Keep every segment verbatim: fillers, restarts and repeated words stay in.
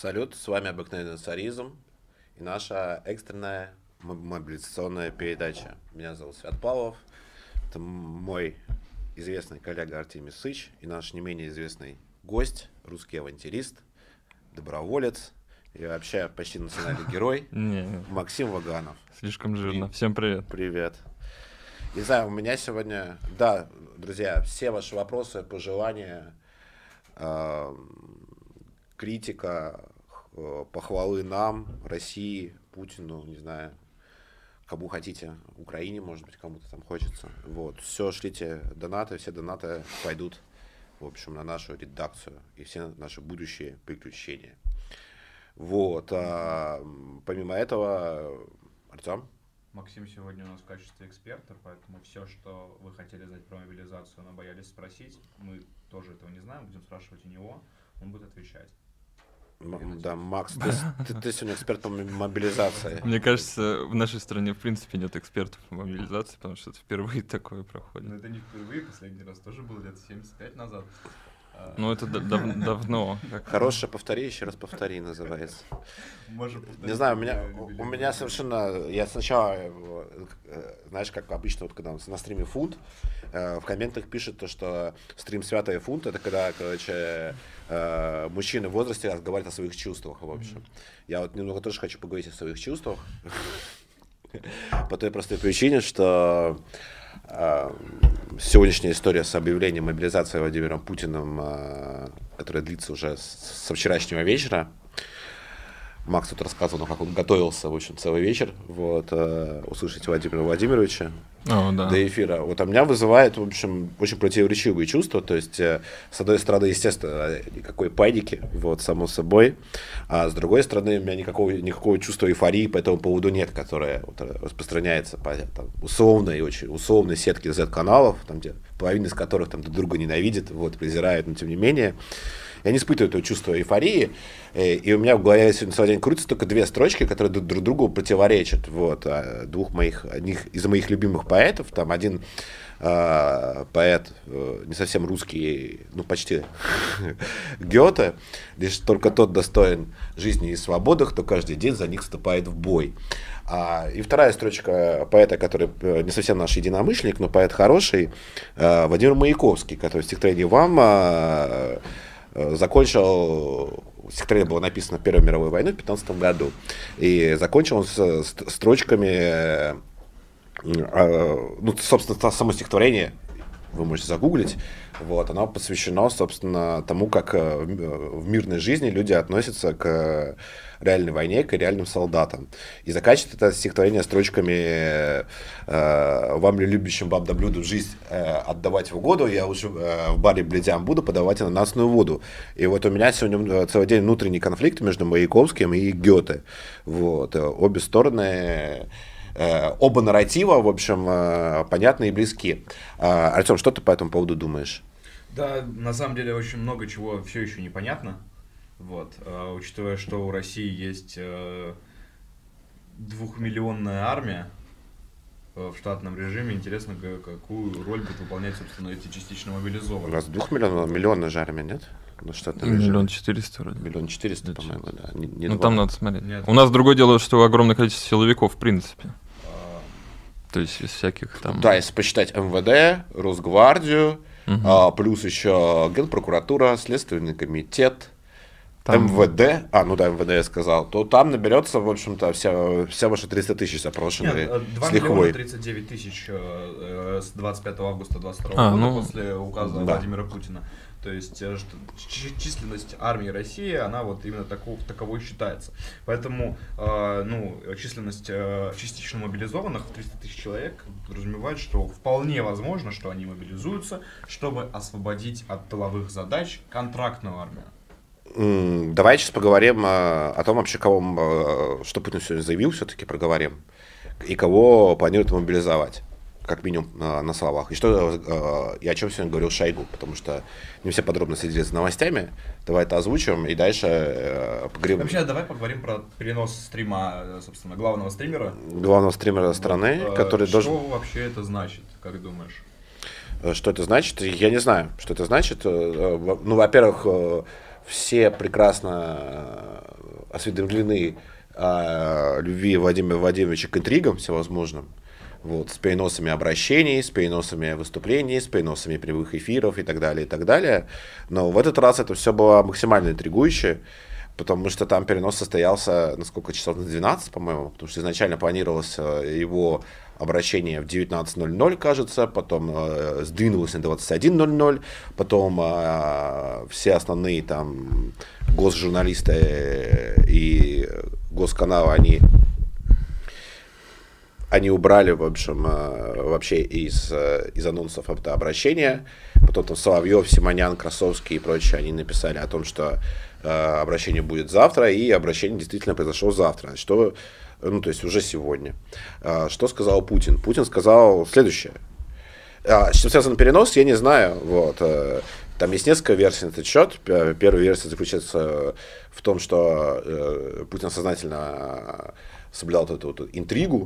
Салют, с вами обыкновенный царизм и наша экстренная мобилизационная передача. Меня зовут Свят Павлов, это мой известный коллега Артемий Сыч и наш не менее известный гость, русский авантюрист, доброволец и вообще почти национальный герой Максим Ваганов. Слишком жирно. Всем привет. Привет. Не знаю, у меня сегодня, да, друзья, все ваши вопросы, пожелания, э, критика, э, похвалы нам, России, Путину, не знаю, кому хотите, Украине, может быть, кому-то там хочется. Вот, все, шлите донаты, все донаты пойдут, в общем, на нашу редакцию и все наши будущие приключения. Вот, а, помимо этого, Артем? Максим сегодня у нас в качестве эксперта, поэтому все, что вы хотели знать про мобилизацию, но боялись спросить, мы тоже этого не знаем, будем спрашивать у него, он будет отвечать. М- да, Макс, ты, ты, ты сегодня эксперт по мобилизации. Мне кажется, в нашей стране в принципе нет экспертов по мобилизации, потому что это впервые такое проходит. Но это не впервые, последний раз тоже было лет семьдесят пять назад. Ну, это дав- давно. Хорошее повтори, еще раз повтори, называется. Можем повторить. Не знаю, у меня, у меня совершенно... Я сначала, знаешь, как обычно, вот когда на стриме Фунт, в комментах пишет то, что стрим Святая Фунт, это когда, короче, мужчины в возрасте разговаривают о своих чувствах, в общем. Mm-hmm. Я вот немного тоже хочу поговорить о своих чувствах. По той простой причине, что... сегодняшняя история с объявлением мобилизации Владимиром Путиным, которая длится уже со вчерашнего вечера. Макс тут рассказывал, как он готовился, в общем, целый вечер, вот, услышать Владимира Владимировича oh, да. до эфира. Вот, а меня вызывает, в общем, очень противоречивые чувства. То есть, с одной стороны, естественно, никакой паники, вот, само собой, а с другой стороны, у меня никакого, никакого чувства эйфории по этому поводу нет, которое вот, распространяется по там, условной, очень условной сетке зет-каналов, там, где половина из которых там, друг друга ненавидит, вот, презирает, но тем не менее. Я не испытываю этого чувства эйфории, и у меня в голове сегодня целый день крутятся только две строчки, которые друг другу противоречат. Вот, двух моих, одних из моих любимых поэтов, там один э, поэт, э, не совсем русский, ну почти Гёте, лишь только тот достоин жизни и свободы, кто каждый день за них вступает в бой. А, и вторая строчка поэта, который не совсем наш единомышленник, но поэт хороший, э, Владимир Маяковский, который в стихотворении «Вам» э, закончил, стихотворение было написано в Первой мировой войне в пятнадцатом году, и закончил он с строчками, ну, собственно, само стихотворение, вы можете загуглить, вот, оно посвящено, собственно, тому, как в мирной жизни люди относятся к реальной войне, к реальным солдатам. И заканчивает это стихотворение строчками э, «Вам ли, любящим баб да блюду, жизнь э, отдавать в угоду, я уже э, в баре блядям буду подавать ананасную воду». И вот у меня сегодня целый день внутренний конфликт между Маяковским и Гёте. Вот. Обе стороны... Оба нарратива, в общем, понятны и близки. Артем, что ты по этому поводу думаешь? Да, на самом деле очень много чего все еще непонятно. Вот, учитывая, что у России есть двухмиллионная армия в штатном режиме, интересно, какую роль будут выполнять, собственно, эти частично мобилизованные. У нас двухмиллионная, миллионная же армия, нет? Ну, миллион четыреста вроде. Миллион четыреста, по-моему, да. Не, не ну, два. Там надо смотреть. Нет. У нас другое дело, что огромное количество силовиков, в принципе. А... То есть из всяких там... Да, если посчитать эм вэ дэ, Росгвардию, угу. а, плюс еще Генпрокуратура, Следственный комитет, там... эм вэ дэ, а, ну да, эм вэ дэ я сказал, то там наберется, в общем-то, вся, вся ваша триста тысяч запрошенные с лихвой. два миллиона тридцать девять тысяч э, с двадцать пятого августа двадцать второго а, года ну... после указа да. Владимира Путина. То есть что, численность армии России, она вот именно таков, таковой считается. Поэтому э, ну, численность э, частично мобилизованных в триста тысяч человек подразумевает, что вполне возможно, что они мобилизуются, чтобы освободить от тыловых задач контрактную армию. Давай сейчас поговорим о том, вообще, кого, что Путин сегодня заявил, все-таки проговорим, и кого планирует мобилизовать. Как минимум на, на словах. И что э, и о чем сегодня говорил Шойгу, потому что не все подробно следили за новостями. Давай это озвучим и дальше э, поговорим. Вообще, давай поговорим про перенос стрима, собственно, главного стримера. Главного стримера страны, вот, который что должен... Что вообще это значит, как думаешь? Что это значит? Я не знаю, что это значит. Ну, во-первых, все прекрасно осведомлены о любви Владимира Владимировича к интригам всевозможным, вот, с переносами обращений, с переносами выступлений, с переносами прямых эфиров и так далее, и так далее. Но в этот раз это все было максимально интригующе, потому что там перенос состоялся на сколько часов? На двенадцать, по-моему, потому что изначально планировалось его обращение в девятнадцать ноль ноль, кажется, потом э, сдвинулось на двадцать один ноль ноль, потом э, все основные там госжурналисты и госканалы, они, они убрали, в общем, э, вообще из, э, из анонсов это обращение. Потом там Соловьев, Симонян, Красовский и прочие, они написали о том, что э, обращение будет завтра, и обращение действительно произошло завтра, что, ну, то есть уже сегодня. Э, что сказал Путин? Путин сказал следующее. А, с чем связан перенос, я не знаю. Вот. Э, там есть несколько версий на этот счет. Первая версия заключается в том, что э, Путин сознательно соблюдал вот эту вот интригу.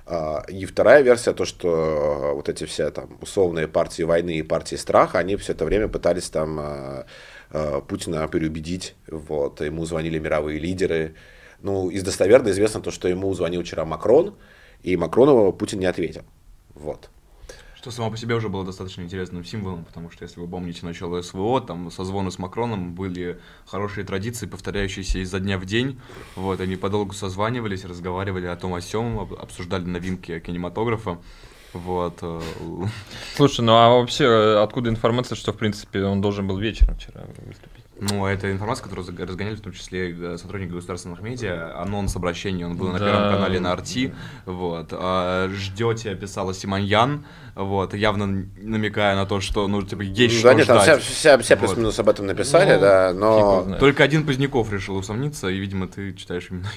И вторая версия, то, что вот эти все там условные партии войны и партии страха, они все это время пытались там Путина переубедить. Вот. Ему звонили мировые лидеры. Ну, из достоверно известно то, что ему звонил вчера Макрон, и Макрону Путин не ответил. Вот. Что само по себе уже было достаточно интересным символом, потому что, если вы помните начало СВО, там созвоны с Макроном были хорошие традиции, повторяющиеся изо дня в день. Вот, они подолгу созванивались, разговаривали о том о сём, обсуждали новинки кинематографа. Вот. Слушай, ну а вообще откуда информация, что в принципе он должен был вечером вчера выступить? Ну, это информация, которую разгоняли в том числе сотрудники государственных медиа. Анонс обращения, он был на Да. Первом канале на Арти. Вот. А, ждете, писала Симоньян, вот, явно намекая на то, что, ну, типа, есть Ну, что да, нет, там ждать. все, все, все Вот. плюс-минус об этом написали, Ну, да, фиг его но... знает. Только один Поздняков решил усомниться, и, видимо, ты читаешь именно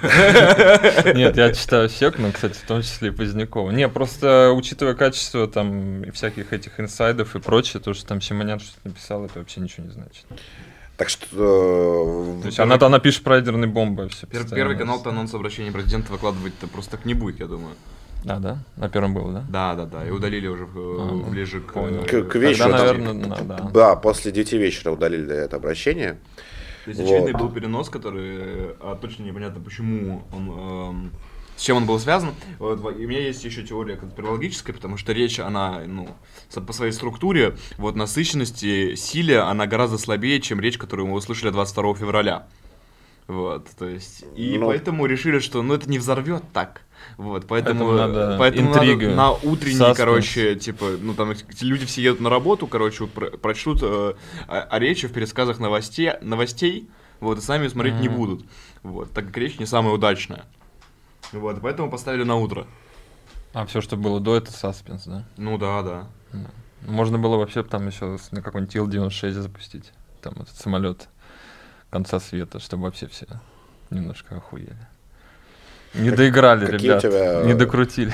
его. Нет, я читаю Секну, кстати, в том числе и Позднякова. Не, просто учитывая качество там и всяких этих инсайдов и прочее, то, что там Симонян что-то написал, это вообще ничего не значит. Так что... То есть она, она пишет про ядерные бомбы. Все Пер- Первый канал-то анонс обращения президента выкладывать-то просто так не будет, я думаю. А, да? На первом был, да? Да, да, да. И удалили уже э, ближе к... понял. К, к вечеру. Тогда, там- наверное, да. Да, после девяти вечера удалили это обращение. То есть, очевидный Вот. был перенос, который, а, точно непонятно, почему он, эм, с чем он был связан. Вот, и у меня есть еще теория конспирологическая, потому что речь, она, ну, со- по своей структуре, вот, насыщенности, силе, она гораздо слабее, чем речь, которую мы услышали двадцать второго февраля. Вот, то есть, и Ну. поэтому решили, что, ну, это не взорвет так. Вот, поэтому, Поэтому надо поэтому интрига, надо на утренний, саспенс. короче, типа, ну, там эти люди все едут на работу, короче, вот про- прочтут э, о, о речи в пересказах новостей, новостей, вот, и сами смотреть не Мгм. будут. Вот, так как речь не самая удачная. Вот, и поэтому поставили на утро. А все, что было до, это саспенс, да? Ну да, да. Да. Можно было вообще там еще на какой-нибудь Ил девяносто шесть запустить. Там этот самолет конца света, чтобы вообще все немножко охуели. Не Как- доиграли, какие у ребят. тебя- Не докрутили.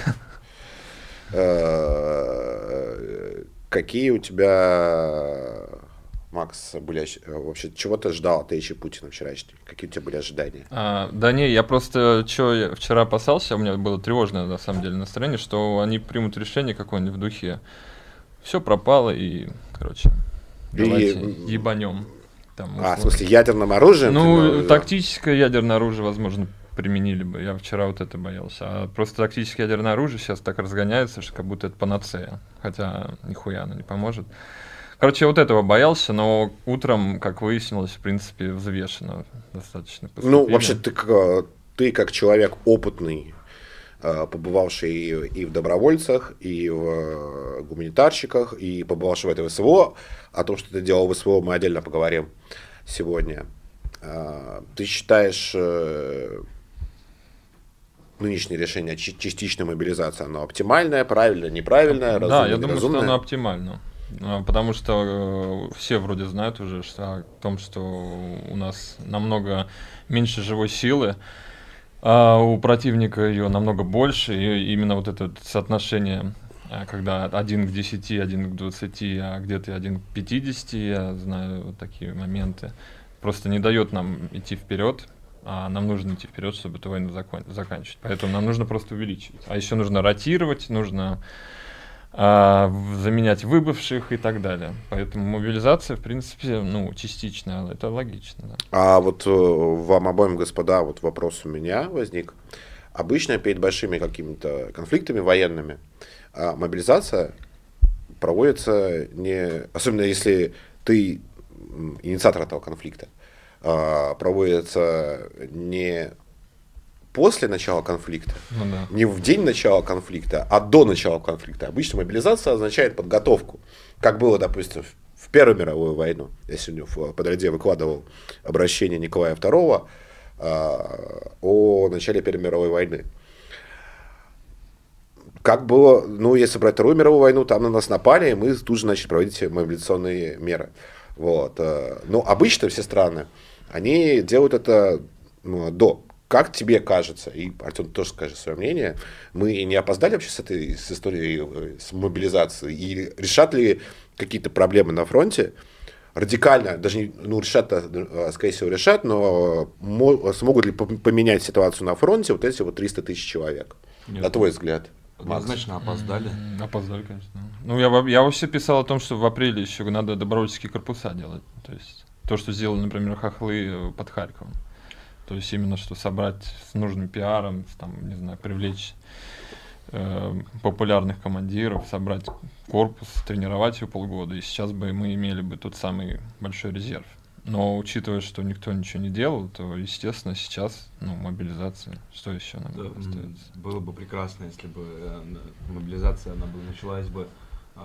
Э, Какие у тебя, Макс, были ощ- э, вообще, чего ты ждал от речи Путина вчерашней? Какие у тебя были ожидания? А, да не, я просто что я вчера опасался, у меня было тревожное на самом деле настроение, что они примут решение какое-нибудь в духе. Все пропало и, короче, И- давайте ебанем. Там, А, в условно. смысле, ядерным оружием? Ну, ты, да? тактическое ядерное оружие, возможно, применили бы. Я вчера вот это боялся. А просто тактическое ядерное оружие сейчас так разгоняется, что как будто это панацея. Хотя нихуя оно не поможет. Короче, я вот этого боялся, но утром, как выяснилось, в принципе, взвешенно достаточно Ну, поступили. вообще, ты, как- ты как человек опытный, э, побывавший и, и в добровольцах, и в э, гуманитарщиках, и побывавший в этой ВСВО, о том, что ты делал в ВСВО, мы отдельно поговорим сегодня. Э, Ты считаешь э, нынешнее решение о чи- частичной мобилизации, оно оптимальное, правильное, неправильное, разумное, Да, я думаю, что неразумное? оно оптимально. А, Потому что э, все вроде знают уже что, о том, что у нас намного меньше живой силы, а у противника ее намного больше, и именно вот это вот соотношение, а, когда один к десяти, один к двадцати, а где-то один к пятидесяти, я знаю вот такие моменты, просто не дает нам идти вперед. А нам нужно идти вперед, чтобы эту войну закон- заканчивать. Поэтому нам нужно просто увеличивать. А еще нужно ротировать, нужно а, заменять выбывших и так далее. Поэтому мобилизация, в принципе, ну, частичная, это логично. Да. А вот вам обоим, господа, вот вопрос у меня возник. Обычно перед большими какими-то конфликтами военными мобилизация проводится не, особенно если ты инициатор этого конфликта, проводится не после начала конфликта, ну, да. не в день начала конфликта, а до начала конфликта. Обычно мобилизация означает подготовку, как было, допустим, в Первую мировую войну. Я сегодня в Подреде выкладывал обращение Николая второго о начале Первой мировой войны. Как было, ну, если брать Вторую мировую войну, там на нас напали, и мы тут же начали проводить мобилизационные меры. Вот. Но обычно все страны, они делают это, ну, до. Как тебе кажется, и Артем тоже скажет свое мнение, мы не опоздали вообще с этой с историей с мобилизацией? И решат ли какие-то проблемы на фронте? Радикально, даже не, ну, решат, скорее всего, решат, но смогут ли поменять ситуацию на фронте вот эти вот триста тысяч человек? Нет. На твой взгляд? Однозначно опоздали. Mm-hmm. Опоздали, конечно. Ну, я, я вообще писал о том, что в апреле еще надо добровольческие корпуса делать. То есть то, что сделали, например, хохлы под Харьковом. То есть именно что собрать с нужным пиаром, там, не знаю, привлечь э, популярных командиров, собрать корпус, тренировать его полгода. И сейчас бы мы имели бы тот самый большой резерв. Но учитывая, что никто ничего не делал, то, естественно, сейчас, ну, мобилизация, что еще нам да, остается? Было бы прекрасно, если бы э, мобилизация она бы началась бы э,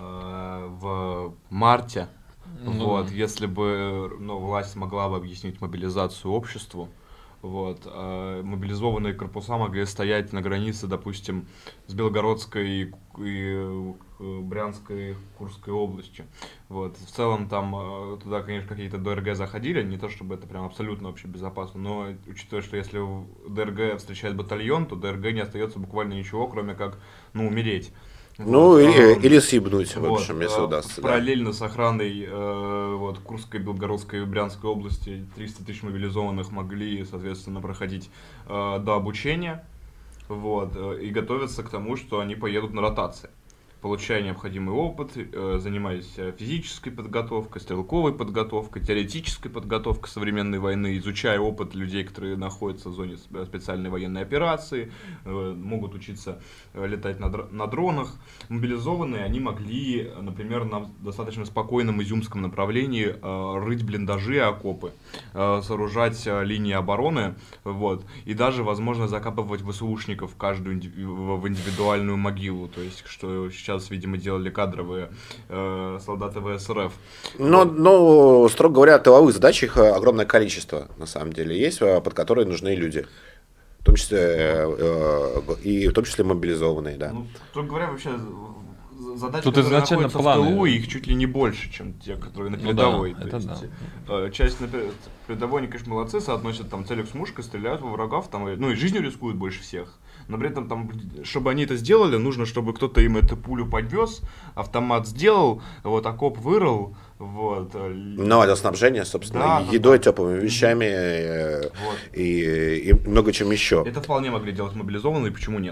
в марте. Ну, вот, если бы, ну, власть смогла бы объяснить мобилизацию обществу. Вот, а мобилизованные корпуса могли стоять на границе, допустим, с Белгородской и, и Брянской, Курской областью. Вот. В целом там туда, конечно, какие-то ДРГ заходили, не то чтобы это прям абсолютно вообще безопасно, но учитывая, что если ДРГ встречает батальон, то ДРГ не остается буквально ничего, кроме как, ну, умереть. Ну, вот, или, а, или съебнуть, в вот, общем, если а, удастся. Параллельно да. с охраной э, вот, Курской, Белгородской и Брянской области триста тысяч мобилизованных могли, соответственно, проходить э, до обучения, вот, э, и готовиться к тому, что они поедут на ротации, получая необходимый опыт, э, занимаясь физической подготовкой, стрелковой подготовкой, теоретической подготовкой современной войны, изучая опыт людей, которые находятся в зоне специальной военной операции, э, могут учиться э, летать на, др- на дронах. Мобилизованные, они могли, например, на достаточно спокойном изюмском направлении э, рыть блиндажи и окопы, э, сооружать э, линии обороны, вот, и даже, возможно, закапывать ВСУшников каждую инди- в индивидуальную могилу, то есть, что сейчас, видимо, делали кадровые э, солдаты ВСРФ. Но, вот. но, строго говоря, тыловых задач их огромное количество, на самом деле, есть, под которые нужны люди. В том числе, э, э, и в том числе мобилизованные, да. Ну, строго говоря, вообще задачи, тут которые изначально находятся планы. в тылу, их чуть ли не больше, чем те, которые на передовой. Ну, да, это есть, да. Часть на передовой, они, конечно, молодцы, соотносят там целик с мушкой, стреляют во врагов, там, ну и жизнью рискуют больше всех. Но при этом, там, чтобы они это сделали, нужно, чтобы кто-то им эту пулю подвез, автомат сделал, вот, окоп вырыл, вот. Ну, это снабжение, собственно, да, едой, да. теплыми вещами вот. и, и много чем еще. Это вполне могли делать мобилизованные, почему нет?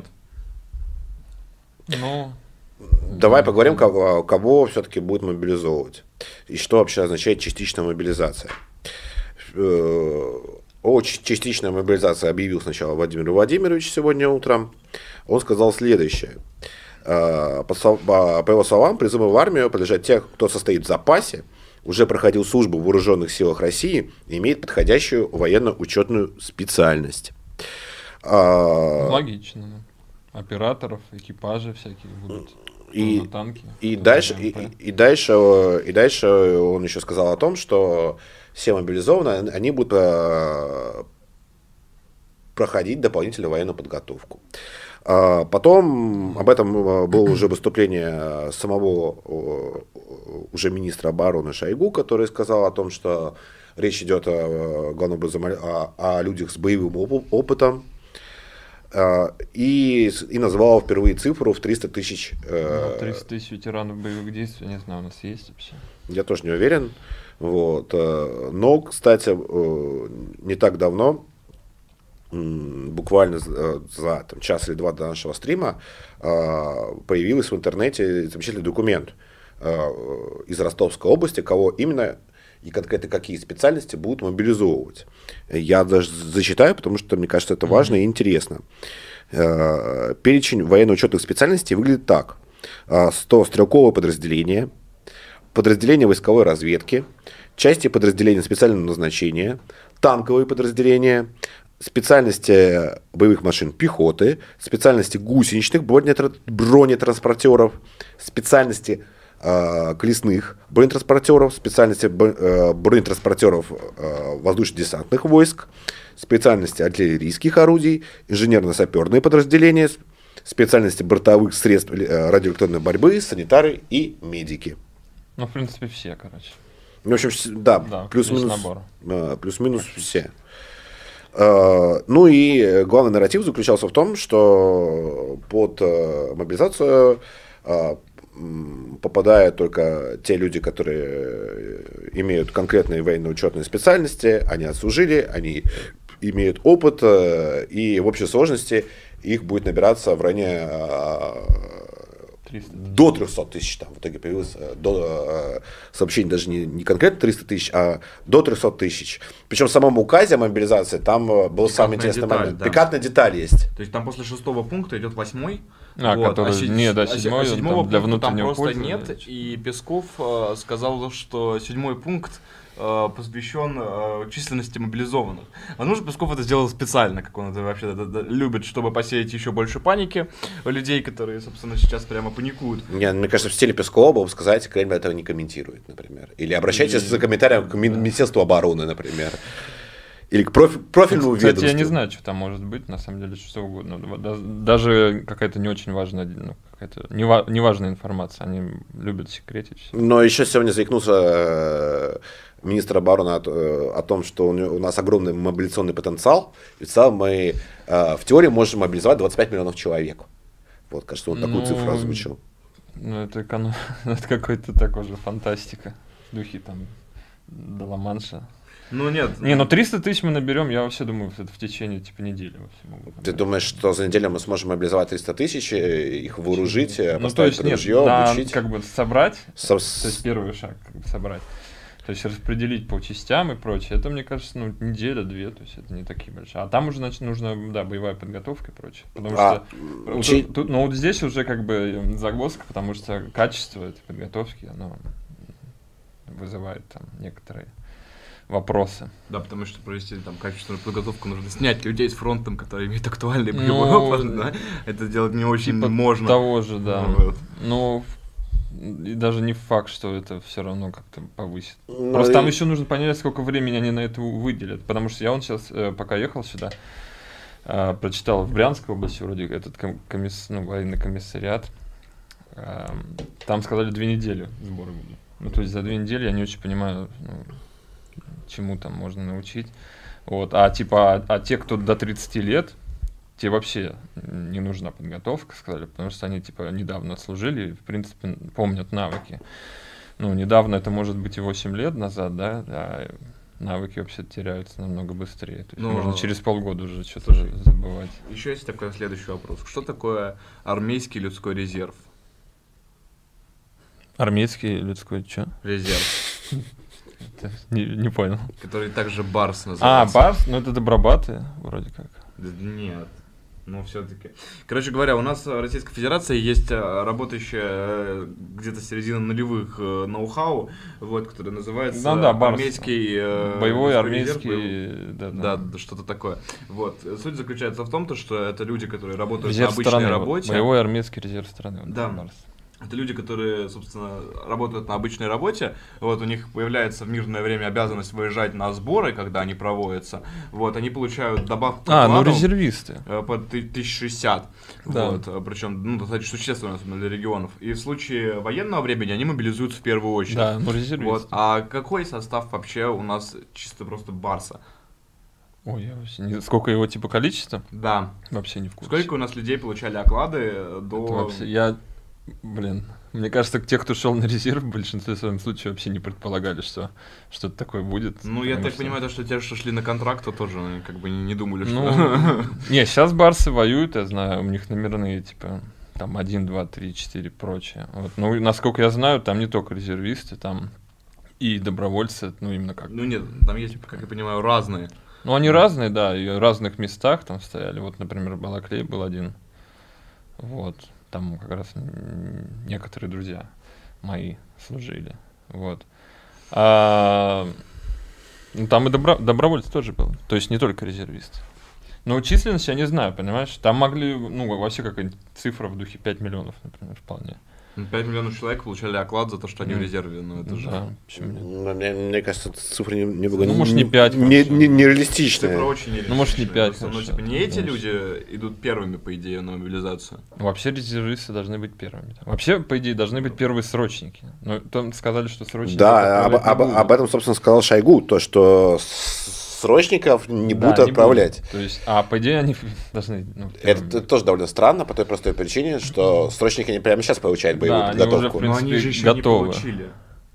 Ну... Давай поговорим, кого, кого все-таки будет мобилизовывать. И что вообще означает частичная мобилизация. О частичной мобилизации объявил сначала Владимир Владимирович сегодня утром. Он сказал следующее. По его словам, призыву в армию подлежат те, кто состоит в запасе, уже проходил службу в вооруженных силах России и имеет подходящую военно-учетную специальность. Логично. Операторов, экипажи всякие будут. И, на танки, и, дальше, и, и, дальше, и дальше он еще сказал о том, что все мобилизованные, они будут э, проходить дополнительную военную подготовку. А потом об этом было уже выступление самого э, уже министра обороны Шойгу, который сказал о том, что речь идет о, главным образом о, о людях с боевым опытом. И, и назвал впервые цифру в триста тысяч. Ну, триста тысяч ветеранов боевых действий, не знаю, у нас есть вообще. Я тоже не уверен. Вот. Но, кстати, не так давно буквально за, за там, час или два до нашего стрима появился в интернете замечательный документ из Ростовской области, кого именно и конкретно какие специальности будут мобилизовывать. Я даже зачитаю, потому что мне кажется, это важно mm-hmm. и интересно. Перечень военно-учетных специальностей выглядит так. сто стрелковое подразделение, подразделение войсковой разведки, части подразделения специального назначения, танковые подразделения, специальности боевых машин пехоты, специальности гусеничных бронетранспортеров, специальности э, колесных бронетранспортеров, специальности э, бронетранспортеров э, воздушно-десантных войск, специальности артиллерийских орудий, инженерно-саперные подразделения, специальности бортовых средств э, радиоэлектронной борьбы, санитары и медики. Ну, в принципе, все, короче. В общем, да, да плюс-минус, э, плюс-минус все. Ну и главный нарратив заключался в том, что под мобилизацию попадают только те люди, которые имеют конкретные военно-учетные специальности, они отслужили, они имеют опыт, и в общей сложности их будет набираться в районе до триста тысяч, там в итоге появилось до, сообщение даже не, не конкретно триста тысяч, а до триста тысяч. Причем в самом указе о мобилизации там был Пикантная самый интересный деталь, момент. Да. Пикантная деталь есть. То есть там после шестого пункта идет восьмой. А, вот, который, а, не, да, седьмой, а седьмого там для внутреннего там просто пользы, нет. И Песков э, сказал, что седьмой пункт э, посвящен э, численности мобилизованных. Возможно, Песков это сделал специально, как он это вообще да, да, любит, чтобы посеять еще больше паники у людей, которые, собственно, сейчас прямо паникуют. Не, мне кажется, в стиле Пескова было бы сказать, Кремль этого не комментирует, например. Или обращайтесь и... за комментарием к Министерству обороны, например. Или к профи- профильному Кстати, ведомству. Я не знаю, что там может быть, на самом деле, что угодно. Даже какая-то не очень важная, ну, какая-то нева- неважная информация, они любят секретить все. Но еще сегодня заикнулся министр обороны о, о том, что у нас огромный мобилизационный потенциал, и в целом мы в теории можем мобилизовать двадцать пять миллионов человек. Вот, кажется, он такую ну, цифру озвучил. Ну, это, эконом... это какой-то такой же фантастика, в духе там Ла-Манша. Ну нет. Не, ну триста тысяч мы наберем, я вообще думаю, это в течение типа недели. Ты думаешь, что за неделю мы сможем мобилизовать триста тысяч, их вооружить, ну, поставить то есть, ружье, нет, обучить? Да, как бы собрать, Со... то есть первый шаг, как бы собрать. То есть распределить по частям и прочее. Это, мне кажется, ну, неделя-две, то есть это не такие большие. А там уже, значит, нужна, да, боевая подготовка и прочее. Потому а, что, учи... тут, тут, ну вот здесь уже как бы загвоздка, потому что качество этой подготовки, оно вызывает там некоторые вопросы. Да, потому что провести там качественную подготовку нужно снять людей с фронтом, которые имеют актуальный боевой ну, опыт, да? Это делать не очень типа можно. Того же, да. Вот. Ну, и даже не факт, что это все равно как-то повысит. Но Просто и... там еще нужно понять, сколько времени они на это выделят. Потому что я вон сейчас, пока ехал сюда, прочитал в Брянской области вроде этот комисс... ну, военный комиссариат. Там сказали две недели сборы будут. Ну, то есть за две недели я не очень понимаю, ну, чему там можно научить. Вот. А типа, а, а те, кто до тридцати лет, те вообще не нужна подготовка, сказали, потому что они типа недавно отслужили и, в принципе, помнят навыки. Ну, недавно это может быть и восемь лет назад, да, а навыки вообще теряются намного быстрее. То есть Но... можно через полгода уже что-то Слушай, забывать. Еще есть такой следующий вопрос. Что такое армейский людской резерв? Армейский людской что? Резерв. Не, не понял. Который также Барс называется. А, Барс? Ну это добробаты, вроде как. Нет, но все-таки. Короче говоря, у нас в Российской Федерации есть работающая где-то с середины нулевых ноу-хау, вот, который называется ну, да, армейский... Боевой армейский... Резерв, да, да. да, что-то такое. Вот. Суть заключается в том, что это люди, которые работают резерв на обычной страны, работе. Боевой армейский резерв страны. Вот, да. Барс. Это люди, которые, собственно, работают на обычной работе, вот, у них появляется в мирное время обязанность выезжать на сборы, когда они проводятся, вот, они получают добавку к а, ну резервисты. по тысяча шестьдесят, да. Вот, причем, ну, достаточно существенно, особенно для регионов, и в случае военного времени они мобилизуются в первую очередь. Да, ну резервисты. Вот. А какой состав вообще у нас чисто просто Барса? Ой, я вообще не... Сколько его типа количество? Да. Вообще не в курсе. Сколько у нас людей получали оклады до... Это вообще... Я... Блин, мне кажется, те, кто шел на резерв, в большинстве своем случае вообще не предполагали, что что-то такое будет. Ну, я так что... понимаю, то, что те, что шли на контракт, то тоже они как бы не, не думали, ну, что... Не, сейчас барсы воюют, я знаю, у них номерные, типа, там один, два, три, четыре, прочее. Вот. Ну, насколько я знаю, там не только резервисты, там и добровольцы, ну, именно как... Ну, нет, там есть, как я понимаю, разные. Ну, они разные, да, и в разных местах там стояли. Вот, например, Балаклей был один. Вот. Там как раз некоторые друзья мои служили. Вот. А, ну, там и добро, добровольцы тоже был. То есть не только резервисты. Но численность я не знаю, понимаешь? Там могли, ну, вообще какая-нибудь цифра в духе пять миллионов, например, вполне. пять миллионов человек получали оклад за то, что они Mm. в резерве. Ну, это же... Да, почему нет? Ну, мне, мне кажется, эта цифра не, не, Ну, может, не пять, не, вообще. не, нереалистичная. Цифра очень нереалистичная. Ну, может, не пять, Просто, Ну, хорошо. типа, не эти Конечно. люди идут первыми, по идее, на мобилизацию. Вообще резервисты должны быть первыми. Вообще, по идее, должны быть первые срочники. Но там сказали, что срочники... Да, об, отправлять не об, будут. об этом, собственно, сказал Шойгу, то, что с- срочников не Да, будут не отправлять. будут. То есть, а по идее они должны... Ну, Это первыми. тоже довольно странно, по той простой причине, что срочники не прямо сейчас получают боевую Да, они уже, подготовку. в принципе, Но они же еще готовы. не получили.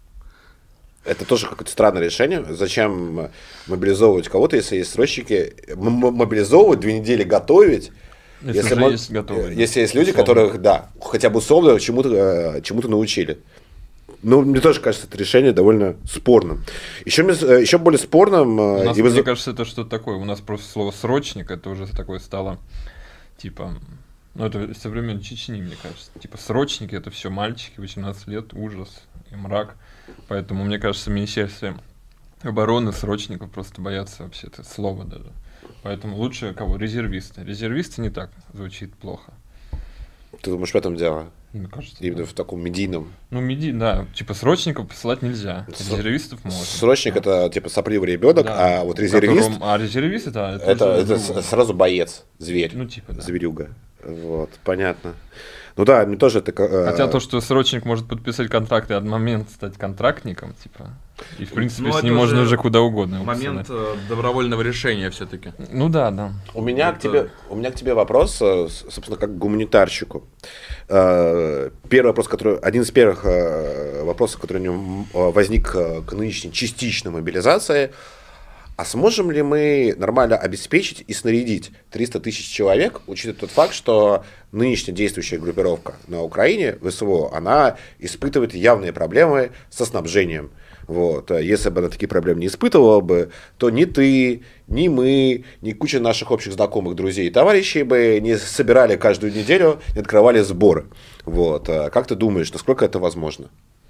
Это тоже какое-то странное решение. Зачем мобилизовывать кого-то, если есть срочники? М- м- мобилизовывать, две недели готовить. Если, Если, уже мо- есть готовые. если есть люди, условно. которых, да, хотя бы условно чему-то, э, чему-то научили. Ну, мне тоже кажется, это решение довольно спорным. Еще, мне- э, еще более спорным... э, У нас, и выз- мне кажется, это что-то такое. У нас просто слово «срочник» это уже такое стало, типа... Ну, это со времен Чечни, мне кажется. Типа, срочники — это все мальчики, восемнадцать лет, ужас и мрак. Поэтому, мне кажется, в Министерстве обороны срочников просто боятся вообще это слова даже. Поэтому лучше кого? Резервисты. Резервисты не так звучит плохо. Ты думаешь, в этом дело? Мне кажется, Именно да. в таком медийном. Ну, меди, да. Типа, срочников посылать нельзя. С- Резервистов можно. Срочник Да. это типа сопливый ребенок, Да, а вот резервист которому- А резервист, да, это, это, уже это другое. с- сразу боец, зверь, Ну, типа, да. зверюга. Вот, понятно. Ну да, мне тоже это... э, Хотя то, что срочник может подписать контракт и от момента стать контрактником, типа, и в принципе Ну, с это ним можно уже уже куда угодно его Момент посылать. э, добровольного решения все-таки. Ну да, да. У меня, Это- к тебе, у меня к тебе вопрос, э, с- собственно, как к гуманитарщику. Э, Первый вопрос, который, один из первых э, вопросов, который у него э, возник э, к нынешней частичной мобилизации. А сможем ли мы нормально обеспечить и снарядить триста тысяч человек, учитывая тот факт, что нынешняя действующая группировка на Украине, ВСВО, она испытывает явные проблемы со снабжением. Вот. Если бы она такие проблемы не испытывала бы, то ни ты, ни мы, ни куча наших общих знакомых, друзей и товарищей бы не собирали каждую неделю, не открывали сборы. Вот. Как ты думаешь, насколько это возможно?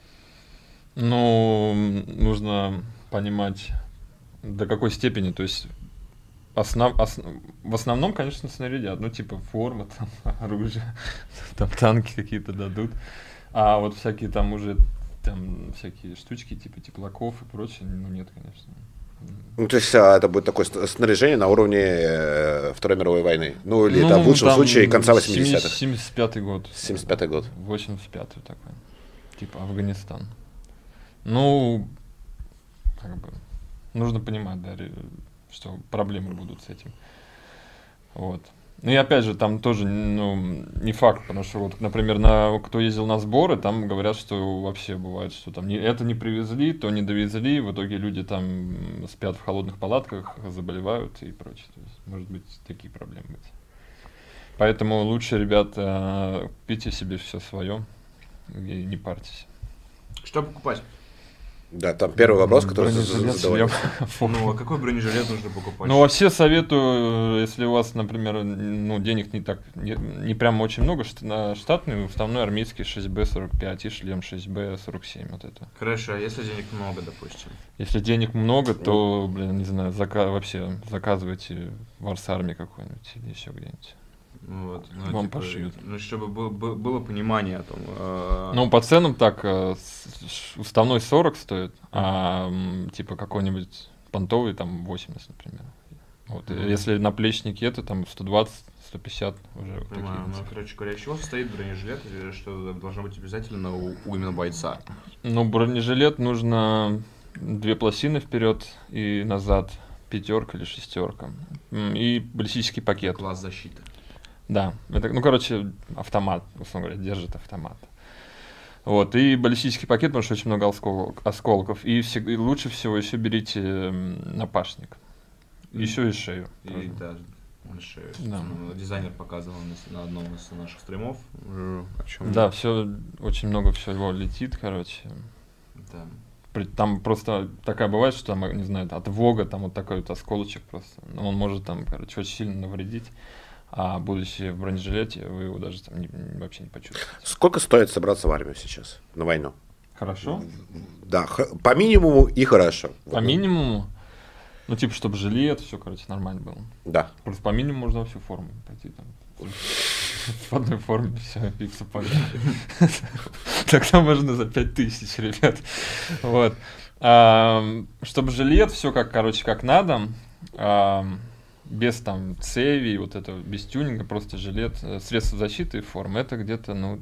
Ну, нужно понимать, до какой степени, то есть основ, ос- в основном, конечно, снарядят, ну, типа форма, там, оружие, там танки какие-то дадут, а вот всякие там уже, там, всякие штучки, типа теплаков и прочее, ну, нет, конечно. Ну, то есть а, это будет такое ст- снаряжение на уровне э, Второй мировой войны. Ну, или это в лучшем там случае конца восьмидесятых. семьдесят пятый год. семьдесят пятый год. восемьдесят пятый такой. Типа Афганистан. Ну, как бы, нужно понимать, да, ре- что проблемы будут с этим. Вот. Ну и опять же, там тоже, ну, не факт, потому что вот, например, на, кто ездил на сборы, там говорят, что вообще бывает, что там не, это не привезли, то не довезли, в итоге люди там спят в холодных палатках, заболевают и прочее. То есть, может быть, такие проблемы быть. Поэтому лучше, ребята, купите себе все свое и не парьтесь. Что покупать? Да, там первый вопрос, который Бронежилет, задавали. шлем. Ну, а какой бронежилет нужно покупать? Ну, вообще советую, если у вас, например, ну, денег не так, не, не прям очень много, шт- на штатный, уставной армейский шесть бэ сорок пять и шлем шесть бэ сорок семь, вот это. Хорошо, а если денег много, допустим? Если денег много, то, блин, не знаю, зака- вообще заказывайте в Арсарме какой-нибудь или еще где-нибудь. Вот, ну, Вам типа, пошьют. Ну, чтобы был- был- было понимание о том. э, Ну, по ценам так, э, с- ш- уставной сорок стоит, а м, типа какой-нибудь понтовый там восемьдесят, например. Вот, и Мгм. если наплечники это там сто двадцать сто пятьдесят уже вот такие. Понимаю, ну, цифры. короче говоря, из чего состоит бронежилет, и что должно быть обязательно у, у именно бойца? Ну, бронежилет нужно две пластины вперед и назад, пятерка или шестерка. М, И баллистический пакет. Класс защиты. Да, это, ну, короче, автомат, условно говоря, держит автомат. Вот, и баллистический пакет, потому что очень много осколок, осколков. И, всег- и лучше всего еще берите м, напашник. Еще и шею. И тоже. да, на шею. Да. Ну, дизайнер показывал на, с- на одном из наших стримов. уже о чем Да, все, очень много всего летит, короче. да. При- Там просто такая бывает, что там, не знаю, от Вога там вот такой вот осколочек просто. Но он может там, короче, очень сильно навредить. А будучи в бронежилете, вы его даже там не- не- вообще не почувствуете. Сколько стоит собраться в армию сейчас, на войну? Хорошо? Да, х- по минимуму и хорошо. По минимуму, ну типа, чтобы жилет, все, короче, нормально было. Да. Просто по минимуму можно всю форму пойти там. В одной форме все, и в сапогах. Тогда можно за пять тысяч, ребят. Вот. Ам, Чтобы жилет, все как, короче, как надо. Ам, Без там цеви, вот этого, без тюнинга, просто жилет, э, средства защиты и формы. Это где-то, ну,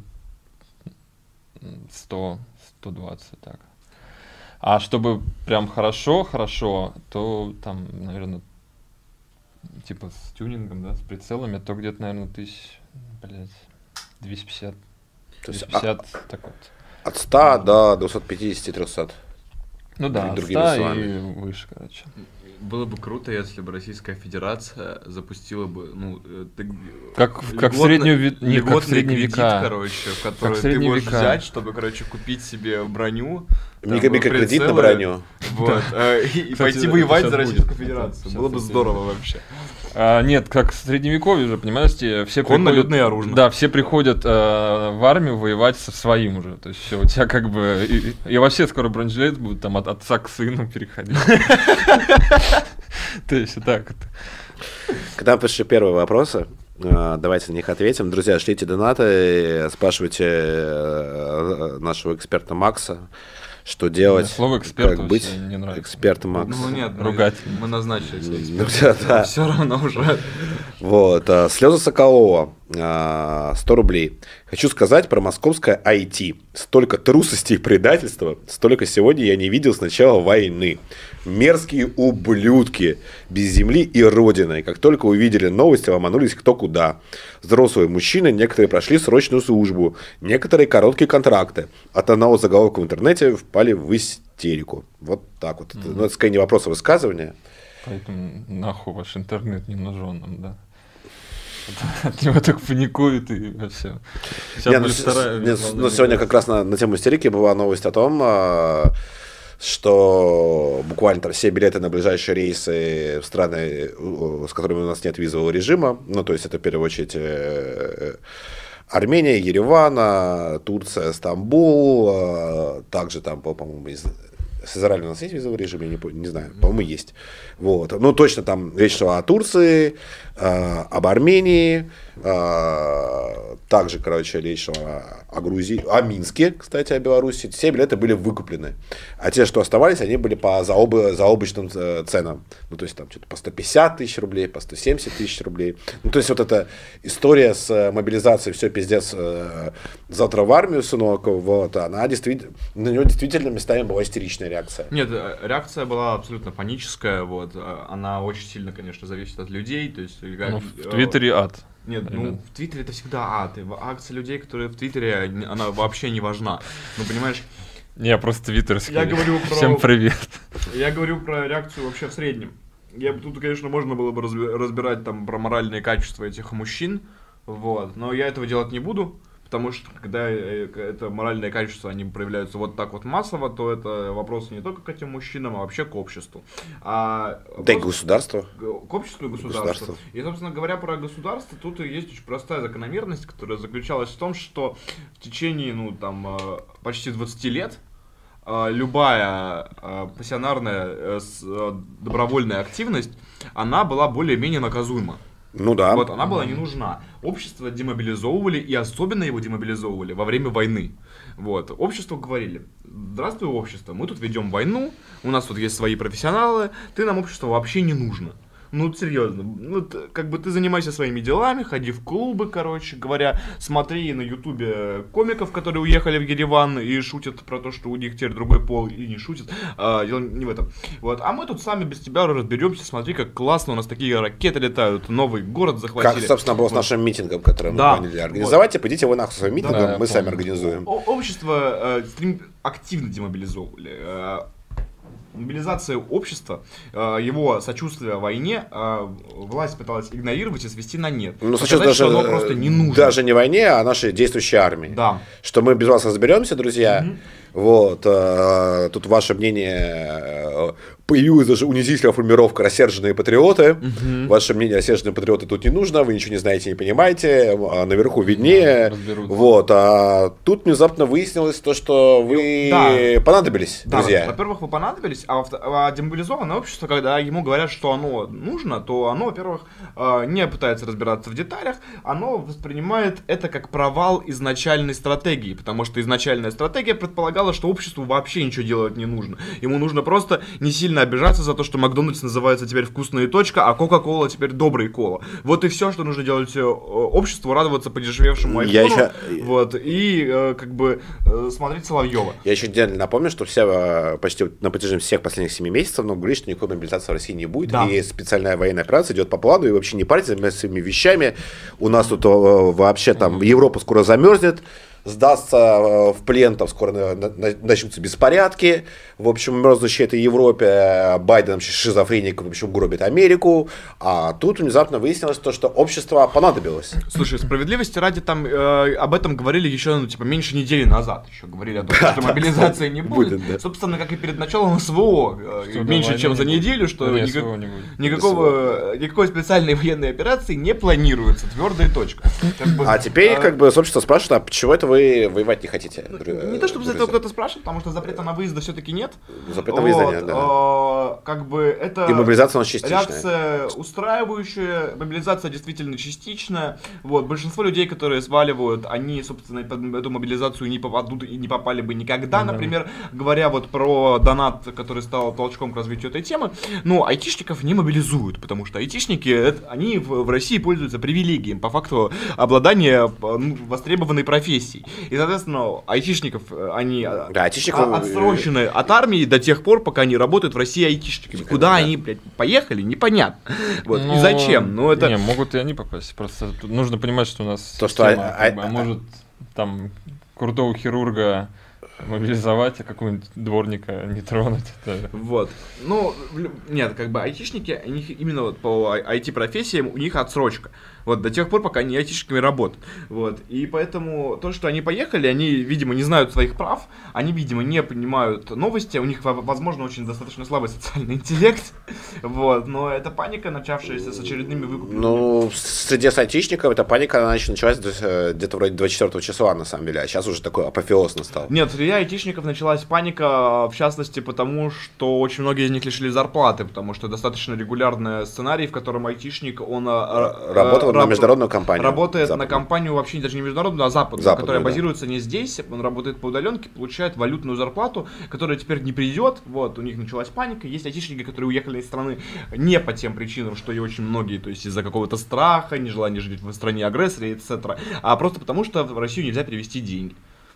сто сто двадцать так. А чтобы прям хорошо, хорошо, то там, наверное, типа с тюнингом, да, с прицелами, то где-то, наверное, тысяч, блядь, двести пятьдесят. То есть двести пятьдесят, так вот. от ста до двухсот пятидесяти трёхсот. Ну да, от другими ста словами. и выше, короче. Было бы круто, если бы Российская Федерация запустила бы, ну, э, ты- Как, в- как в льготный- среднюю не, как в льготный средние кредит, века. короче, в который в ты средние можешь века. взять, чтобы, короче, купить себе броню. там, Мега- Микрокредит на прицелы, броню. Вот, э, и и Кстати, пойти это воевать щас за будет. Российскую Это Федерацию. щас Было бы это здорово вообще. А, нет, как в средневековье уже, понимаете, все Конно, приходят... лётно и оружно. Да, все приходят э, в армию воевать со своим уже. То есть все, у тебя как бы... И, и вообще скоро бронежилет будет там от отца к сыну переходить. То есть вот так вот. Когда пришли первые вопросы, э, давайте на них ответим. Друзья, шлите донаты, спрашивайте э, нашего эксперта Макса, что делать, Слово «эксперт» как быть. вообще не нравится. Эксперт Макс. Ну нет, мы- Ругательно. мы назначили себе Ну, эксперта. да. Все равно уже. Вот, а, слезы Соколова, а, сто рублей. Хочу сказать про московское ай ти. Столько трусости и предательства, столько сегодня я не видел с начала войны. Мерзкие ублюдки без земли и родины. Как только увидели новости, ломанулись кто куда. Взрослые мужчины, некоторые прошли срочную службу, некоторые короткие контракты. От одного заголовка в интернете впали в истерику. Вот так вот. Это, ну, это скорее не вопрос, а высказывание. Поэтому нахуй ваш интернет не нужен нам, да. От него так паникует и все. Не, ну, с- не, с- ну, сегодня как раз на, на тему истерики была новость о том, а, что буквально там все билеты на ближайшие рейсы в страны, у- с которыми у нас нет визового режима, ну, то есть это в первую очередь э, Армения, Ереван, а, Турция, Стамбул, а, также там, по- по-моему, из... С Израилем у нас есть визовый режим, я не, по- не знаю, по-моему, есть. Вот. Ну, точно там речь шла о Турции, э, об Армении, э, также, короче, речь шла о Грузии, о Минске, кстати, о Беларуси. Все билеты были выкуплены. А те, что оставались, они были по заоб- заоблачным э, ценам. Ну, то есть там что-то по сто пятьдесят тысяч рублей, по сто семьдесят тысяч рублей. Ну, то есть вот эта история с э, мобилизацией, все, пиздец, э, завтра в армию, сынок, вот, она действительно, на нее действительно местами была истеричная реакция. Нет, э, реакция была абсолютно паническая, вот, э, она очень сильно, конечно, зависит от людей, то есть... э, Ну, э, в Твиттере ад. Нет, ну, ребят. в Твиттере это всегда ад, и в- акция людей, которые в Твиттере, не- она вообще не важна, ну, понимаешь, Не, просто твиттерский. Я говорю про- Всем привет. я говорю про реакцию вообще в среднем. Я, бы- тут, конечно, можно было бы разби- разбирать там про моральные качества этих мужчин, вот, но я этого делать не буду. Потому что когда э, это моральные качества, они проявляются вот так вот массово, то это вопросы не только к этим мужчинам, а вообще к обществу. А Да и вопрос- государство. к к обществу и государству. Государство. И, собственно говоря, про государство, тут и есть очень простая закономерность, которая заключалась в том, что в течение, ну, там, э, почти двадцати лет э, любая э, пассионарная э, с- э, добровольная активность, она была более-менее наказуема. Ну да. Вот, она была не нужна. Общество демобилизовывали, и особенно его демобилизовывали во время войны. Вот. Обществу говорили: здравствуй, общество, мы тут ведем войну, у нас тут есть свои профессионалы, ты нам, общество, вообще не нужно. Ну, серьезно. Ну, т- как бы ты занимайся своими делами, ходи в клубы, короче говоря, смотри на ютубе комиков, которые уехали в Ереван и шутят про то, что у них теперь другой пол, и не шутят. А, дело не в этом. Вот. А мы тут сами без тебя разберемся, смотри, как классно у нас такие ракеты летают, новый город захватили. Как, собственно, было с нашим митингом, который мы Да. поняли организовать. Вот. Пойдите вы нахуй своим митингом, Да, мы сами помню. организуем. О- общество э, стрем- активно демобилизовывали. Э, Мобилизация общества, э, его сочувствие войне э, власть пыталась игнорировать и свести на нет. Ну, Показать, сейчас даже, что оно просто не нужно. даже не войне, а нашей действующей армии. Да. Что мы без вас разберемся, друзья. Мгм. Вот, э, тут ваше мнение, э, появилась даже унизительная формулировка «рассерженные патриоты». Мгм. Ваше мнение «рассерженные патриоты» тут не нужно, вы ничего не знаете, не понимаете, а наверху виднее. Да, разберутся. Вот, а тут внезапно выяснилось то, что вы Да. понадобились, Да, друзья. во-первых, вы понадобились, а, во- а демобилизованное общество, когда ему говорят, что оно нужно, то оно, во-первых, э, не пытается разбираться в деталях, оно воспринимает это как провал изначальной стратегии, потому что изначальная стратегия предполагала, что обществу вообще ничего делать не нужно. Ему нужно просто не сильно обижаться за то, что Макдональдс называется теперь «Вкусная точка», а Кока-Кола теперь «Добрый кола». Вот и все, что нужно делать э, обществу, радоваться подешевевшему Я айфону, еще- вот, и э, как бы э, смотреть Соловьева. Я еще отдельно напомню, что все э, почти на протяжении всех последних семи месяцев ну, говорит, что никакой мобилизации в России не будет. Да. И специальная военная операция идет по плану, и вообще не парьтесь, занимайтесь своими вещами. У нас тут э, вообще там Европа скоро замерзнет, сдастся э, в плен, там скоро на- на- начнутся беспорядки. В общем, мерзнущей этой Европе э, Байден вообще шизофреник, в общем, гробит Америку. А тут внезапно выяснилось то, что общество понадобилось. Слушай, справедливости ради, там э, об этом говорили еще, ну, типа, меньше недели назад еще говорили о том, что мобилизации не будет. Будет, да. Собственно, как и перед началом СВО, э, Что, меньше, да, чем войны за не будет. неделю, что Да нет, никак- СВО не будет. никакого, никакой специальной военной операции не планируется, твердая точка. Как бы, А теперь, э, как бы, общество спрашивает, а почему это вы воевать не хотите? ну, дру- не то чтобы за друзья? этого кто-то спрашивает, потому что запрета на выезд все-таки нет. Запрет на выезд Вот, нет, да. э, как бы это... И мобилизация у нас частичная. Реакция устраивающая, мобилизация действительно частичная. Вот, большинство людей, которые сваливают, они, собственно, под эту мобилизацию не попадут и не попали бы никогда, Да. например, говоря вот про донат, который стал толчком к развитию этой темы. Ну, айтишников не мобилизуют, потому что айтишники, это- они в, в России пользуются привилегием, по факту обладания э, ну, востребованной профессией. И, соответственно, айтишников, э, они э, Да, айтишников, а- отсрочены от армии до тех пор, пока они работают в России айтишниками. Куда да. они, блядь, поехали, непонятно. Вот. Ну, И зачем? Ну, это... Не, могут и они попасть. Просто тут нужно понимать, что у нас То, что система, а- как бы, а- а может там крутого хирурга мобилизовать, а какого-нибудь дворника не тронуть. Это... Вот. Ну, в лю- нет, как бы айтишники, у них именно вот по ай ти-профессиям у них отсрочка. Вот, до тех пор, пока они айтишниками работают. Вот. И поэтому то, что они поехали, они, видимо, не знают своих прав, они, видимо, не понимают новости, у них, во- возможно, очень достаточно слабый социальный интеллект. Вот. Но это паника, начавшаяся с очередными выкупами. Ну, среди айтишников эта паника, она еще началась э, где-то вроде двадцать четвёртого числа, на самом деле, а сейчас уже такой апофеоз настал. Нет, среди айтишников началась паника, в частности, потому что очень многие из них лишили зарплаты, потому что достаточно регулярный сценарий, в котором айтишник, он а, Работал а, на раб- международную компанию. работает западную. на компанию вообще даже не международную, а западную, Западную, которая да. базируется не здесь, он работает по удаленке, получает валютную зарплату, которая теперь не придет, вот, у них началась паника, есть айтишники, которые уехали из страны не по тем причинам, что и очень многие, то есть из-за какого-то страха, нежелания жить в стране агрессора, et cetera, а просто потому, что в Россию нельзя перевести деньги.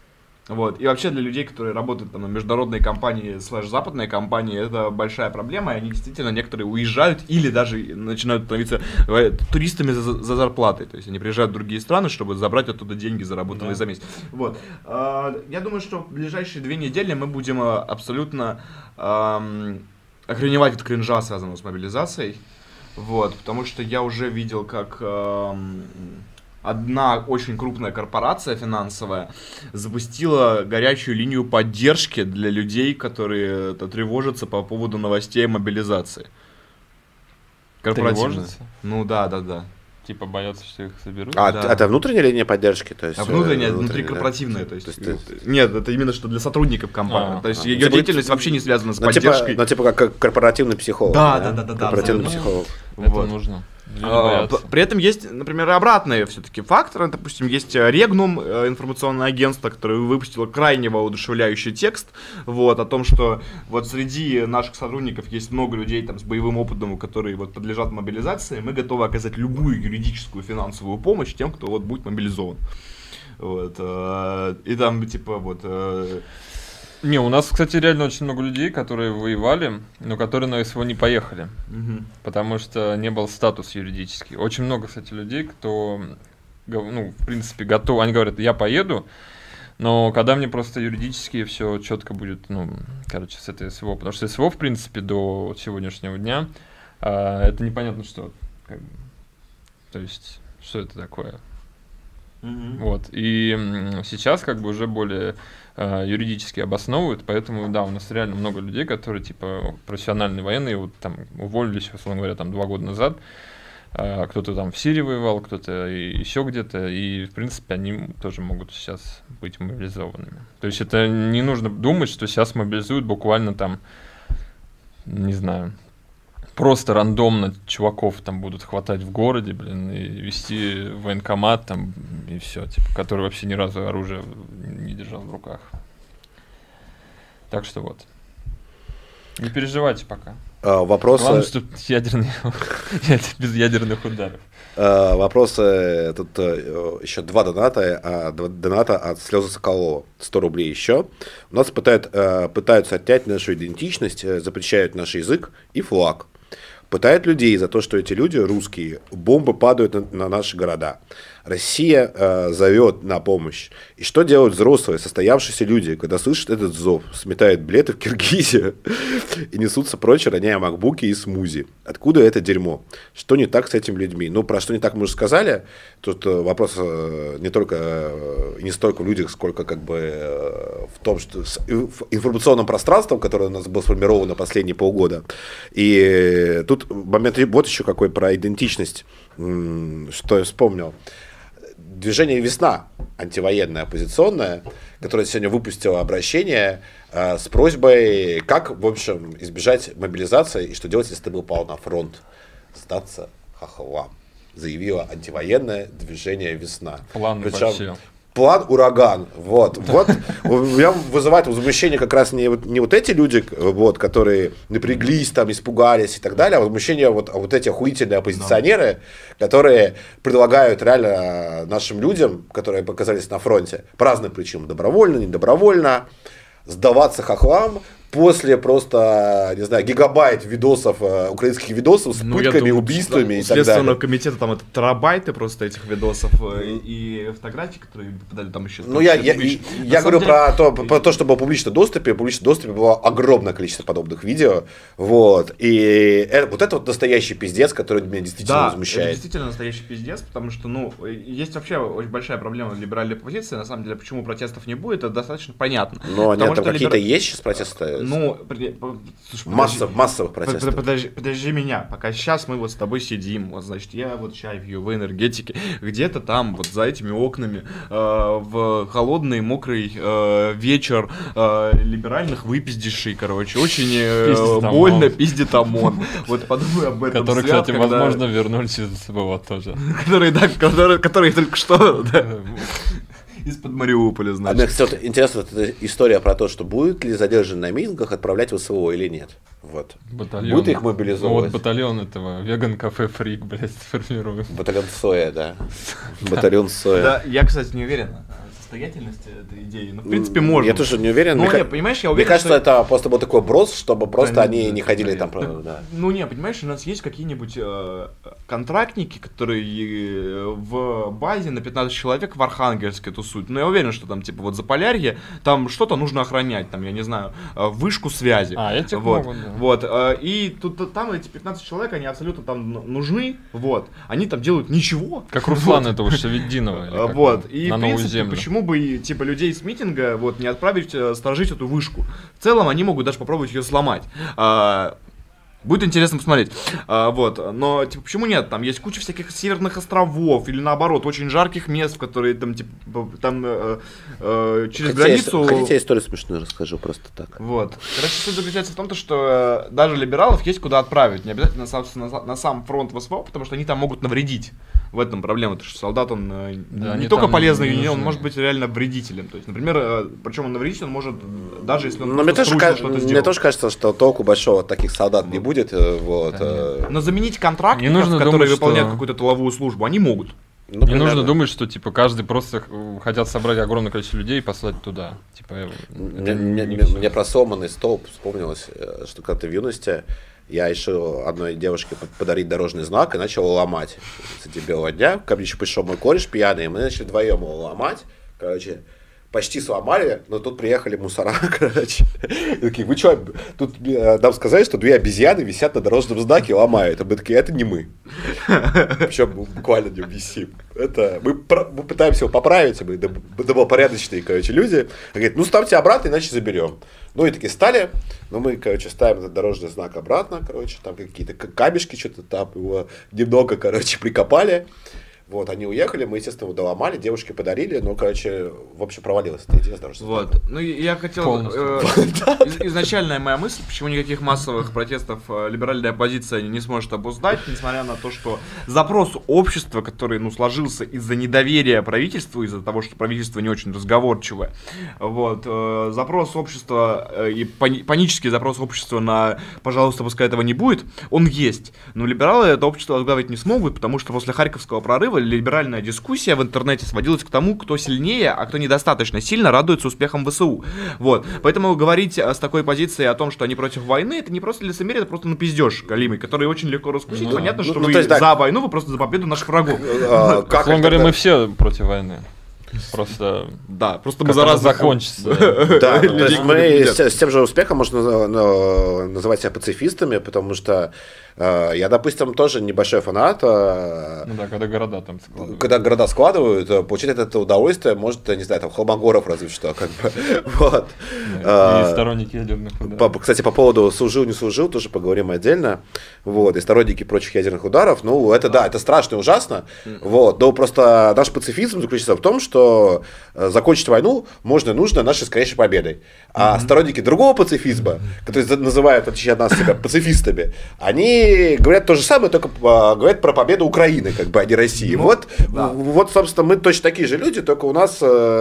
Вот. И вообще для людей, которые работают там, на международной компании слэш западной компании, это большая проблема, и они действительно некоторые уезжают или даже начинают становиться э, туристами за, за зарплатой. То есть они приезжают в другие страны, чтобы забрать оттуда деньги, заработанные Да. за месяц. Вот. А, я думаю, что в ближайшие две недели мы будем а, абсолютно ам, охреневать от кринжа, связанного с мобилизацией. Вот. Потому что я уже видел, как... ам, одна очень крупная корпорация финансовая запустила горячую линию поддержки для людей, которые это, тревожатся по поводу новостей о мобилизации. Корпоративная. Тревожатся? Ну да, да, да. Типа боятся, что их соберут. А, Да. т- это внутренняя линия поддержки? То есть, А внутренняя, э, внутрикорпоративная, да? то есть, То есть ты- нет, это именно что для сотрудников компании. А, то есть а. ее Типа- деятельность вообще не связана с Ну, типа, поддержкой. ну, типа как, как корпоративный психолог. Да, да, да, да, да, Корпоративный абсолютно. психолог. Это Вот. нужно. А, при этом есть, например, обратные все-таки факторы. Допустим, есть Регнум, информационное агентство, которое выпустило крайне воодушевляющий текст вот, о том, что вот среди наших сотрудников есть много людей там, с боевым опытом, которые вот, подлежат мобилизации. Мы готовы оказать любую юридическую финансовую помощь тем, кто вот, будет мобилизован. Вот, и там, типа, вот... Не, у нас, кстати, реально очень много людей, которые воевали, но которые на СВО не поехали, Угу. потому что не был статус юридический. Очень много, кстати, людей, кто, ну, в принципе, готов, они говорят, я поеду, но когда мне просто юридически все четко будет, ну, короче, с этой СВО, потому что СВО, в принципе, до сегодняшнего дня, а, это непонятно что, как бы, то есть, что это такое. Угу. Вот, и м, сейчас как бы уже более э, юридически обосновывают, поэтому, да, у нас реально много людей, которые, типа, профессиональные военные, вот там уволились, условно говоря, там два года назад, э, кто-то там в Сирии воевал, кто-то еще где-то, и, в принципе, они тоже могут сейчас быть мобилизованными. То есть это не нужно думать, что сейчас мобилизуют буквально там, не знаю, просто рандомно чуваков там будут хватать в городе, блин, и вести в военкомат там, и все, типа, который вообще ни разу оружие не держал в руках. Так что вот. Не переживайте пока. А, вопросы... Главное, что ядерные, без ядерных ударов. А, вопросы, тут а, еще два доната, а, два доната от Слезы Соколова, сто рублей еще. У нас пытают, а, пытаются отнять нашу идентичность, запрещают наш язык и флаг. Пытают людей за то, что эти люди, русские, бомбы падают на, на наши города. Россия э, зовет на помощь. И что делают взрослые, состоявшиеся люди, когда слышат этот зов? Сметают билеты в Киргизию и несутся прочь, роняя макбуки и смузи. Откуда это дерьмо? Что не так с этими людьми? Ну, про что не так мы уже сказали. Тут вопрос э, не только, э, не столько в людях, сколько как бы э, в том, что с, в информационном пространстве, которое у нас было сформировано последние полгода. И тут момент вот еще какой про идентичность, что я вспомнил. Движение «Весна», антивоенное, оппозиционное, которое сегодня выпустило обращение э, с просьбой, как, в общем, избежать мобилизации и что делать, если ты попал на фронт. Сдаться хохлам, заявило антивоенное движение «Весна». План Причем, вообще. План «Ураган». Вот, вот у меня вызывает возмущение как раз не, не вот эти люди, вот, которые напряглись, там, испугались и так далее, а возмущение вот, а вот эти охуительные оппозиционеры, которые предлагают реально нашим людям, которые показались на фронте, по разным причинам, добровольно, недобровольно, сдаваться хохлам. После просто, не знаю, гигабайт видосов, э, украинских видосов с Ну, пытками, думаю, убийствами у и так далее. Следственного комитета там это терабайты просто этих видосов э, и, и фотографий, которые попадали там еще. Ну, я, я, я, я говорю деле... про, то, про то, что было в публичном доступе. В публичном доступе было огромное количество подобных видео. Вот. И это, вот это вот настоящий пиздец, который меня действительно да, возмущает. Это действительно настоящий пиздец, потому что, ну, есть вообще очень большая проблема либеральной оппозиции. На самом деле, почему протестов не будет, это достаточно понятно. Но они там какие-то либер... есть сейчас протесты? Ну, при... Слушай, Массов, массовых протестов. Подожди, подожди меня, пока сейчас мы вот с тобой сидим, вот, значит, я вот чай пью в энергетике, где-то там, вот за этими окнами, э, в холодный, мокрый э, вечер э, либеральных выпиздишей, короче, очень э, больно пиздит ОМОН. Вот подумай об этом. Которые, кстати, возможно, вернулись из СВО тоже. Которые, да, которые только что... Из-под Мариуполя, значит. А мне, кстати, интересна эта история про то, что будут ли задержанные на митингах отправлять в СВО или нет. Вот. Батальон. Будет их мобилизовывать? Ну, вот батальон этого веган-кафе Фрик, блядь, сформируем. Батальон Соя, да. Батальон Соя. Да, я, кстати, не уверен в состоятельности этой идеи. Но, в принципе, можно. Я тоже не уверен. Ну, мне, не, понимаешь, я уверен, мне кажется, что... это просто был такой брос, чтобы просто да, они да, не ходили да, там. да. Да. Ну, не, понимаешь, у нас есть какие-нибудь э, контрактники, которые в базе на пятнадцать человек в Архангельске тусуют. Но я уверен, что там, типа, вот Заполярье, там что-то нужно охранять, там, я не знаю, вышку связи. А, этих вот, могут, да. Вот, э, и тут там эти пятнадцать человек, они абсолютно там нужны, вот. Они там делают ничего. Как Руслан этого Шаведдинова. Вот, и, на в новую принципе, землю. почему бы, типа, людей с митинга вот не отправить э, сторожить эту вышку. В целом они могут даже попробовать ее сломать. А, Будет интересно посмотреть. А, вот. Но, типа, почему нет? Там есть куча всяких северных островов, или наоборот, очень жарких мест, в которые там, типа, там э, э, через Хотите, границу... Хотите, я историю смешную расскажу просто так. Вот. Короче, суть заключается в том, что э, даже либералов есть куда отправить. Не обязательно на сам, на, на сам фронт ВСВО, потому что они там могут навредить. В этом проблема, потому что солдат, он э, Да, не только полезный, не он нужны. может быть реально вредителем. То есть, например, э, причем он навредитель, он может, даже если он Но мне просто тоже, срочно ка- что-то мне сделал. тоже кажется, что толку большого от таких солдат не будет. э, Вот, Да э, Но заменить контрактников, Не нужно которые думать, выполняют что- какую-то тыловую службу, они могут. ну, Не примерно. нужно думать, что типа каждый просто х- хотят собрать огромное количество людей и послать туда. Типа, э, Мне, это мне- не мне- всё. мне про сломанный столб вспомнилось, э, что когда-то в юности я решил одной девушке под- подарить дорожный знак и начал его ломать. Кстати, белого дня. Ко мне еще пришел мой кореш пьяный, и мы начали вдвоем его ломать. Короче, почти сломали, но тут приехали мусора, короче. И такие, вы что, тут э, нам сказали, что две обезьяны висят на дорожном знаке и ломают. А мы такие, это не мы. Причем мы буквально не висим. Это, мы, про- мы пытаемся его поправить, мы доб- добропорядочные, короче, люди. Говорит, ну ставьте обратно, иначе заберем. Ну и такие стали, но мы, короче, ставим этот дорожный знак обратно, короче, там какие-то к- камешки, что-то там его немного, короче, прикопали. Вот, они уехали, мы, естественно, его доломали, девушке подарили, но, короче, в общем, провалилась эта идея с дорожным Вот. знаком. Ну, и я хотел... Полностью. э, из- изначальная моя мысль, почему никаких массовых протестов э, либеральная оппозиция не сможет обуздать, несмотря на то, что запрос общества, который, ну, сложился из-за недоверия правительству, из-за того, что правительство не очень разговорчивое, вот, э, запрос общества э, и пани- панический запрос общества на «пожалуйста, пускай этого не будет», он есть. Но либералы это общество возглавить не смогут, потому что после Харьковского прорыва либеральная дискуссия в интернете сводилась к тому, кто сильнее, а кто недостаточно сильно радуется успехам ВСУ. Вот. Поэтому говорить а, с такой позицией о том, что они против войны, это не просто лицемерие, это просто ну пиздеж галимый, который очень легко раскусить. Ну, Понятно, ну, что ну, вы то есть, да. за войну, вы просто за победу наших врагов. А, как Условно это говоря, тогда? мы все против войны. Просто Да, просто мы как за она разных... закончится. Да, ну, то людей, есть мы которые с, с тем же успехом можно на- на- называть себя пацифистами, потому что э, я, допустим, тоже небольшой фанат. э, Ну да, когда города там складывают. Когда города складывают, э, получить от этого удовольствие может, не знаю, там, Холмогоров разве что, как бы, вот. Да, А, И сторонники ядерных ударов. По- Кстати, по поводу служил, не служил, тоже поговорим отдельно. Вот, и сторонники прочих ядерных ударов. Ну, это да, это страшно и ужасно. Вот, но просто наш пацифизм заключается в том, что э, закончить войну можно и нужно нашей скорейшей победой. А сторонники другого пацифизма, которые за- называют, в отличие от нас, себя пацифистами, они говорят то же самое, только а, говорят про победу Украины, как бы, а не России. Вот, да. вот, собственно, мы точно такие же люди, только у нас...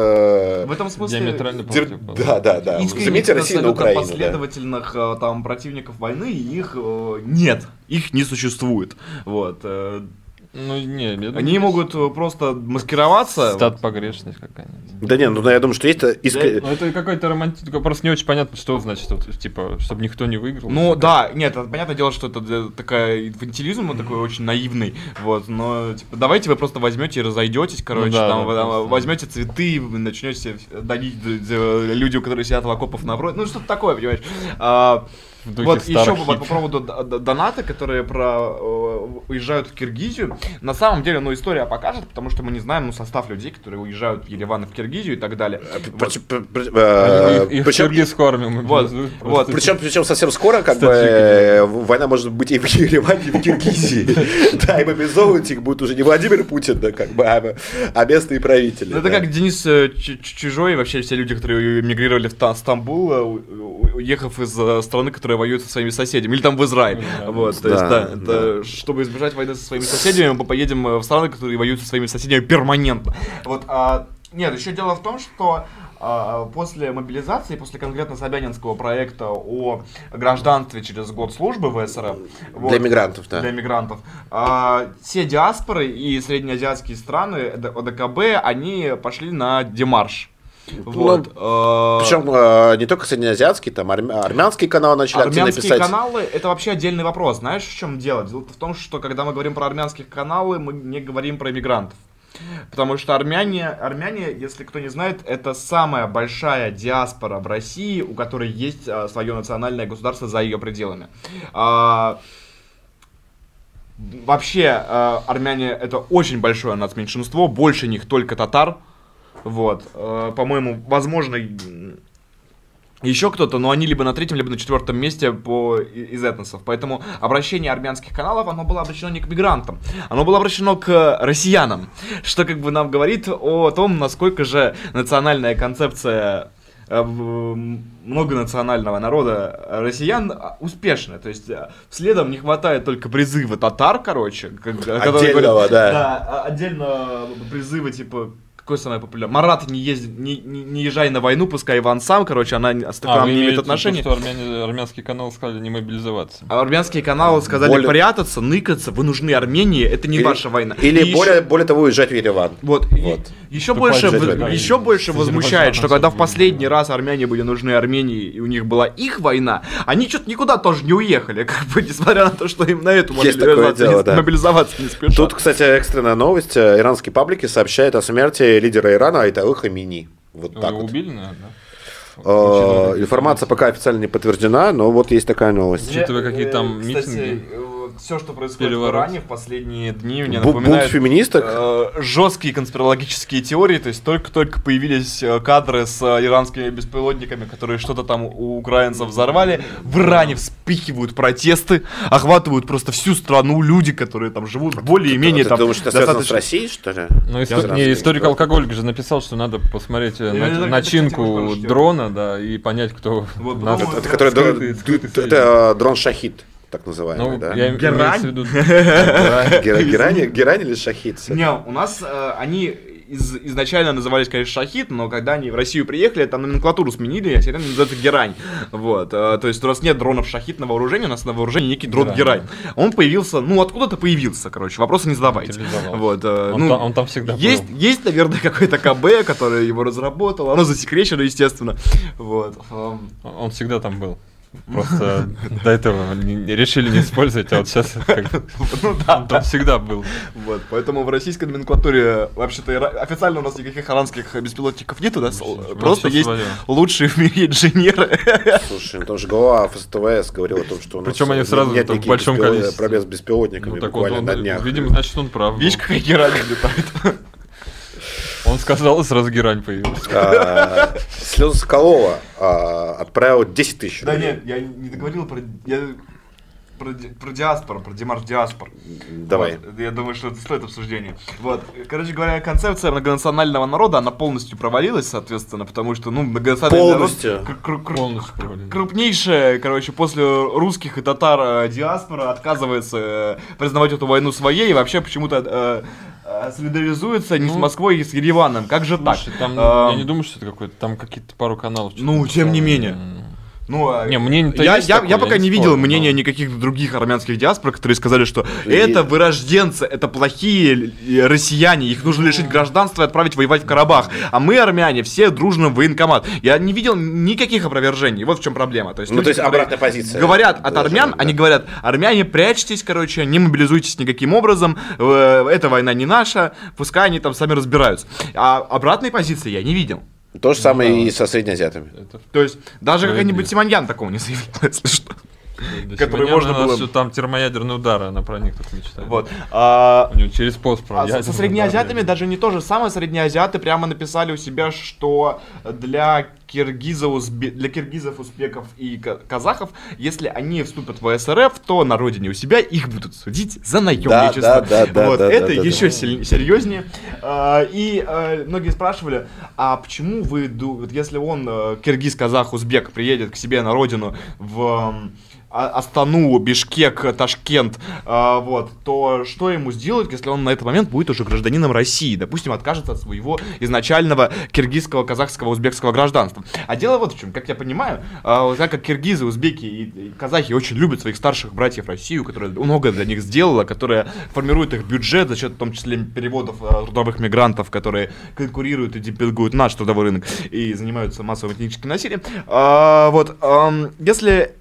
э, В этом смысле... Диаметрально дер- противоположно. Да, да, да. Искренних, Заметьте Россию на абсолютно Украину. Да. последовательных э, там противников войны, их э, нет, их не существует. Вот. э, Ну не, я думаю, Они могут э, просто маскироваться. стат погрешность какая-нибудь. Да не, ну я думаю, что есть искренне... Ну это какой-то романтик, просто не очень понятно, что значит, вот, типа, чтобы никто не выиграл. Ну да, нет, это понятное дело, что это э, такая инфантилизм, он такой очень наивный, вот, но типа, давайте вы просто возьмете и разойдетесь, короче, Ну да, там, да, вы, там, просто. возьмете цветы, вы начнете дарить э, людям, которые сидят в окопах напротив, ну что-то такое, понимаешь. А, В духе вот еще старых по, по хиппи. поводу д- д- доната, которые про, э, уезжают в Киргизию, на самом деле, ну история покажет, потому что мы не знаем, ну состав людей, которые уезжают в Ереван и в Киргизию и так далее. Вот. Прич- пр- пр- э, Их, их в Причем, киргизскую армию Вот, мобилизуют вот, просто. причем, причем совсем скоро, как бы, Таджики. э, война может быть и в Ереване, и в Киргизии. Да, и мобилизовывать их будет уже не Владимир Путин, да, как бы, а а местные правители. Ну, это да. как Денис э, Ч- Ч- Чужой, и вообще все люди, которые мигрировали в Та- Стамбул, э, у- у- уехав из э, страны, которая воюет со своими соседями, или там в Израиль. Да. Вот, то есть, Да, да, это, чтобы избежать войны со своими соседями, мы поедем э, в страны, которые воюют со своими соседями перманентно. Вот, а, нет, еще дело в том, что а, после мобилизации, после конкретно Собянинского проекта о гражданстве через год службы в СРФ, вот, Для мигрантов, да. для мигрантов. А, все диаспоры и среднеазиатские страны Д- ОДКБ, они пошли на демарш. Вот. а, Причем э, не только среднеазиатский, там армя- армянский канал начали активно Армянские писать. каналы — это вообще отдельный вопрос. Знаешь, в чем дело? Дело в том, что когда мы говорим про армянские каналы, мы не говорим про мигрантов. Потому что армяне, армяне, если кто не знает, это самая большая диаспора в России, у которой есть а, свое национальное государство за ее пределами. А, вообще, а, армяне — это очень большое нацменьшинство, больше них только татар. Вот. А, по-моему, возможно, еще кто-то, но они либо на третьем, либо на четвертом месте по, из этносов. Поэтому обращение армянских каналов, оно было обращено не к мигрантам, оно было обращено к россиянам, что как бы нам говорит о том, насколько же национальная концепция многонационального народа россиян успешная. То есть следом не хватает только призыва татар, короче. Отдельного, говорят, да. Да, отдельно призывы типа... Какой самый популярный? Марат, не, езд... не, не, не езжай на войну, пускай Иван сам, короче, она с таким а, не имеет отношения. То, что армяне, армянский канал сказали не мобилизоваться. А армянские каналы сказали более... прятаться, ныкаться, вы нужны Армении, это не или, ваша война. Или и более, еще... более того, уезжать в Ереван. Вот. вот. И, еще больше, в... еще больше возмущает, что когда в последний раз армяне были нужны Армении, и у них была их война, они что-то никуда тоже не уехали, как бы, несмотря на то, что им на эту мобилизацию, дело, да. мобилизоваться не спешат. Тут, кстати, экстренная новость. Иранские паблики сообщают о смерти лидера Ирана Айталы Хамини. Вот так вот. Убили, наверное, да? Э, информация пока официально не подтверждена, но вот есть такая новость. Учитывая, какие там митинги. Все, что происходит Переворот. в Иране в последние дни, мне Б- напоминает феминисток? Э, жесткие конспирологические теории. То есть только-только появились кадры с э, иранскими беспилотниками, которые что-то там у украинцев взорвали. В Иране вспыхивают протесты, охватывают просто всю страну люди, которые там живут более-менее ты, там. Ты думаешь, это достаточно... связано с Россией, что ли? Ну, истор... не, историк алкоголик же написал, что надо посмотреть я на... это, начинку кстати, дрона, да, и понять, кто. Вот, нас... это, это, который скрытый, скрытый это, это дрон Шахид. Так называемый, ну, да? Я Герань? Виду... Герань? Герань или Шахид? Не, у нас э, они из, изначально назывались, конечно, Шахид, но когда они в Россию приехали, там номенклатуру сменили, а теперь они называются Герань. Вот, э, то есть у нас нет дронов Шахид на вооружении, у нас на вооружении некий дрон Герань. Герань. Он появился, ну откуда-то появился, короче, вопросы не задавайте. Вот, э, он, ну, там, он там всегда есть, был. Есть, наверное, какой-то КБ, который его разработал, оно засекречено, естественно. Вот. Он всегда там был. Просто до этого решили не использовать, а вот сейчас ну, да, он там всегда был. Вот, поэтому в российской номенклатуре вообще-то официально у нас никаких иранских беспилотников нету, да? Просто есть свое. Лучшие в мире инженеры. Слушай, ну там же глава ФСТВС говорил о том, что у нас Причем они сразу нет в большом беспилот... количестве. проблем с беспилотниками ну, буквально он, на днях. Видимо, значит, он прав. Видишь, какая герань летает. Он сказал, и сразу герань появилась. А, Слеза Соколова а, отправил десять тысяч. Да нет, я не договорил про... Я... Про, про диаспору, про демарш диаспор. Давай. Вот, я думаю, что это стоит обсуждения. Вот. Короче говоря, концепция многонационального народа, она полностью провалилась, соответственно, потому что, ну, многонациональный полностью. народ... Кр- кр- полностью провалилась. Крупнейшая, короче, после русских и татар диаспора отказывается признавать эту войну своей и вообще почему-то... Э, солидаризуется не ну, с Москвой и с Ереваном. Как же слушай, так? Там, а, я не думаю, что это какой-то. Там какие-то пару каналов. Ну, тем не менее. Ну, не, мнение я, я, такое, я пока я не не видел спорю, мнения но... никаких других армянских диаспор, которые сказали, что и... это вырожденцы, это плохие россияне, их нужно лишить гражданства и отправить воевать в Карабах. А мы, армяне, все дружно в военкомат. Я не видел никаких опровержений. Вот в чем проблема. То есть, ну, люди, то есть обратная позиция. Говорят от армян, да. Они говорят, армяне, прячьтесь, короче, не мобилизуйтесь никаким образом, эта война не наша, пускай они там сами разбираются. А обратной позиции я не видел. То же самое да. и со среднеазиатами. Это... То есть даже какой-нибудь Симоньян такого не заявил, если что. Да, который можно было... Все, там термоядерный удар, она про них только мечтает. Вот. А... У него через пост про а со среднеазиатами удар, даже не то же самое. Среднеазиаты прямо написали у себя, что для киргизов, узбе... для киргизов, узбеков и казахов, если они вступят в СРФ, то на родине у себя их будут судить за наемничество. Да, да, да, вот. Да, это да, еще да. серьезнее. А, и а, многие спрашивали, а почему вы, вот если он, киргиз, казах, узбек, приедет к себе на родину в... Астану, Бишкек, Ташкент, э, вот, то что ему сделать, если он на этот момент будет уже гражданином России, допустим, откажется от своего изначального киргизского, казахского, узбекского гражданства. А дело вот в чем, как я понимаю, э, так как киргизы, узбеки и, и казахи очень любят своих старших братьев Россию, которая много для них сделала, которая формирует их бюджет за счет, в том числе, переводов э, трудовых мигрантов, которые конкурируют и демпингуют наш трудовой рынок и занимаются массовым этническим насилием. Э, вот, э, если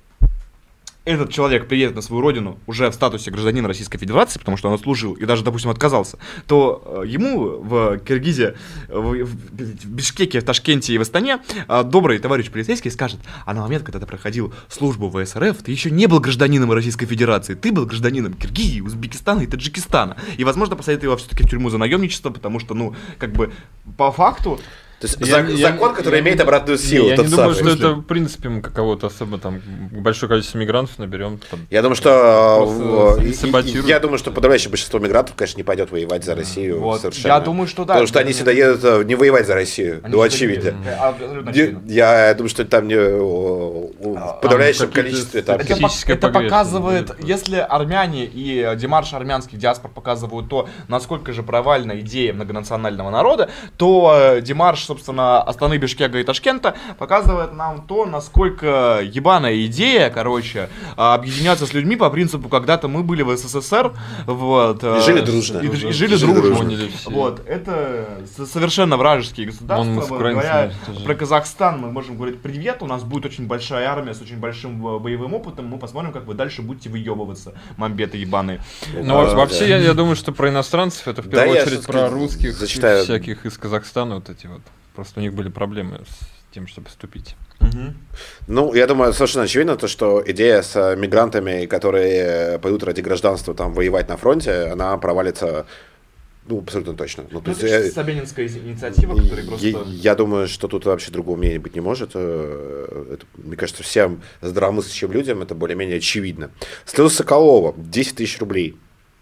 этот человек приедет на свою родину уже в статусе гражданина Российской Федерации, потому что он отслужил и даже, допустим, отказался, то ему в Киргизии, в, в Бишкеке, в Ташкенте и в Астане добрый товарищ полицейский скажет, а на момент, когда ты проходил службу в СРФ, ты еще не был гражданином Российской Федерации, ты был гражданином Киргизии, Узбекистана и Таджикистана. И, возможно, посадят его все-таки в тюрьму за наемничество, потому что, ну, как бы, по факту, То есть Я- зак- я- закон, который я имеет не- обратную Не, силу. я тот не думаю, самый. что это, в принципе, мы кого-то особо там большое количество мигрантов наберем. там. Я думаю, что Просто э, и- саботируют. и- я думаю, что подавляющее большинство мигрантов, конечно, не пойдет воевать за Россию Вот. совершенно. Я думаю, что да. Потому что они сюда едут э, не воевать за Россию. Они Ну, сюда очевидно. едут. А, абсолютно Не- очевидно. Я думаю, что там не о, о, в подавляющем какие-то количестве там. Это, какие- пок- Физическая это погрешность показывает, будет. если армяне и демарш армянских диаспор показывают то, насколько же провальна идея многонационального народа, то э, демарш, собственно, Астаны, Бишкека и Ташкента показывает нам то, насколько ебаная идея, короче, а, объединяться с людьми по принципу, когда-то мы были в СССР, вот. э, И жили дружно. И, и жили Жили дружно. дружно. Поняли все. Вот, это с- совершенно вражеские государства. Вон мы с Вот, украинцами говоря тоже. про Казахстан, мы можем говорить привет, у нас будет очень большая армия с очень большим э, боевым опытом, мы посмотрим, как вы дальше будете выебываться, мамбеты ебаные. Ну, А, во- вообще, да. я, я думаю, что про иностранцев это в Да, первую я очередь всё-таки про русских, зачитаю. всяких из Казахстана, вот эти вот. Просто у них были проблемы с тем, чтобы вступить. Ну, я думаю, совершенно очевидно, то, что идея с э, мигрантами, которые пойдут ради гражданства там воевать на фронте, она провалится, ну, абсолютно точно. Ну, то Ну, есть, это э, же Собянинская инициатива, которая просто... Я, я думаю, что тут вообще другого мнения быть не может. Э, это, мне кажется, всем здравомыслящим людям это более-менее очевидно. Слеза Соколова, десять тысяч рублей.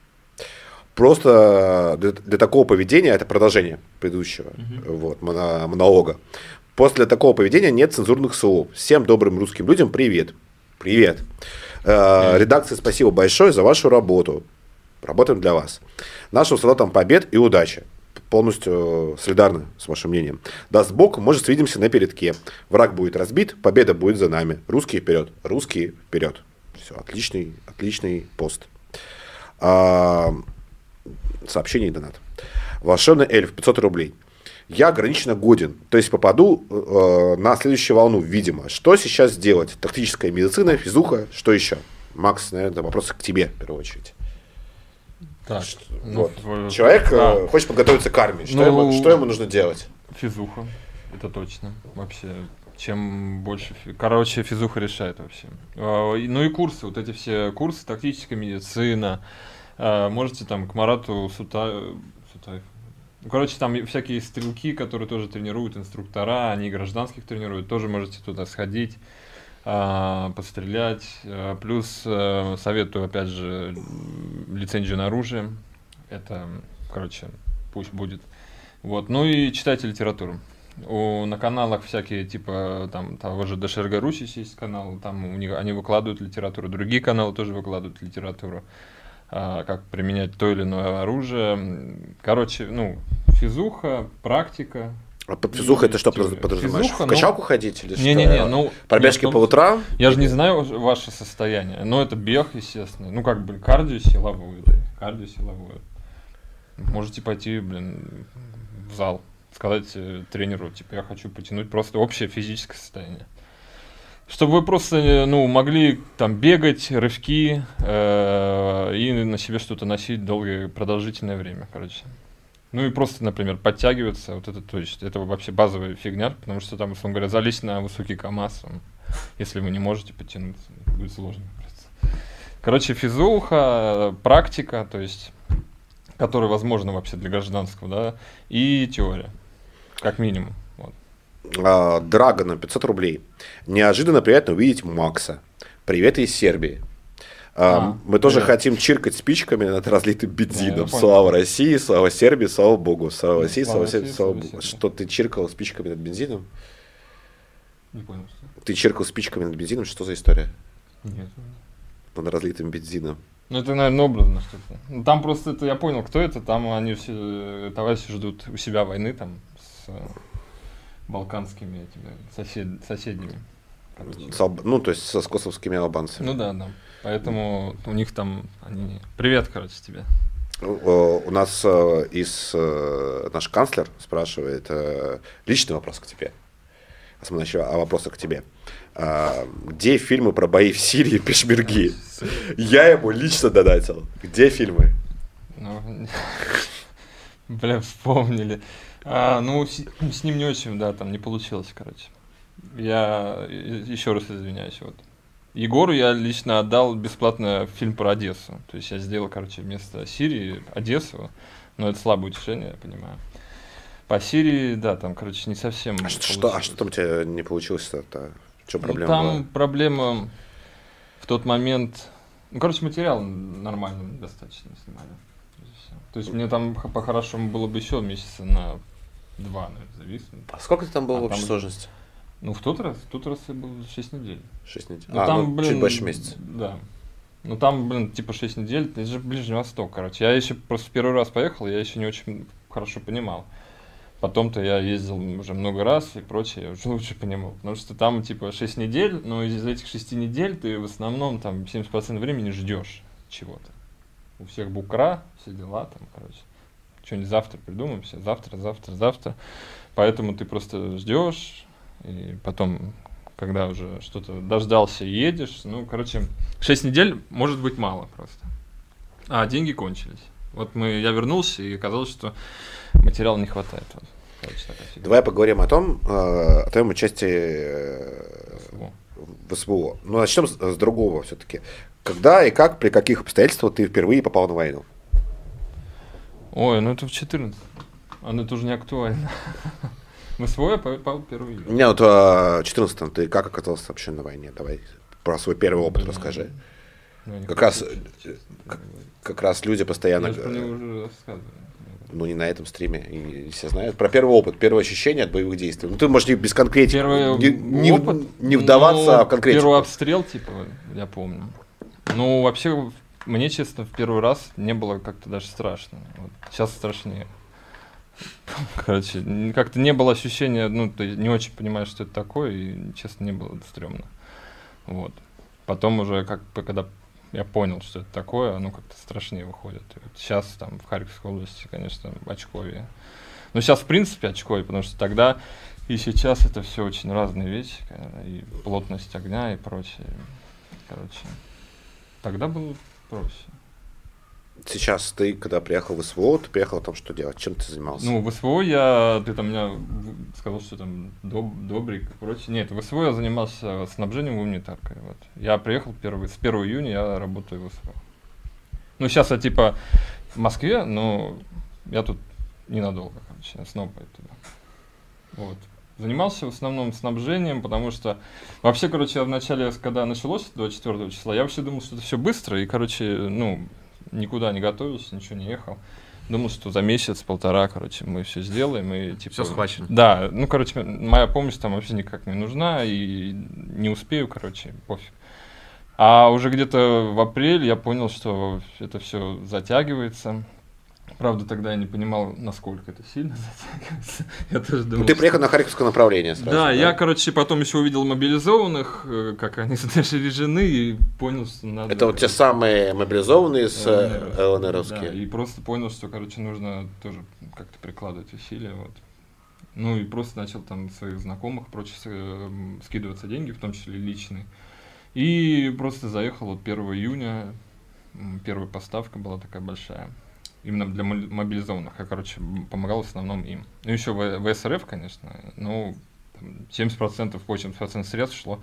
Просто для, для такого поведения, это продолжение предыдущего вот, моно- монолога. После такого поведения нет цензурных слов. Всем добрым русским людям привет. Привет. Э, редакции, спасибо большое за вашу работу. Работаем для вас. Нашим солдатам побед и удачи. Полностью солидарны с вашим мнением. Даст Бог, может, свидимся на передке. Враг будет разбит, победа будет за нами. Русские вперед, русские вперед. Все, отличный, отличный пост. А, сообщение и донат. Волшебный эльф, пятьсот рублей. Я ограниченно годен, то есть попаду э, на следующую волну, видимо. Что сейчас делать? Тактическая медицина, физуха, что еще? Макс, наверное, это вопрос к тебе, в первую очередь. Так, ну, Вот. в- Человек да, э, хочет подготовиться к армии. Что, Ну, ему, что ему нужно делать? физуха, это точно. Вообще, чем больше... фи- Короче, физуха решает вообще. А, и- Ну и курсы, вот эти все курсы, тактическая медицина. А, Можете там к Марату Сута... Сутаеву. Ну, короче, там и всякие стрелки, которые тоже тренируют, инструктора, они гражданских тренируют, тоже можете туда сходить, а, пострелять. А, Плюс э, советую, опять же, м, лицензию на оружие. Это, короче, пусть будет. Вот. Ну и читайте литературу. У, на каналах всякие, типа, там, того же ДШРГ Русич есть канал, там у них, они выкладывают литературу, другие каналы тоже выкладывают литературу, а, как применять то или иное оружие. Короче, ну, физуха, практика. А под физухой И это что теория. подразумеваешь? Физуха, В ну, качалку ходить или что? Не-не-не, ну... Пробежки нет, по ну, утрам? Я же не знаю ваше состояние, но это бег, естественно. Ну, как бы кардио силовую, да, кардио силовую. Можете пойти, блин, в зал, сказать э, тренеру, типа, я хочу потянуть просто общее физическое состояние. Чтобы вы просто, э, ну, могли там бегать, рывки э, и на себе что-то носить долгое, продолжительное время, короче. Ну и просто, например, подтягиваться, вот это точно, это вообще базовая фигня, потому что там, условно говоря, залезть на высокий КамАЗ, он, если вы не можете подтянуться, будет сложно. просто. Короче, физуха, практика, то есть, которая возможна вообще для гражданского, да, и теория, как минимум. Вот. А, Драгона, пятьсот рублей. Неожиданно приятно увидеть Макса. Привет из Сербии. А, А, мы тоже привет. хотим чиркать спичками над разлитым Да, я бензином. понял. Слава России, слава Сербии, слава Богу. Слава Да, России, слава слава Сербии, России, слава слава Богу. Сербии. Что ты чиркал спичками над бензином? Не понял, что? Ты чиркал спичками над бензином, что за история? Нет. Над разлитым бензином. Ну, это, наверное, образно что-то. Ну, там просто, это, я понял, кто это, там они все, э, товарищи ждут у себя войны, там, с э, балканскими этими сосед, соседями. короче. С алб- Ну, то есть со с косовскими албанцами. Ну да, да. Поэтому у них там, они... Привет, короче, тебе. Э, У нас э, из э, наш канцлер спрашивает э, личный вопрос к тебе. Раз мы начали, а вопросы к тебе. А, Где фильмы про бои в Сирии и Пешмерги? Я ему лично донатил. Где фильмы? Ну, бля, вспомнили. А, ну, с, с ним не очень, да, там не получилось, короче. Я э, еще раз извиняюсь, вот. Егору я лично отдал бесплатно фильм про Одессу. То есть я сделал, короче, вместо Сирии Одессу. Но это слабое утешение, я понимаю. По Сирии, да, там, короче, не совсем А что, что, а что там у тебя не получилось-то? В чем Ну, проблема там была? проблема в тот момент... Ну, короче, материал нормальный достаточно снимали. То есть мне там х- по-хорошему было бы еще месяца на два, наверное, зависнуть. А сколько ты там был А в общей там- сложности? Ну, в тот раз, в тот раз я был шесть недель. Шесть недель. Ну, а, там, ну, блин, чуть больше месяца. Да. Ну, там, блин, типа шесть недель, это же Ближний Восток, короче. Я еще просто в первый раз поехал, я еще не очень хорошо понимал. Потом-то я ездил уже много раз и прочее, я уже лучше понимал. Потому что там, типа, шесть недель, но из этих шести недель ты в основном там семьдесят процентов времени ждешь чего-то. У всех букра, все дела там, короче. Что-нибудь завтра придумаем, все завтра, завтра, завтра. Поэтому ты просто ждешь, и потом, когда уже что-то дождался и едешь, ну, короче, шесть недель может быть мало просто. А деньги кончились. Вот мы, я вернулся, и оказалось, что материала не хватает. Вот. Короче, такая фигня. Давай поговорим о том, э, о твоем участии э, Во. в СВО. Ну, начнем с, с другого все-таки. Когда и как, при каких обстоятельствах ты впервые попал на войну? Ой, ну это в четырнадцатом. Оно тоже не актуально. В СВО я попал первый июля. Не, вот в четырнадцатом ты как оказался вообще на войне? Давай про свой первый опыт Блин, расскажи. ну, я не Как хочу, раз, честно э, говоря. Как раз люди постоянно... Я же про г- него уже рассказывал. Ну, не на этом стриме, и все знают. Про первый опыт, первое ощущение от боевых действий. Ну, ты можешь не без конкретики, Первый не, не в- опыт, не вдаваться ну, в конкретику. Первый обстрел, типа, я помню. Ну, вообще, мне, честно, в первый раз не было как-то даже страшно. Вот. Сейчас страшнее. Короче, н- как-то не было ощущения, ну, ты не очень понимаешь, что это такое, и, честно, не было стрёмно. Вот. Потом уже, как бы, когда я понял, что это такое, оно как-то страшнее выходит. И вот сейчас там в Харьковской области, конечно, очковье. Но сейчас, в принципе, очковье, потому что тогда и сейчас это все очень разные вещи, конечно, и плотность огня и прочее. Короче, тогда было проще. Сейчас ты, когда приехал в СВО, ты приехал там что делать? Чем ты занимался? Ну, в СВО я, ты там меня в- сказал, что там доб, Добрик и прочее. Нет, в СВО я занимался снабжением гуманитаркой. Вот. Я приехал первый, с первого июня, я работаю в СВО. Ну, сейчас я типа в Москве, но я тут ненадолго, короче, я снова пойду туда. Вот. Занимался в основном снабжением, потому что вообще, короче, я вначале, когда началось двадцать четвёртого числа, я вообще думал, что это все быстро, и, короче, ну, никуда не готовился, ничего не ехал. Думал, что за месяц-полтора, короче, мы все сделаем и типа... Всё схвачено. Да, ну, короче, моя помощь там вообще никак не нужна, и не успею, короче, пофиг. А уже где-то в апреле я понял, что это все затягивается. Правда, тогда я не понимал, насколько это сильно затягивается. Я тоже думал, Ну, ты что- приехал на Харьковское направление сразу. Да, я, короче, потом еще увидел мобилизованных, э, как они заряжены, и понял, что надо... Это вот те самые мобилизованные с ЛНР. Да, ЛНРовские. и просто понял, что, короче, нужно тоже как-то прикладывать усилия, вот. Ну и просто начал там своих знакомых, прочее, с- эм, скидываться деньги, в том числе личные. И просто заехал вот первого июня, м, первая поставка была такая большая. Именно для мо- мобилизованных. Я, короче, м, помогал в основном им. Ну, еще в, в СРФ, конечно, но там семьдесят процентов, восемьдесят процентов средств шло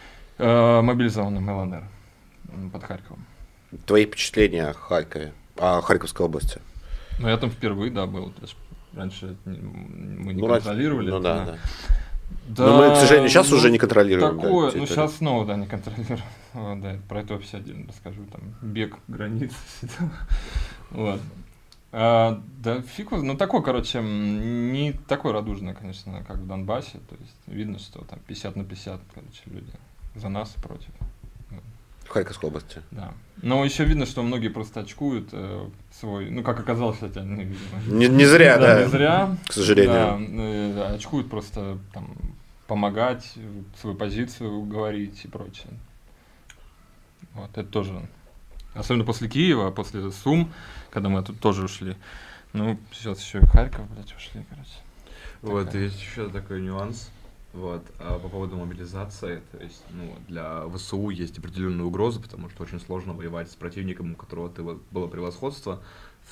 э, мобилизованным ЛНР м, под Харьковом. Твои впечатления о Харькове, о Харьковской области? Ну, я там впервые, да, был. То есть раньше это не- мы не Ну, раньше- контролировали. Ну это, да, да. да. Да, Но мы, к сожалению, сейчас ну, уже не контролируем. да, Такое, ну территорию. сейчас снова, да, не контролирую. Вот, да, про это вообще отдельно расскажу, там, бег границ. все дела. Вот. А, да, фиг, его- ну такой, короче, м, не такой радужный, конечно, как в Донбассе. То есть видно, что там пятьдесят на пятьдесят, короче, люди за нас и против. В Харьковской области. Да. Но еще видно, что многие просто очкуют э, свой, ну как оказалось, хотя они, видимо. Не, не зря, да. Не зря. К сожалению. Да, э, да, очкуют просто там помогать, свою позицию говорить и прочее. Вот, это тоже. Особенно после Киева, после Сум, когда мы тут тоже ушли. Ну, сейчас еще и в Харьков, блядь, ушли, короче. Вот, Такая. есть еще такой нюанс. Вот, а по поводу мобилизации, то есть, ну, для ВСУ есть определенные угрозы, потому что очень сложно воевать с противником, у которого ты, вот, было превосходство в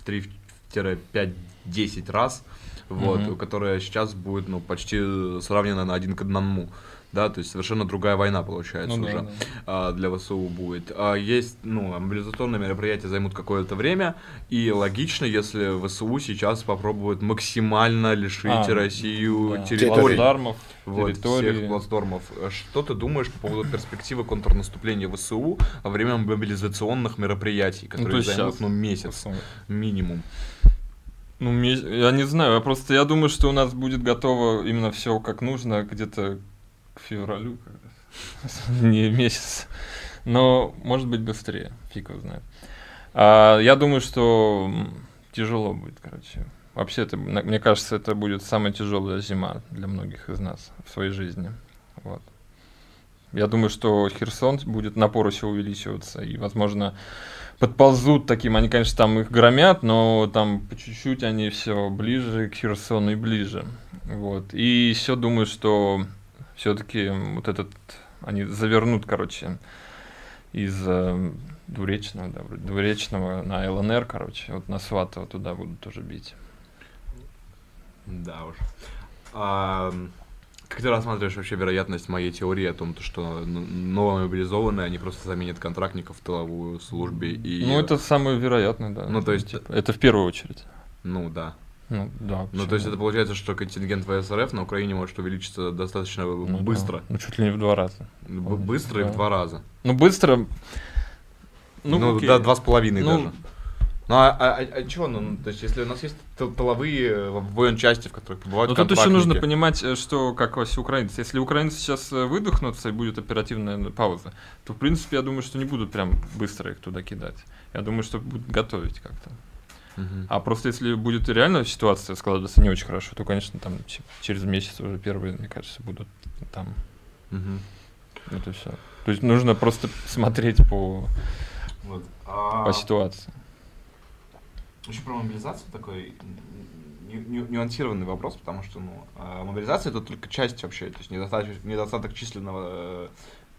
три-пять-десять раз, вот, Мгм. которое сейчас будет, ну, почти сравнено на один к одному. да, то есть совершенно другая война получается Ну, уже да, да. а, для ВСУ будет. А есть, ну, мобилизационные мероприятия займут какое-то время, и логично, если ВСУ сейчас попробует максимально лишить А, Россию да. территорий. Плацдармов, Вот, территории. всех плацдармов. Что ты думаешь по поводу перспективы контрнаступления ВСУ во время мобилизационных мероприятий, Ну, то которые есть займут, щас. ну, месяц минимум? Ну, ме- я не знаю, я просто я думаю, что у нас будет готово именно все как нужно где-то к февралю, как раз. Не месяц. Но может быть быстрее, фиг его знает. А, я думаю, что м, тяжело будет, короче. Вообще, это, на- мне кажется, это будет самая тяжелая зима для многих из нас в своей жизни. Вот. Я думаю, что Херсон будет напор еще увеличиваться, и, возможно, подползут таким, они, конечно, там их громят, но там по чуть-чуть они все ближе к Херсону и ближе. Вот. И еще думаю, что все-таки вот этот, они завернут, короче, из э, Двуречного, да, вроде Двуречного на ЛНР, короче, вот на Сватово туда будут тоже бить. Да уж. А, как ты рассматриваешь вообще вероятность моей теории о том, то, что н- новомобилизованные, они просто заменят контрактников в тыловую службе и... Ну, это самое вероятное, да. Ну, то есть- Типа, это в первую очередь. Ну, да. Ну, да. Ну, то есть это получается, что контингент ВСРФ на Украине может увеличиться достаточно Ну, быстро. да. Ну, чуть ли не в два раза. Б- быстро и Да. в два раза. Ну, быстро. Ну, Ну, окей. да, два с половиной Ну, даже. Ну, а, а, а, а чего? Ну, то есть, если у нас есть тыл- тыловые э, военчасти, в которых побывают Но тут еще нужно контрактники. понимать, э, что как вообще украинцы. Если украинцы сейчас э, выдохнутся и будет оперативная н- пауза, то, в принципе, я думаю, что не будут прям быстро их туда кидать. Я думаю, что будут готовить как-то. Мгм. А просто если будет реально ситуация складываться не очень хорошо, то, конечно, там ч- через месяц уже первые, мне кажется, будут там. Мгм. Это все. То есть нужно просто смотреть по, Вот. А, по ситуации. Еще про мобилизацию такой ню- ню- нюансированный вопрос, потому что ну, а, мобилизация это только часть вообще, то есть недостаток, недостаток численного, э,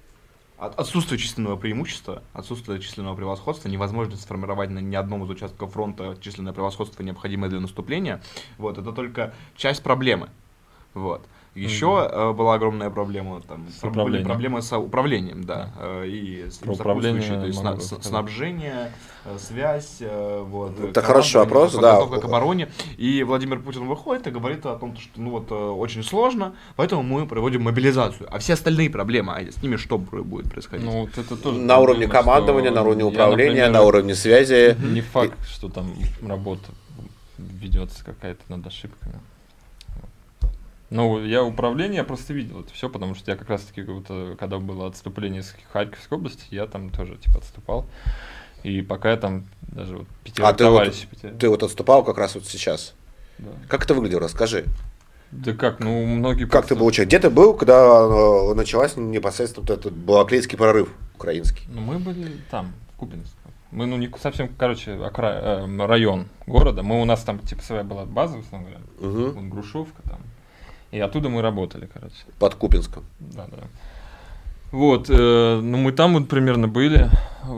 от- отсутствие численного преимущества, отсутствие численного превосходства, невозможность сформировать на ни одном из участков фронта численное превосходство, необходимое для наступления, вот, это только часть проблемы. Вот. Еще э, была огромная проблема, там, С были управлением. проблемы с управлением, да, э, и с Про ним управление сопутствующие, то есть могу сна- с- рассказать. снабжение, э, связь, э, вот. Это хороший вопрос, да. Подготовка к обороне. И Владимир Путин выходит и говорит о том, что ну вот э, очень сложно, поэтому мы проводим мобилизацию. А все остальные проблемы, а с ними что будет происходить? Ну, вот это тоже На уровне проблема, командования, что на уровне я, управления, например, на уровне связи. Не факт, что там работа ведется какая-то над ошибками. Вот. Ну, я управление, я просто видел это все, потому что я как раз-таки, вот, э, когда было отступление из Харьковской области, я там тоже типа отступал. И пока я там даже вот пятерых А ты вот, товарищей потерял. ты вот отступал как раз вот сейчас. Да. Как это выглядело? Расскажи. Да как, ну, многие Как ты просто- был человек? Где ты был, когда э, началась непосредственно вот этот балаклейский прорыв украинский? Ну, мы были там, в Купинске. Мы, ну, не совсем, короче, окра... э, район города. Мы, у нас там, типа, своя была база, в основном говоря. Угу. Вот Грушевка там. И оттуда мы работали, короче. Под Купинском. Да, да. Вот, э, ну, мы там вот примерно были.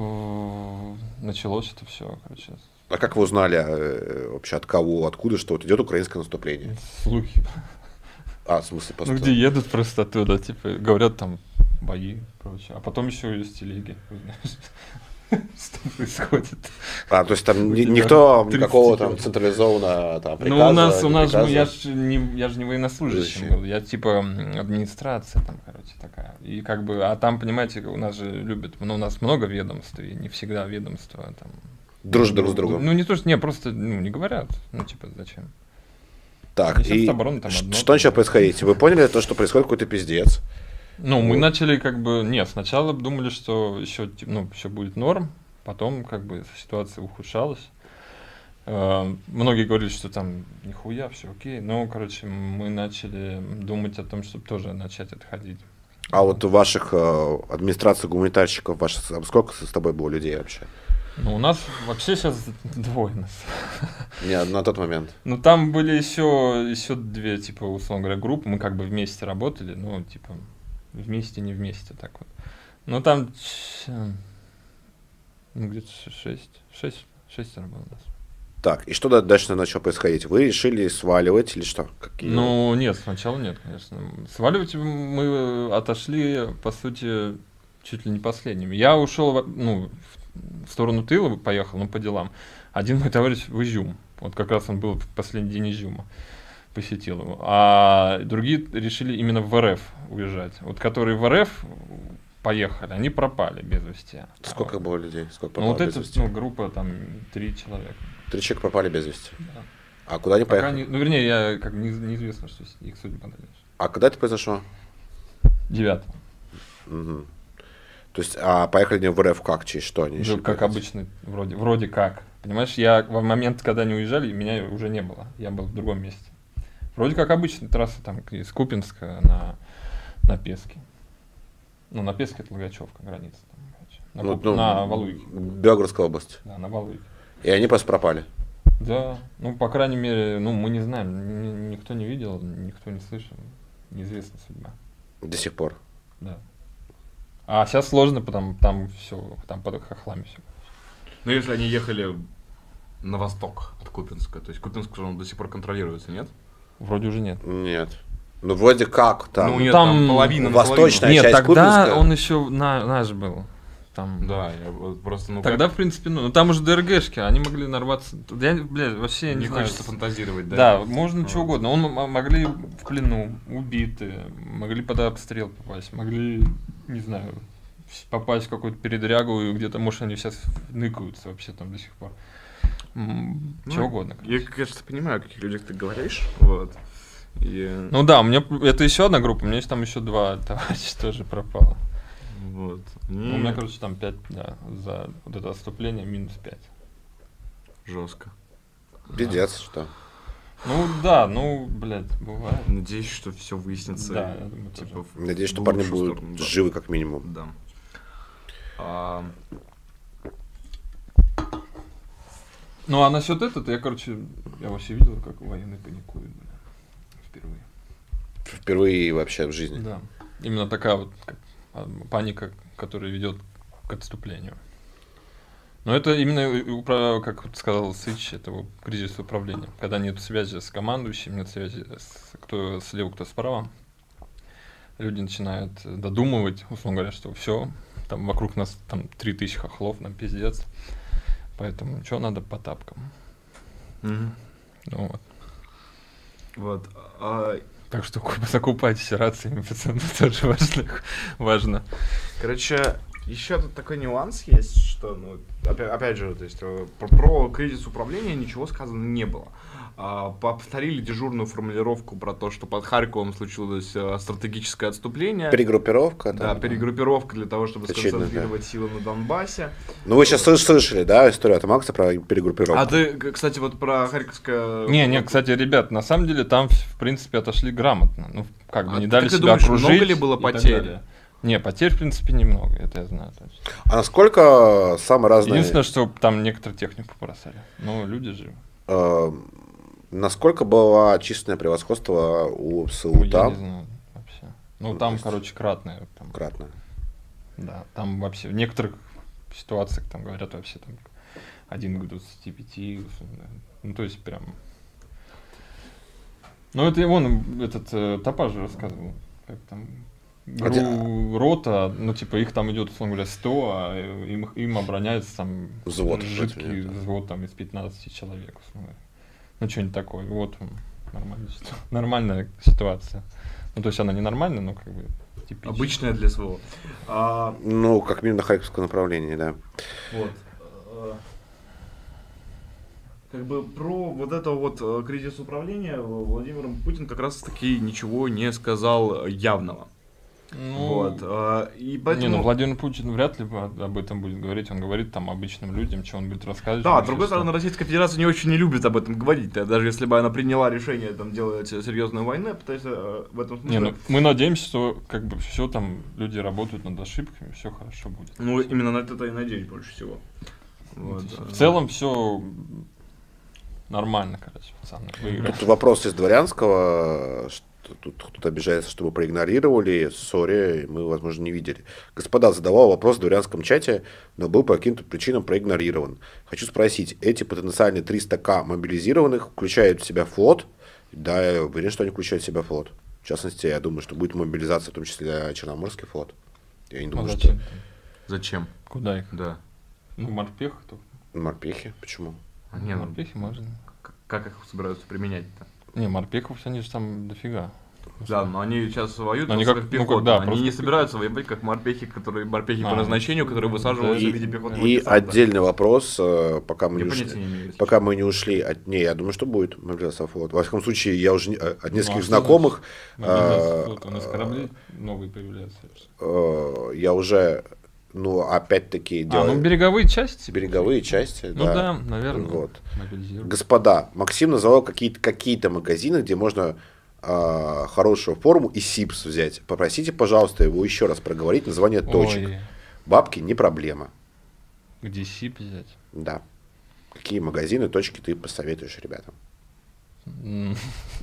Э, началось это все, короче. А как вы узнали э, вообще от кого, откуда, что вот идет украинское наступление? Слухи. А, в смысле, просто... Ну, где едут просто оттуда, типа, говорят там бои и прочее. А потом еще из телеги, знаешь, что происходит. А, то есть там У ни- тебя никто, тридцать никакого там километров. централизованного там приказа, Ну, у нас, у не нас, же, приказа? я же не, я же не военнослужащим Служащий. был, я типа м, администрация там, короче, такая. И как бы, а там, понимаете, у нас же любят, ну, у нас много ведомств, и не всегда ведомства там. Дружат друг с другом. Ну, не то, что, не, просто, ну, не говорят, ну, типа, зачем. Так, Министерство и обороны там ш- одно, что там начало другое. происходить? Вы поняли то, что происходит какой-то пиздец? Ну, мы Вот. начали как бы, нет, сначала думали, что еще, ну, все будет норм, потом как бы ситуация ухудшалась. Э, Многие говорили, что там нихуя, все окей, но, короче, мы начали думать о том, чтобы тоже начать отходить. А вот у ваших э, администраций гуманитарщиков, ваших, сколько с тобой было людей вообще? Ну, у нас вообще сейчас двое нас. Не, на тот момент. Ну, там были еще, еще две, типа, условно говоря, группы, мы как бы вместе работали, ну, типа, вместе, не вместе, так вот. Ну, там, ч- ну, где-то шесть, шесть, шестеро было у нас. Так, и что дальше начало происходить? Вы решили сваливать или что? Какие... Ну, нет, сначала нет, конечно. Сваливать мы отошли, по сути, чуть ли не последними. Я ушел, ну, в сторону тыла, поехал, ну, по делам. Один мой товарищ в Изюм. Вот как раз он был в последний день Изюма. Посетил его. А другие решили именно в РФ уезжать. Вот которые в РФ поехали, они пропали без вести. Сколько а, было людей? Сколько ну, вот эта ну, группа, там, три человека. Три человека пропали без вести? Да. А куда они Пока поехали? Не, ну, вернее, я, как не, неизвестно, что их судьба дальше. А когда это произошло? Девятого. Угу. То есть, а поехали не в РФ как? Через что они? Да, как обычно, вроде, вроде как. Понимаешь, я в момент, когда они уезжали, меня уже не было. Я был в другом месте. Вроде как обычно, трасса там из Купинска на, на Песке. Ну, на Песке это Логачевка, граница. Там, на, ну, Куп... ну, на Валуйке. Белгородская область. Да, на Валуйке. И они просто пропали? Да, ну, по крайней мере, ну, мы не знаем, никто не видел, никто не слышал, неизвестна судьба. До сих пор? Да. А сейчас сложно, потому там все, там под хохлами все. Ну, если они ехали на восток от Купинска, то есть Купинск он до сих пор контролируется, нет? Вроде уже нет. Нет. Ну, вроде как там. Ну, нет, там, там половина восточная нет, часть тогда Купинска. он еще на, наш был. Там. Да, я вот просто, ну Тогда, как... в принципе, ну, там уже ДРГшки, они могли нарваться. Я, блядь, вообще не, не знаю. хочется фантазировать, да? Да, можно вот. Что угодно. Он м- могли в плену, убиты, могли под обстрел попасть, могли, не знаю, попасть в какую-то передрягу, и где-то, может, они сейчас ныкаются вообще там до сих пор. М- ну, чего угодно. Короче. Я, кажется, понимаю, о каких людях ты говоришь, вот. И... Ну да, у меня это еще одна группа, у меня есть там еще два товарища тоже пропало. Вот. И... У меня, короче, там пять, да, за вот это отступление минус пять. Жестко. Пиздец, да. что. Ну да, ну, блядь, бывает. Надеюсь, что все выяснится. Да, я думаю, типа, надеюсь, что парни будут сторону, да. живы как минимум. Да. А... Ну а насчет этого, я, короче, я вообще видел, как военные паникуют, бля, впервые. Впервые вообще в жизни. Да. Именно такая вот как, паника, которая ведет к отступлению. Но это именно, как сказал Сыч, это кризис управления. Когда нет связи с командующим, нет связи с кто слева, кто справа, люди начинают додумывать, условно говоря, что все, там вокруг нас там три тысячи хохлов, нам пиздец. Поэтому что надо по тапкам. Mm-hmm. Ну, вот. Вот. А... Так что закупайтесь рациями, пацаны, тоже важно. важно. Короче, еще тут такой нюанс есть, что, ну, опять, опять же, то есть про, про кризис управления ничего сказано не было. А, повторили дежурную формулировку про то, что под Харьковом случилось а, стратегическое отступление. Перегруппировка. Да, да, перегруппировка для того, чтобы очевидно, сконцентрировать да. силы на Донбассе. Ну вы сейчас слышали, да, историю от Макса про перегруппировку? А ты, кстати, вот про Харьковское... Не, не, кстати, ребят, на самом деле там, в принципе, отошли грамотно. Ну, как бы А не ты, дали ты себя думаешь, окружить. много ли было потерь? Не, потерь, в принципе, немного, это я знаю точно. А насколько самые разные... Единственное, что там некоторую технику побросали. Ну, люди живы. Э, насколько было численное превосходство у ПСУ Ну, я там? не знаю вообще. Ну, Ну, там, есть короче, кратное. Там, Кратно. да, там вообще в некоторых ситуациях там говорят вообще там один к двадцати пяти. Ну, то есть прям... Ну, это вон этот э, Топаж же рассказывал, как там... Гру, рота, ну типа их там идет, условно говоря, сто, а им, им обороняется там Взвод, жидкий против него, да. взвод там из пятнадцати человек, условно говоря. Ну что-нибудь такое, вот нормальная, нормальная ситуация. Ну то есть она не нормальная, но как бы типичная. Обычная для СВО. А... Ну, как минимум на Харьковском направлении, да. Вот. Как бы про вот это вот кризис управления Владимир Путин как раз таки ничего не сказал явного. Ну, Вот. И поэтому... Не, ну Владимир Путин вряд ли об этом будет говорить. Он говорит там обычным людям, что он будет рассказывать. Да, с другой стороны, Российская Федерация не очень не любит об этом говорить. Даже если бы она приняла решение там делать серьезную войну, потому что в этом смысле... Не, ну, мы надеемся, что как бы все там, люди работают над ошибками, все хорошо будет. Ну, именно на это и надеюсь больше всего. Вот. В целом все нормально, короче, пацаны. Тут вопрос из дворянского, тут кто-то обижается, что мы проигнорировали. Сори, мы, возможно, не видели. Господа, задавал вопрос в дворянском чате, но был по каким-то причинам проигнорирован. Хочу спросить, эти потенциальные триста тысяч мобилизированных включают в себя флот? Да, я уверен, что они включают в себя флот. В частности, я думаю, что будет мобилизация, в том числе Черноморский флот. Я не думаю, А что... зачем? Зачем? Куда их? Да. Ну, морпех. То... Морпехи? Почему? А, не, ну, морпехи можно. к- как их собираются применять-то? Не, морпехов, они же там дофига. Да, но они сейчас воюют Но они просто как- как ну, пехота. как, да, Они просто не как собираются воевать как морпехи, которые морпехи А, по назначению, которые высаживаются да. в виде пехотного И десанта. отдельный вопрос, э, пока мы, Я не понятия ушли, не имею, если пока мы не ушли от... Не, я думаю, что будет мобилизация флота. Во всяком случае, я уже не- э, от Ну, а нескольких что знакомых... значит мобилизация э, флота? У нас корабли новые появляются. э, я уже, ну, опять-таки, А, делаю ну береговые части. береговые части. Ну да, наверное. Вот. Мобилизируют. Господа, Максим называл какие-то какие-то магазины, где можно э, хорошую форму и сипс взять. Попросите, пожалуйста, его еще раз проговорить название точек. Ой, Бабки не проблема. где сип взять? Да. Какие магазины, точки ты посоветуешь ребятам? М,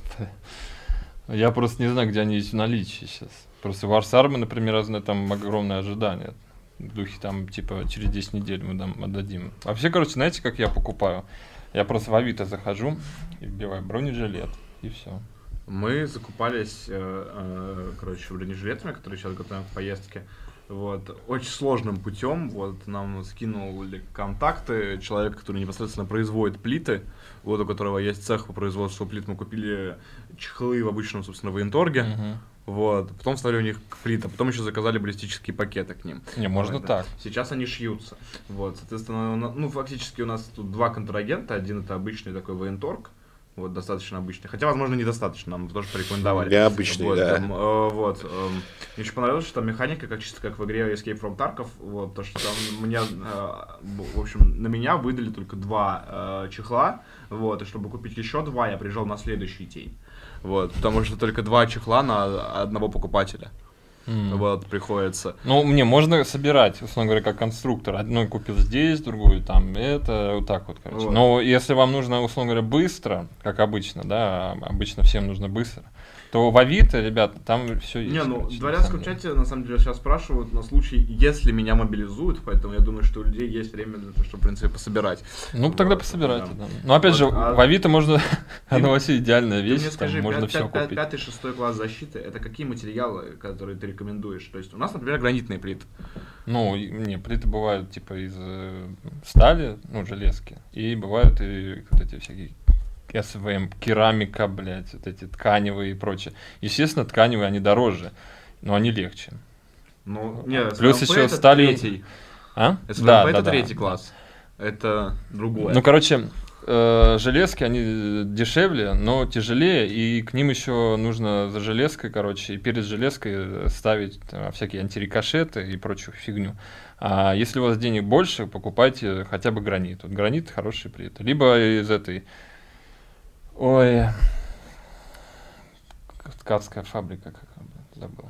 Я просто не знаю, где они есть в наличии сейчас. Просто в Арсарме, например, я знаю, там огромное ожидание. В духе там, типа, через десять недель мы дам, отдадим. Вообще, короче, знаете, как я покупаю? Я просто в Авито захожу и вбиваю бронежилет, и все. Мы закупались, э, э, короче, бронежилетами, которые сейчас готовим к поездке. Вот, очень сложным путем. Вот, нам скинули контакты человека, который непосредственно производит плиты. Вот, у которого есть цех по производству плит. Мы купили чехлы в обычном, собственно, военторге. Мгм. Вот, потом вставили у них плиты, потом еще заказали баллистические пакеты к ним. Не, можно Вот, так. Сейчас они шьются. Вот, соответственно, у на- ну, фактически у нас тут два контрагента. Один это обычный такой военторг, вот, достаточно обычный. Хотя, возможно, недостаточно, нам тоже порекомендовали. Необычный, вот, да. там, э, вот, эм, мне еще понравилось, что там механика, как чисто как в игре Escape from Tarkov, вот, то, что там мне, э, в общем, на меня выдали только два э, чехла, вот, и чтобы купить еще два, я приезжал на следующий день. Вот, потому что только два чехла на одного покупателя. М. Вот, приходится. Ну, мне можно собирать, условно говоря, как конструктор. Одну купил здесь, другую там, это, вот так вот, короче. Вот. Но если вам нужно, условно говоря, быстро, как обычно, да, а обычно всем нужно быстро, то в Авито, ребята, там все есть. Не, ну, короче, в на дворянском самом деле. чате, на самом деле, сейчас спрашивают на случай, если меня мобилизуют, поэтому я думаю, что у людей есть время для того, чтобы, в принципе, пособирать. Ну, тогда Вот, пособирайте, да. да. Но опять Вот, же, а- в Авито можно, оно вообще идеальная Ты вещь, мне там скажи, можно пят- все пят- пят- купить. пятый, шестой класс защиты, это какие материалы, которые ты рекомендуешь? То есть у нас, например, гранитные плиты. Ну, и- не, плиты бывают типа из э, стали, ну, железки, и бывают и вот эти всякие эс вэ эм, керамика, блядь, вот эти тканевые и прочее. Естественно, тканевые, они дороже, но они легче. Ну, не, Плюс СВМП еще это стали- третий. А? СВМП Да, это да, да. третий класс. Это другое. Ну, короче, э, железки, они дешевле, но тяжелее, и к ним еще нужно за железкой, короче, и перед железкой ставить э, всякие антирикошеты и прочую фигню. А если у вас денег больше, покупайте хотя бы гранит. Вот гранит хорошие плиты. Либо из этой... Ой... Ткацкая фабрика, как она, блин, забыл.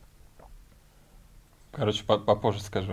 Короче, по- попозже скажу.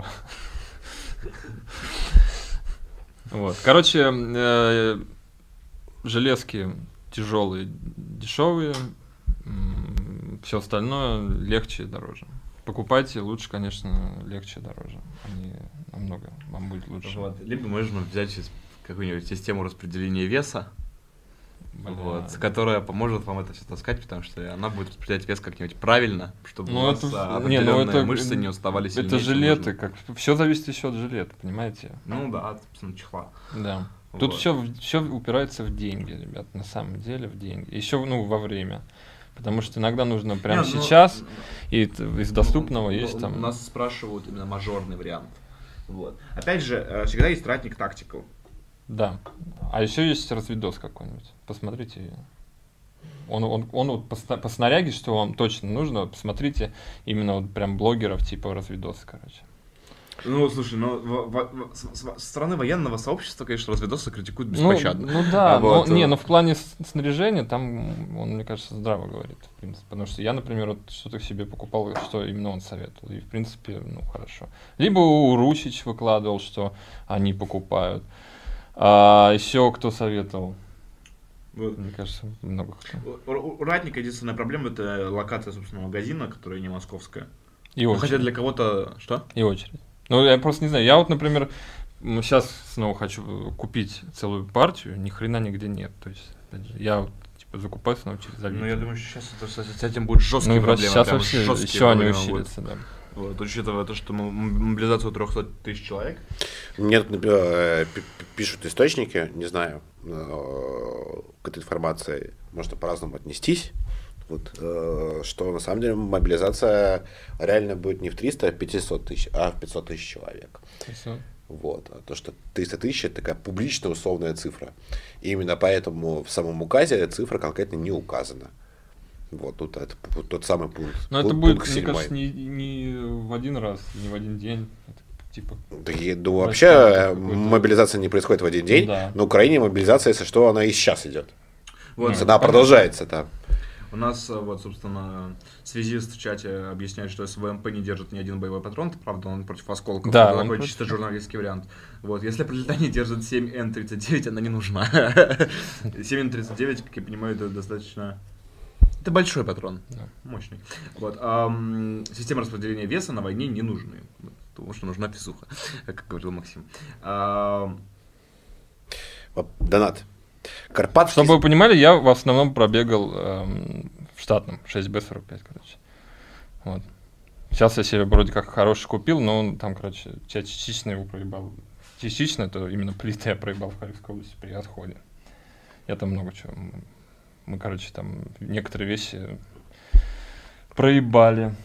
Вот. Короче, э, железки тяжелые, дешевые, все остальное легче и дороже. Покупайте лучше, конечно, легче и дороже. Они намного вам будет лучше. Вот. Либо можно взять сейчас какую-нибудь систему распределения веса, Бля. вот, которая поможет вам это все таскать, потому что она будет распределять вес как-нибудь правильно, чтобы Ну, у вас это- а, не, ну, определенные это- мышцы не уставали сильнее. Это чем жилеты, нужно. как все зависит еще от жилета, понимаете? Ну да, собственно, чехла. Да. Тут Вот. все, все упирается в деньги, ребят, на самом деле в деньги. Еще, ну, во время. Потому что иногда нужно прямо Не, ну, сейчас, и т- из доступного ну, есть ну, там... У нас спрашивают именно мажорный вариант. Вот. Опять же, э, всегда есть ратник тактикал. Да. А еще есть разведос какой-нибудь. Посмотрите. Он, он, он вот по, сна- по снаряге, что вам точно нужно, посмотрите именно вот прям блогеров типа разведосы, короче. Ну, слушай, ну, в- в- в- с, с- со стороны военного сообщества, конечно, разведосы критикуют Ну, беспощадно. ну да, А вот, но, не, э, но в плане с- снаряжения там он, мне кажется, здраво говорит, в принципе. Потому что я, например, вот что-то себе покупал, что именно он советовал. И, в принципе, ну, хорошо. Либо у Русич выкладывал, что они покупают. А еще кто советовал? Вот. Мне кажется, много кто. У, у- у Ратника единственная проблема — это локация, собственно, магазина, которая не московская. И Ну, очередь. хотя для кого-то... Что? И очередь. Ну, я просто не знаю. Я вот, например, сейчас снова хочу купить целую партию, ни хрена нигде нет. То есть, опять же, я вот, типа, закупаюсь снова через Авито. Ну, я думаю, что сейчас это, с с этим будут жесткие Ну, и просто проблемы. сейчас прям вообще жесткие еще они проблемы будут. усилятся, да. Вот, учитывая то, что м- мобилизацию трехсот тысяч человек. Мне тут например, э, пи- пи- пишут источники, не знаю, э, к этой информации можно по-разному отнестись. Вот, э, что на самом деле мобилизация реально будет не в триста пятьсот тысяч, а в пятьсот тысяч человек. И всё. Вот. А то, что триста тысяч — это такая публичная условная цифра. И именно поэтому в самом указе цифра конкретно не указана. Вот тут это п- тот самый пункт. Но это пункт будет, мне седьмой. кажется, не, не в один раз, не в один день. Это, типа, Да, я думаю, Растянуто вообще э, какое-то. мобилизация не происходит в один день. да. На Украине мобилизация, если что, она и сейчас идет. Вот, Ну, Она продолжается там. у нас, э, вот, собственно, связист в чате объясняет, что СВМП не держит ни один боевой патрон. Это правда, он против осколков. Да, это он такой против- чисто журналистский вариант. Вот, если при летании держит семь эн тридцать девять, она не нужна. семь эн тридцать девять, как я понимаю, это достаточно... Это большой патрон, Да. мощный. Вот. ам, система распределения веса на войне не нужны, потому что нужна физуха, как говорил Максим. Ам, Вот, Донат. Карпатский... Чтобы вы понимали, я в основном пробегал эм, в штатном шесть бэ сорок пять, короче. Вот. Сейчас я себе вроде как хороший купил, но он там, короче, я частично его проебал. Частично, это именно плиты я проебал в Харьковской области при отходе. Я там много чего. Мы, мы, короче, там некоторые вещи проебали.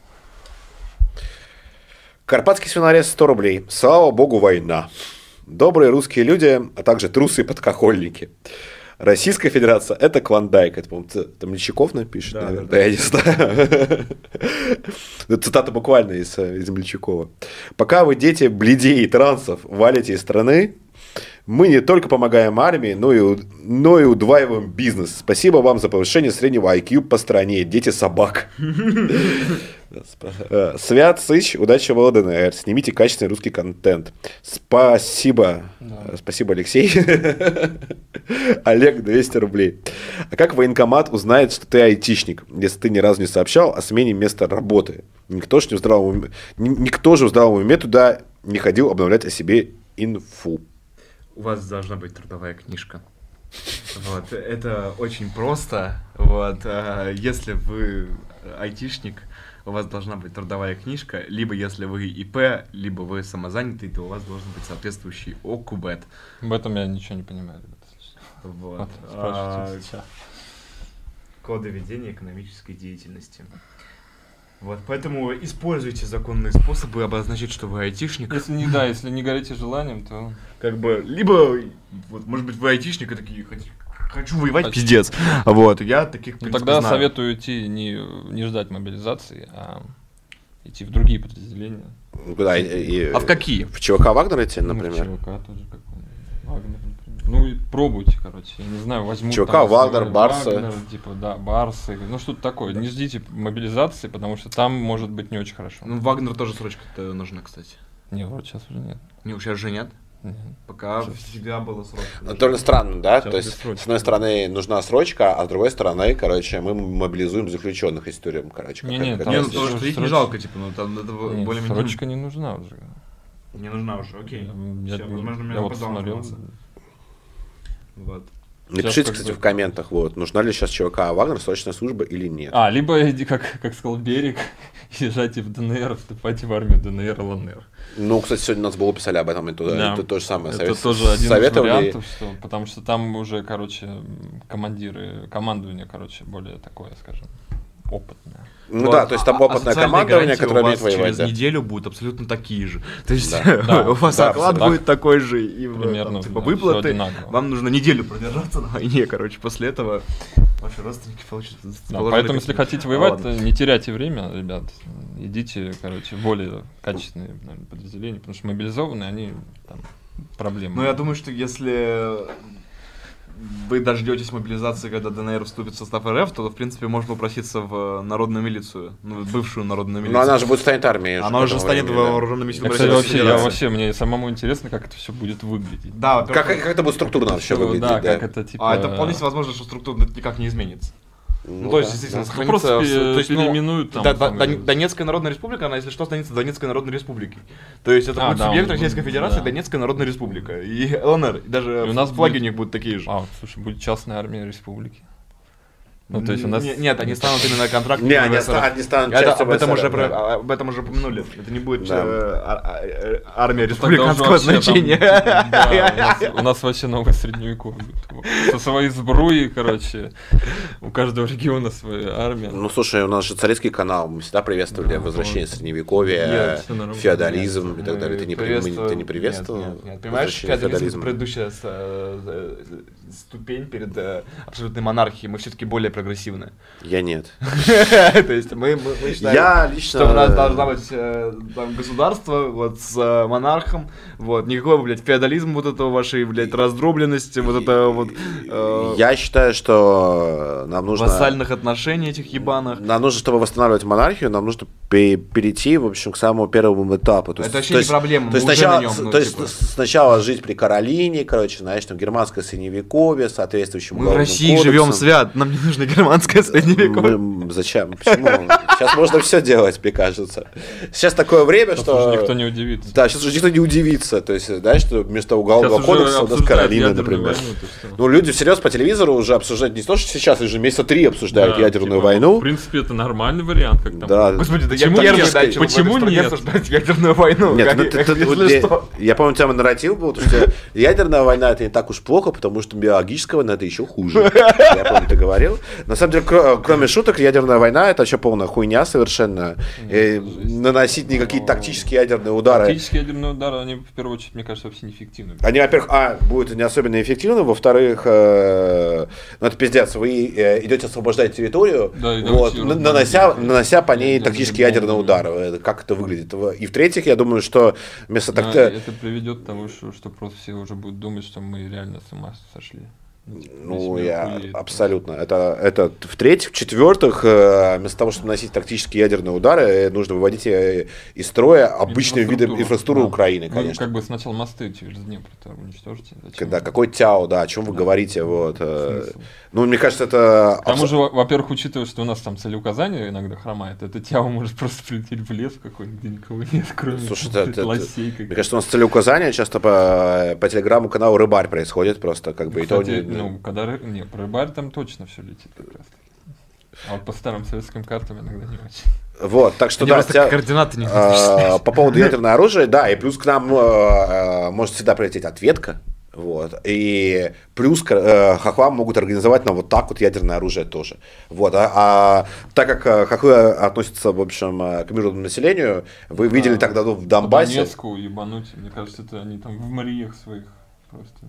Карпатский свинарез сто рублей. Слава богу, война. Добрые русские люди, а также трусы и подкахольники. Российская Федерация — это Клондайк. Это, по-моему, ц- там Мельчаков напишет, Да, наверное. да, Да, я не знаю. Это цитата буквально из, э, из Мельчакова. Пока вы, дети бледей и трансов, валите из страны, мы не только помогаем армии, но и, у- но и удваиваем бизнес. Спасибо вам за повышение среднего ай кью по стране, дети собак. Э, Свят, Сыч, удачи в ЛДНР. Снимите качественный русский контент. Спасибо. Да. Э, Спасибо, Алексей. Олег, двести рублей. А как военкомат узнает, что ты айтишник, если ты ни разу не сообщал о смене места работы? Никто же, не в здравом уме, ни- никто же в здравом уме туда не ходил обновлять о себе инфу. У вас должна быть трудовая книжка. Вот, это очень просто. Вот, а, если вы айтишник, у вас должна быть трудовая книжка, либо если вы ИП, либо вы самозанятый, то у вас должен быть соответствующий ОКУБЭТ. В этом я ничего не понимаю, ребята. Вот. Вот, А, спрашивайте сейчас. коды ведения экономической деятельности. Вот, поэтому используйте законные способы обозначить, что вы айтишник. Если не, да, если не горите желанием, то... Как бы, либо, вот, может быть, вы айтишник и такие, «Хочу- хочу воевать, Хочу». пиздец. Вот, я таких, в Ну, принципе, тогда знаю. советую идти не, не ждать мобилизации, а идти в другие подразделения. Ну, куда, и- и- А в какие? В ЧВК Вагнер идти, Ну, например? в ЧВК тоже какой-нибудь. Вагнер, например. Ну, и пробуйте, короче. Я не знаю, возьмут... ЧВК, там, Вагнер, если Барсы. Вагнер, типа, да, Барсы. Ну, что-то такое. Не ждите мобилизации, потому что там может быть не очень хорошо. Ну, Вагнер тоже срочка-то нужна, кстати. Не, вот сейчас уже нет. Не, сейчас же нет. Нет. Пока Сейчас. всегда было срочка. Ну, довольно странно, да? Сейчас То есть, бессрочно. с одной стороны, нужна срочка, а с другой стороны, короче, мы мобилизуем заключенных из тюрем, короче. как- Не-не, как там Не, раз ну, есть потому здесь. что их не срочка. жалко, типа, ну, там это Нет, более-менее... срочка не нужна уже. Не нужна уже, окей. Я, Всё, я- возможно, меня я вот запоздала смотрел. информация. Вот. Напишите, Сейчас как кстати, бы- в комментах, вот, нужна ли сейчас ЧВК Вагнер срочная служба или нет. А, либо, иди, как, как сказал Берег, езжайте в ДНР, вступайте в армию ДНР, ЛНР. Ну, кстати, сегодня нас было писали об этом, и туда, Да. это то же самое. Это совет- тоже один из советовали. вариантов, что, потому что там уже, короче, командиры, командование, короче, более такое, скажем, опытное. Ну Вот. да, то есть там А- а опытное социальные командование, гарантии которое у умеет вас воевать. через Да. неделю будут абсолютно такие же. То есть Да. Да, у вас да, оклад абсолютно. будет такой же, и вы, Примерно, там, типа, да, выплаты. всё одинаково. Вам нужно неделю продержаться на войне, короче. После этого ваши родственники получат. Да, положили поэтому, если какие-то- хотите воевать, Ладно. то не теряйте время, ребят. Идите, короче, в более качественные, наверное, подразделения, потому что мобилизованные, они там проблемы. Ну, я думаю, что если вы дождетесь мобилизации, когда ДНР вступит в состав РФ, то, в принципе, можно упроситься в народную милицию, ну, бывшую народную милицию. Но она же будет станет армией. Она уже станет вооруженными силами Российской Российской Федерации. Федерации. Вообще, мне самому интересно, как это все будет выглядеть. Да, Как, как это будет структурно вообще выглядеть? Да, Да, как это типа... А это вполне возможно, что структура никак не изменится. Ну, Ну, то есть, да. действительно, Ну, сохранится... просто то есть, ну, переименуют там... Да, да, там, Дон- или- Донецкая Народная Республика, она, если что, станется Донецкой Народной Республикой. То есть это А, будет да, субъект он- Российской Федерации, да. Донецкая Народная Республика. И ЛНР, и даже И у нас флаги будет- у них будут такие же. А, слушай, будет частная армия республики. Ну, то есть у нас... Не- Нет, они станут именно контрактными. Не, они, в СРФ. оста- они станут Это- частью об, этом ВСРФ, уже, про- да. об этом уже упомянули. Это не будет Да. э, а- а- э, армия Ну, тогда уже республиканского вообще там, значения. да, у, нас, у нас вообще новое средневековье будет. Со своей сбруей, короче. У каждого региона своя армия. Ну, слушай, у нас же царский канал, мы всегда приветствовали Да, возвращение вот. средневековья, Нет, всё нормально. феодализм и так Мы далее. Ты не, при- мы- приветствуем- ты не приветствовал? Нет, нет, нет. Понимаешь, возвращение феодализм феодализма? это предыдущая с- э, э, ступень перед э, абсолютной монархией. Мы все-таки более прогрессивны. Я нет. То есть мы, мы, мы считаем, Я лично... что у нас должна быть э, там, государство вот, с э, монархом, вот, никакого, блядь, феодализма, вот этого вашей, блядь, раздробленности, вот это вот э, Я считаю, что нам нужно... вассальных отношений этих ебаных. Нам нужно, чтобы восстанавливать монархию, нам нужно пе- перейти, в общем, к самому первому этапу. То Это есть, вообще то не есть- проблема, То есть, мы уже сначала, на нем, ну, то есть типа. с- сначала жить при Каролине, короче, знаешь, там германское средневековье, соответствующим Мы в уголовным России кодексом. живем, свят, нам не нужно германское средневековье. Мы- Зачем? Почему? Сейчас можно все делать, мне кажется. Сейчас такое время, Сейчас что... уже никто не удивится. Да, сейчас уже никто не удивится. То есть, знаешь, что вместо уголовного Сейчас кодекса уже у нас обсуждают Каролина, ядерную например. войну, ты что? Ну, люди всерьез по телевизору уже обсуждают не то, что сейчас, уже месяца три обсуждают Да, ядерную типа, войну. В принципе, это нормальный вариант, как там. Да. Господи, да Почему я первый нет? начал Почему в этой стране нет? обсуждать ядерную войну. Нет, как- ну, ты- как- ты- вот если я, что. я помню, у тебя нарратив был, то, что ядерная война это не так уж плохо, потому что биологическая война это еще хуже. Я помню, ты говорил. На самом деле, кро- кроме шуток, ядерная война это вообще полная хуйня совершенно. И наносить никакие тактические ядерные удары. Тактические ядерные удары, они в первую очередь, мне кажется, вообще неэффективны. Они, во-первых, а, будут не особенно эффективны, во-вторых, э, ну это пиздец, вы э, идете освобождать территорию, Да, и вот, давайте на- её нанося, разбомбим. нанося по ней Ядерные тактические ядерные бомбы. удары. Э, Как это выглядит? И в-третьих, я думаю, что вместо Но так-то... это приведет к тому, что, что просто все уже будут думать, что мы реально с ума сошли. Ну, типа, Ну, весь мир я хуеет. абсолютно. Это, это в-третьих. В-четвертых, э, вместо того, чтобы наносить тактические ядерные удары, э, нужно выводить э, из строя обычные виды инфраструктуры Да. Украины, Вы конечно. как бы сначала мосты через Днепр уничтожите. Зачем? Когда, какой ТЯО, да, о чем вы Да. говорите, вот. э, Смысл? Ну, мне кажется, это... К тому абсо- же, во- во-первых, учитывая, что у нас там целеуказание иногда хромает, это тяо может просто прилететь в лес какой-нибудь, где никого нет, кроме Слушай, там, это- это- лосей. Мне кажется, у нас целеуказания часто по, по телеграм-каналу «Рыбарь» происходит просто, как бы, и то Кстати, не- ну, когда ры- не, про рыбарь там точно все летит как раз. А вот по старым советским картам иногда не очень. Вот, так что Они да, просто тя- координаты не а, по поводу ядерного оружия, да, и плюс к нам э, может всегда прилететь ответка, вот, и плюс э, хохлам могут организовать нам вот так вот ядерное оружие тоже, вот, а, а так как э, хохлы относятся, в общем, э, к мирному населению, вы видели Да. тогда в По Донбассе, Донецку ебануть, мне кажется, это они там в мриях своих просто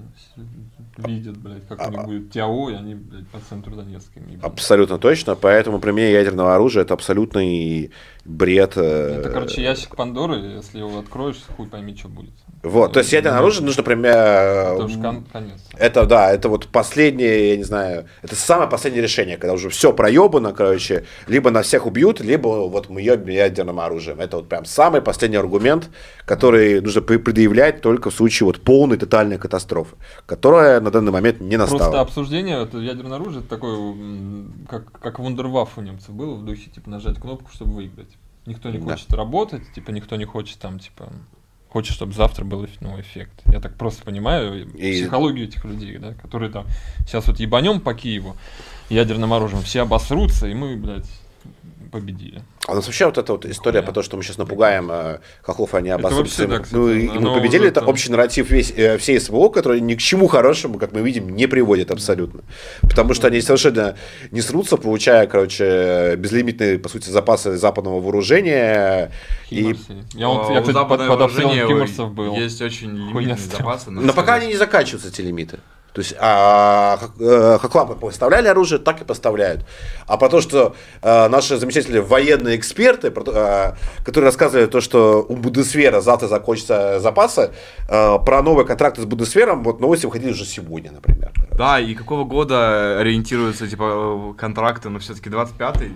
видят, блядь, как у них будет ТЯО, и они, блядь, по центру Донецка им ебанут. абсолютно точно, поэтому применение ядерного оружия это абсолютный бред. э, Это, короче, ящик Пандоры, если его откроешь, хуй пойми, что будет. Вот, то есть ядерное оружие нужно, например, Это уж кон- конец. это, да, это вот последнее, я не знаю, это самое последнее решение, когда уже все проебано, короче, либо на всех убьют, либо вот мы ебем ядерным оружием. Это вот прям самый последний аргумент, который нужно пре- предъявлять только в случае вот полной тотальной катастрофы, которая на данный момент не настала. Просто обсуждение это ядерное оружие, это такое, м, как, как вундерваф у немцев было в духе, типа, нажать кнопку, чтобы выиграть. Никто не Да. хочет работать, типа, никто не хочет там, типа, хочет, чтобы завтра был эф- ну, эффект. Я так просто понимаю И- психологию этих людей, да, которые там сейчас вот ебанем по Киеву ядерным оружием, все обосрутся, и мы, блядь, победили. А у нас вообще вот эта вот история Хуйня. про то, что мы сейчас напугаем э, хохлов, они Это обосрутся. вообще, да, кстати, Ну, и мы оно победили, уже это там- общий нарратив весь, э, всей СВО, который ни к чему хорошему, как мы видим, не приводит абсолютно. Потому что они совершенно не срутся, получая, короче, безлимитные, по сути, запасы западного вооружения. И... Химарсы. Я, вот, А, я у кстати, под, западного под обстрелом вооружения Химарсов был. Есть очень Хуйня лимитные стрёмная. запасы. надо Но пока сказать. они не заканчиваются, эти лимиты. То есть, а, а, Хохлам как поставляли оружие, так и поставляют. А про то, что а, наши замечательные военные эксперты, про, а, которые рассказывали то, что у Бундесвера завтра закончатся запасы, а, про новые контракты с Бундесвером, вот новости выходили уже сегодня, например. Да, и какого года ориентируются типа контракты, но все-таки двадцать пятый?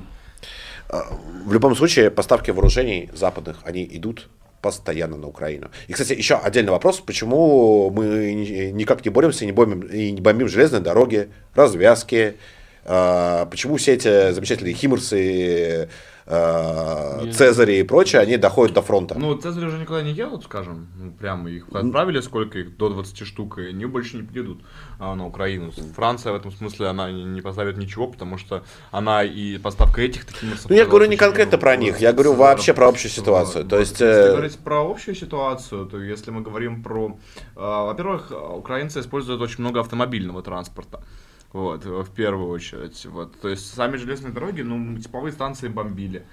В любом случае, поставки вооружений западных, они идут постоянно на Украину. И, кстати, еще отдельный вопрос, почему мы никак не боремся и не бомбим, и не бомбим железные дороги, развязки, э, почему все эти замечательные химмерсы, э, Цезари и прочее, они доходят до фронта. Ну, Цезари уже никуда не едут, скажем, ну, прямо их отправили, сколько их, до двадцати штук, и они больше не приедут а, на Украину. Франция в этом смысле, она не, не поставит ничего, потому что она и поставка этих таких... Ну, я говорю не конкретно про них, я говорю вообще про общую ситуацию. То есть, если говорить про общую ситуацию, то если мы говорим про... Э, во-первых, украинцы используют очень много автомобильного транспорта. Вот, в первую очередь. Вот. То есть сами железные дороги, ну, типовые станции бомбили.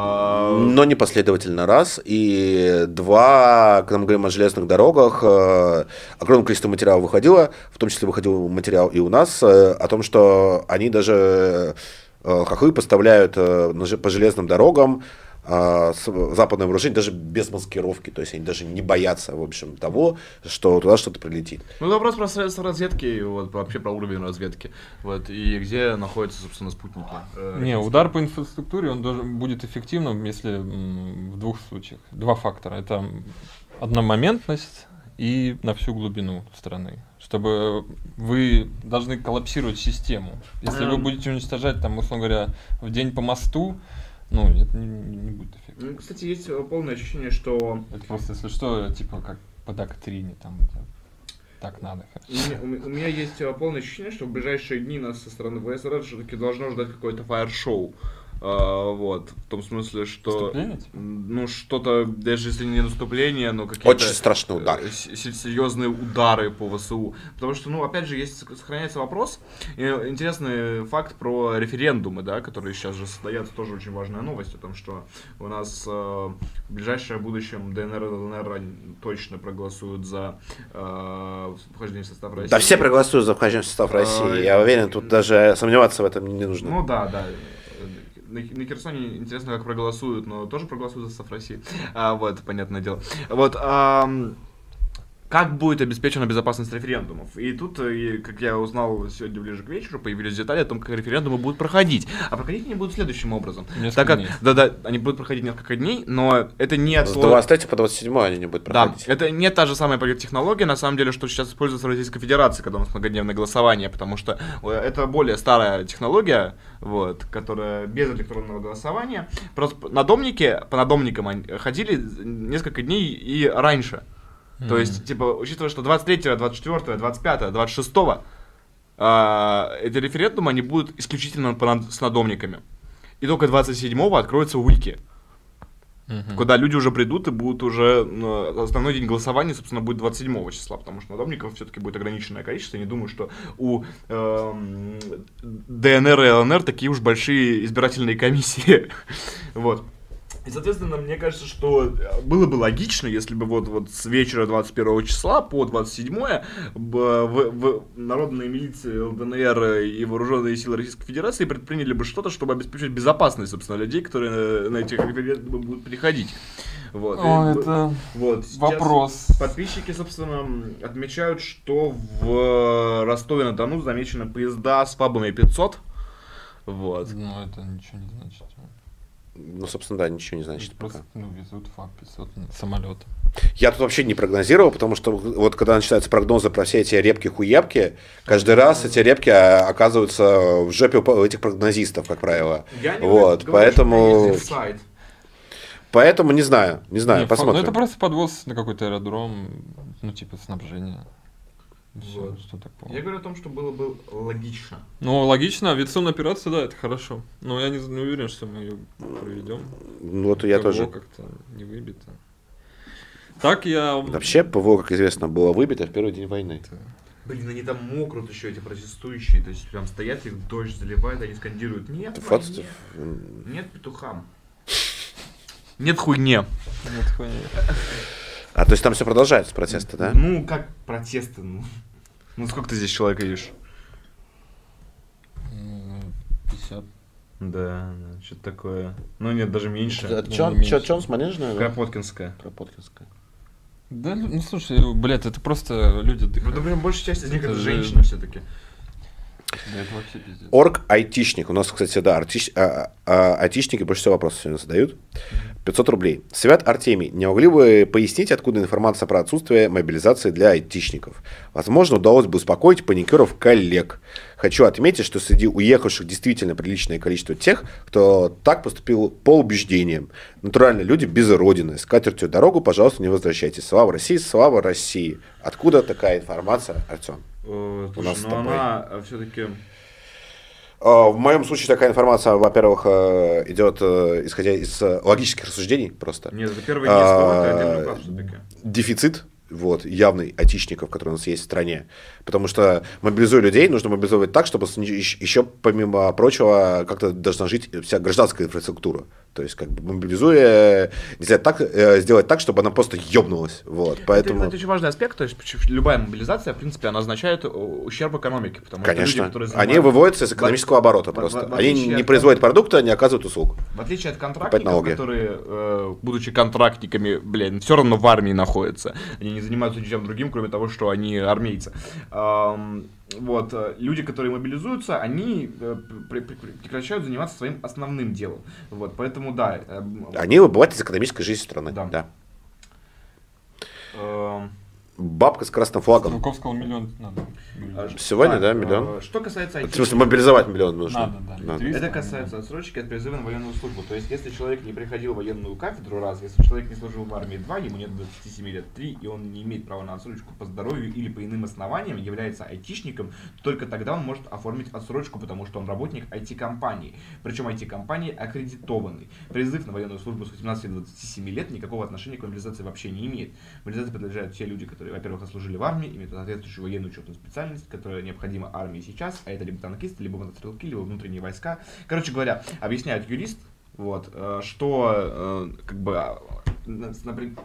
Но не последовательно, раз. И два, когда мы говорим о железных дорогах, огромное количество материала выходило, в том числе выходил материал и у нас, о том, что они даже хохлы поставляют по железным дорогам западное вооружение даже без маскировки, то есть они даже не боятся, в общем, того, что туда что-то прилетит. Ну, вопрос про средства разведки, вот, вообще про уровень разведки, вот, и где находятся, собственно, спутники. Не, удар по инфраструктуре, он должен, будет эффективным, если в двух случаях. Два фактора. Это одномоментность и на всю глубину страны. Чтобы вы должны коллапсировать систему. Если вы будете уничтожать, там, условно говоря, в день по мосту, ну, это не, не будет эффективно. Ну, кстати, есть полное ощущение, что... Это просто, если что, типа, как по доктрине, там, так надо. У меня, у меня есть полное ощущение, что в ближайшие дни нас со стороны ВСР все-таки должно ждать какое-то фаер-шоу. А, вот, в том смысле, что... Наступление, типа? Ну, что-то, даже если не наступление, но какие-то... Очень страшный удар. Серьезные удары по ВСУ. Потому что, ну, опять же, есть, сохраняется вопрос. И интересный факт про референдумы, да, которые сейчас же состоятся, тоже очень важная новость о том, что у нас э, в ближайшее будущем ДНР и ЛНР точно проголосуют за э, вхождение в состав России. Да все проголосуют за вхождение в состав России, я уверен, тут даже сомневаться в этом не нужно. Ну да, да. На, на Херсоне интересно, как проголосуют, но тоже проголосуют за состав России. А, вот, понятное дело. Вот, а, как будет обеспечена безопасность референдумов? И тут, и, как я узнал сегодня ближе к вечеру, появились детали о том, как референдумы будут проходить. А проходить они будут следующим образом. Несколько так как, дней. да, да, они будут проходить несколько дней, но это не от С слова... двадцать третьего по двадцать седьмое они не будут проходить. Да, это не та же самая политтехнология, на самом деле, что сейчас используется в Российской Федерации, когда у нас многодневное голосование, потому что это более старая технология, вот, которая без электронного голосования. Просто надомники, по надомникам они ходили несколько дней и раньше. Mm-hmm. То есть, типа, учитывая, что двадцать третьего, двадцать четвёртого, двадцать пятого, двадцать шестого э, эти референдумы, они будут исключительно по, с надомниками. И только двадцать седьмого откроются ульки. Uh-huh. Куда люди уже придут и будут уже... Ну, основной день голосования, собственно, будет двадцать седьмого числа, потому что надомников все-таки будет ограниченное количество. Я не думаю, что у э, ДНР и ЛНР такие уж большие избирательные комиссии. Вот. И, соответственно, мне кажется, что было бы логично, если бы вот, вот с вечера двадцать первого числа по двадцать седьмое в, в, в народные милиции ЛДНР и вооруженные силы Российской Федерации предприняли бы что-то, чтобы обеспечить безопасность, собственно, людей, которые на, на эти референдумы будут приходить. Вот. О, и, это вот. вопрос. Подписчики, собственно, отмечают, что в Ростове-на-Дону замечены поезда с фабами пятьсот. Вот. Ну, это ничего не значит. Ну, собственно, да, ничего не значит. Просто, ну, везут ФАП пятьсот самолетов. Я тут вообще не прогнозировал, потому что вот когда начинаются прогнозы про все эти репки-хуепки, каждый раз эти репки оказываются в жопе у этих прогнозистов, как правило. Я не вот, говорю, поэтому... что сайт. Поэтому не знаю, не знаю, не, посмотрим. Ну, это просто подвоз на какой-то аэродром, ну, типа, снабжение. Все, Вот. что такое. Я говорю о том, что было бы логично. Ну, логично, авиационная операция, да, это хорошо. Но я не, не уверен, что мы ее проведем. Ну, вот я ПВО тоже. как-то не выбито. Так я... Вообще, ПВО, как известно, было выбито в первый день войны. Блин, они там мокрут еще, эти протестующие. То есть прям стоят, их дождь заливает, они скандируют: нет, Вот, войне, нет петухам. Нет хуйне. Нет, хуйня. А то есть там все продолжается, протесты, да? Ну, как протесты, ну. Ну сколько ты здесь человек видишь? пятьдесят. Да, да, что-то такое. Ну нет, даже меньше. Это Ну, Чон- не меньше. Чон- Чонс Манежная? Кропоткинская. Кропоткинская. Да, ну слушай, блядь, это просто люди Ну, отдыхают. например, большая часть из них это Это же- женщины все-таки. Да, это вообще пиздец. Орг-айтишник. У нас, кстати, да, артиш- а- а- айтишники больше всего вопросов сегодня задают. пятьсот рублей. Свят Артемий, не могли бы пояснить, откуда информация про отсутствие мобилизации для айтишников? Возможно, удалось бы успокоить паникеров-коллег. Хочу отметить, что среди уехавших действительно приличное количество тех, кто так поступил по убеждениям. Натурально люди без родины. С катертью дорогу, пожалуйста, не возвращайтесь. Слава России, слава России. Откуда такая информация, Артем? Э, У нас Слушай, с ну тобой. она все-таки... А, В моем случае такая информация, во-первых, э, идет э, исходя из э, логических рассуждений просто. Нет, это первое не слово, это А, отдельный указ все-таки. Дефицит вот, явный айтишников, который у нас есть в стране. Потому что мобилизуя людей, нужно мобилизовать так, чтобы с- еще, еще, помимо прочего, как-то должна жить вся гражданская инфраструктура. То есть, как бы мобилизуя, нельзя так, э, сделать так, чтобы она просто ёбнулась. Вот, поэтому... Это, это очень важный аспект, то есть поч- любая мобилизация, в принципе, она означает э, ущерб экономике. Потому что Конечно. люди, которые Они занимаются- выводятся из в- экономического оборота в- просто. в- в Они отличие не от- производят продукты, они оказывают услугу. В отличие от Опять контрактников, налоги. которые, э, будучи контрактниками, блин, все равно в армии находятся. Они не занимаются ничем другим, кроме того, что они армейцы. Ам, вот, э, люди, которые мобилизуются, они э, пр- пр- пр- прекращают заниматься своим основным делом. Вот, поэтому, да. э, Они выбывают из экономической жизни страны. Да. Да. эм, Бабка с красным флагом. Стрелковского миллион надо. а, Сегодня, так, да, э, миллион? Что касается В ай ти. смысле, мобилизовать миллион нужно. Надо, да. триста Это касается отсрочки от призыва на военную службу. То есть, если человек не приходил в военную кафедру раз, если человек не служил в армии два, ему нет двадцати семи лет три, и он не имеет права на отсрочку по здоровью или по иным основаниям, является айтишником, только тогда он может оформить отсрочку, потому что он работник ай ти-компании. Причем ай ти-компании аккредитованный. Призыв на военную службу с восемнадцати до двадцати семи лет никакого отношения к мобилизации вообще не имеет. Мобилизации подлежат те люди, которые, во-первых, отслужили в армии, имеют соответствующую военную учетную специальность, которая необходима армии сейчас, а это либо танкисты, либо мотострелки, либо внутренние войска. Короче говоря, объясняет юрист, вот, э, что э, как бы а, например,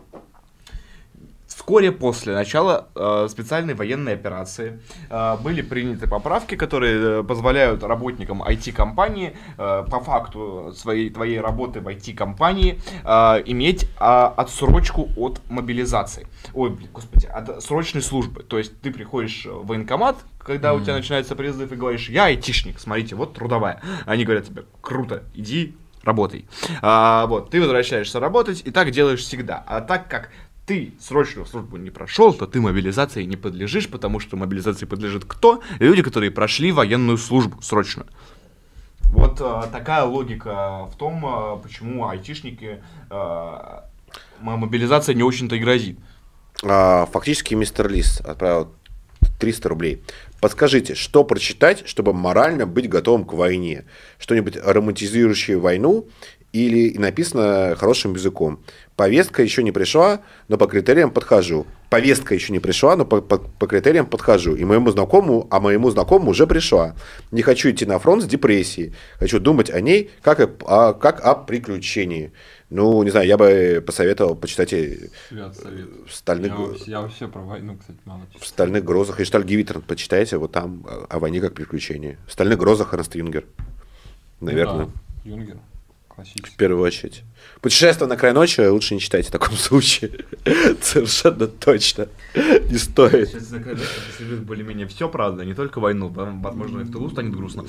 вскоре после начала э, специальной военной операции э, были приняты поправки, которые э, позволяют работникам ай ти-компании э, по факту своей твоей работы в ай ти-компании э, иметь э, отсрочку от мобилизации. Ой, блин, господи, от срочной службы. То есть ты приходишь в военкомат, когда у тебя начинается призыв, и говоришь: я айтишник, смотрите, вот трудовая. Они говорят тебе: круто, иди работай. А, вот, ты возвращаешься работать, и так делаешь всегда. А так как ты срочную службу не прошел, то ты мобилизации не подлежишь, потому что мобилизации подлежит кто? Люди, которые прошли военную службу срочную. Вот а, такая логика в том, а, почему айтишники а, мобилизация не очень-то и грозит. А, фактически мистер Лис отправил триста рублей. Подскажите, что прочитать, чтобы морально быть готовым к войне? Что-нибудь романтизирующее войну или написано хорошим языком? Повестка еще не пришла, но по критериям подхожу. Повестка еще не пришла, но по, по, по критериям подхожу. И моему знакомому, а моему знакомому уже пришла. Не хочу идти на фронт с депрессией. Хочу думать о ней, как, и, а, как о приключении. Ну, не знаю, я бы посоветовал почитать и Свят совет. в стальных, Я, вообще, я вообще про войну, кстати, мало в читаю. «Стальных грозах» и «Штальгевитрон» почитайте, вот там о, о войне как приключении. В «Стальных грозах» Эрнст Юнгер. Наверное, Ну да, Юнгер. Классический. в первую очередь. «Путешествие на край ночи» лучше не читайте в таком случае. Совершенно точно. Не стоит. Сейчас закрыли более-менее все, правда, не только войну. Возможно, и в тылу станет грустно.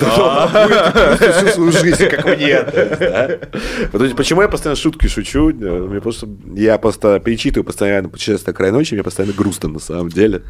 Да, будет всю свою жизнь, как мне. то есть, да. Вот эти- Почему я постоянно шутки шучу? Мне просто, я просто перечитываю постоянно «Путешествие на край ночи», мне постоянно грустно на самом деле.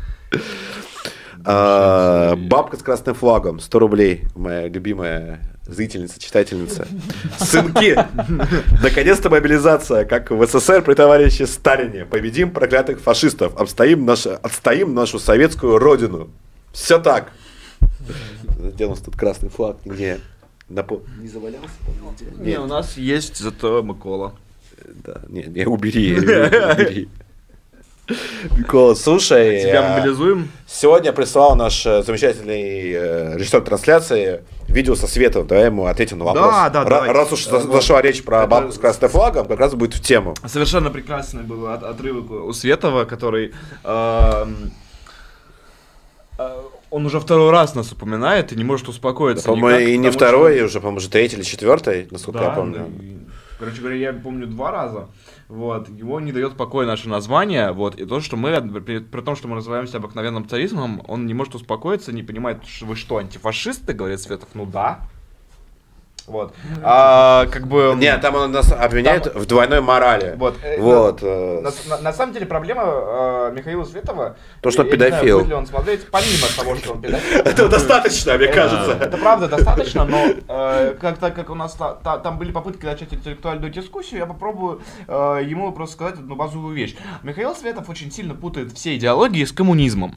А, Бабка с красным флагом, сто рублей, моя любимая зрительница, читательница. Сынки, наконец-то мобилизация, как в СССР при товарище Сталине. Победим проклятых фашистов, обстоим наш, отстоим нашу советскую родину. Все так. Где у нас тут красный флаг? Где? На по- Не завалялся? там нигде? Не, у нас есть зато Микола. Да, не, не, убери, убери. Микола, слушай, Тебя а, мобилизуем? сегодня прислал наш э, замечательный э, режиссер трансляции видео со Светом, давай ему ответим на вопрос. Да, да, Ра- давайте. Раз уж Да, за- вот. зашла речь про Это- бабку с красным флагом, как раз будет в тему. Совершенно прекрасный был от- отрывок у Светова, который... эм, он уже второй раз нас упоминает и не может успокоиться. Да, по-моему, и не второй, что... уже, по-моему, уже третий или четвертый, насколько да, я помню. И, короче говоря, я помню два раза. Вот, его не дает покоя наше название, вот, и то, что мы, при, при том, что мы называемся обыкновенным царизмом, он не может успокоиться, не понимает, что вы что, антифашисты, говорит Светов, ну да. Вот. А, как бы... Нет, там он нас обвиняет там... в двойной морали. Вот. вот. На, на, на самом деле проблема э, Михаила Светова... То, что педофил. Будет ли он смотреть, помимо того, что он педофил. Этого достаточно, мне кажется. Это правда достаточно, но так как у нас там были попытки начать интеллектуальную дискуссию, я попробую ему просто сказать одну базовую вещь. Михаил Светов очень сильно путает все идеологии с коммунизмом.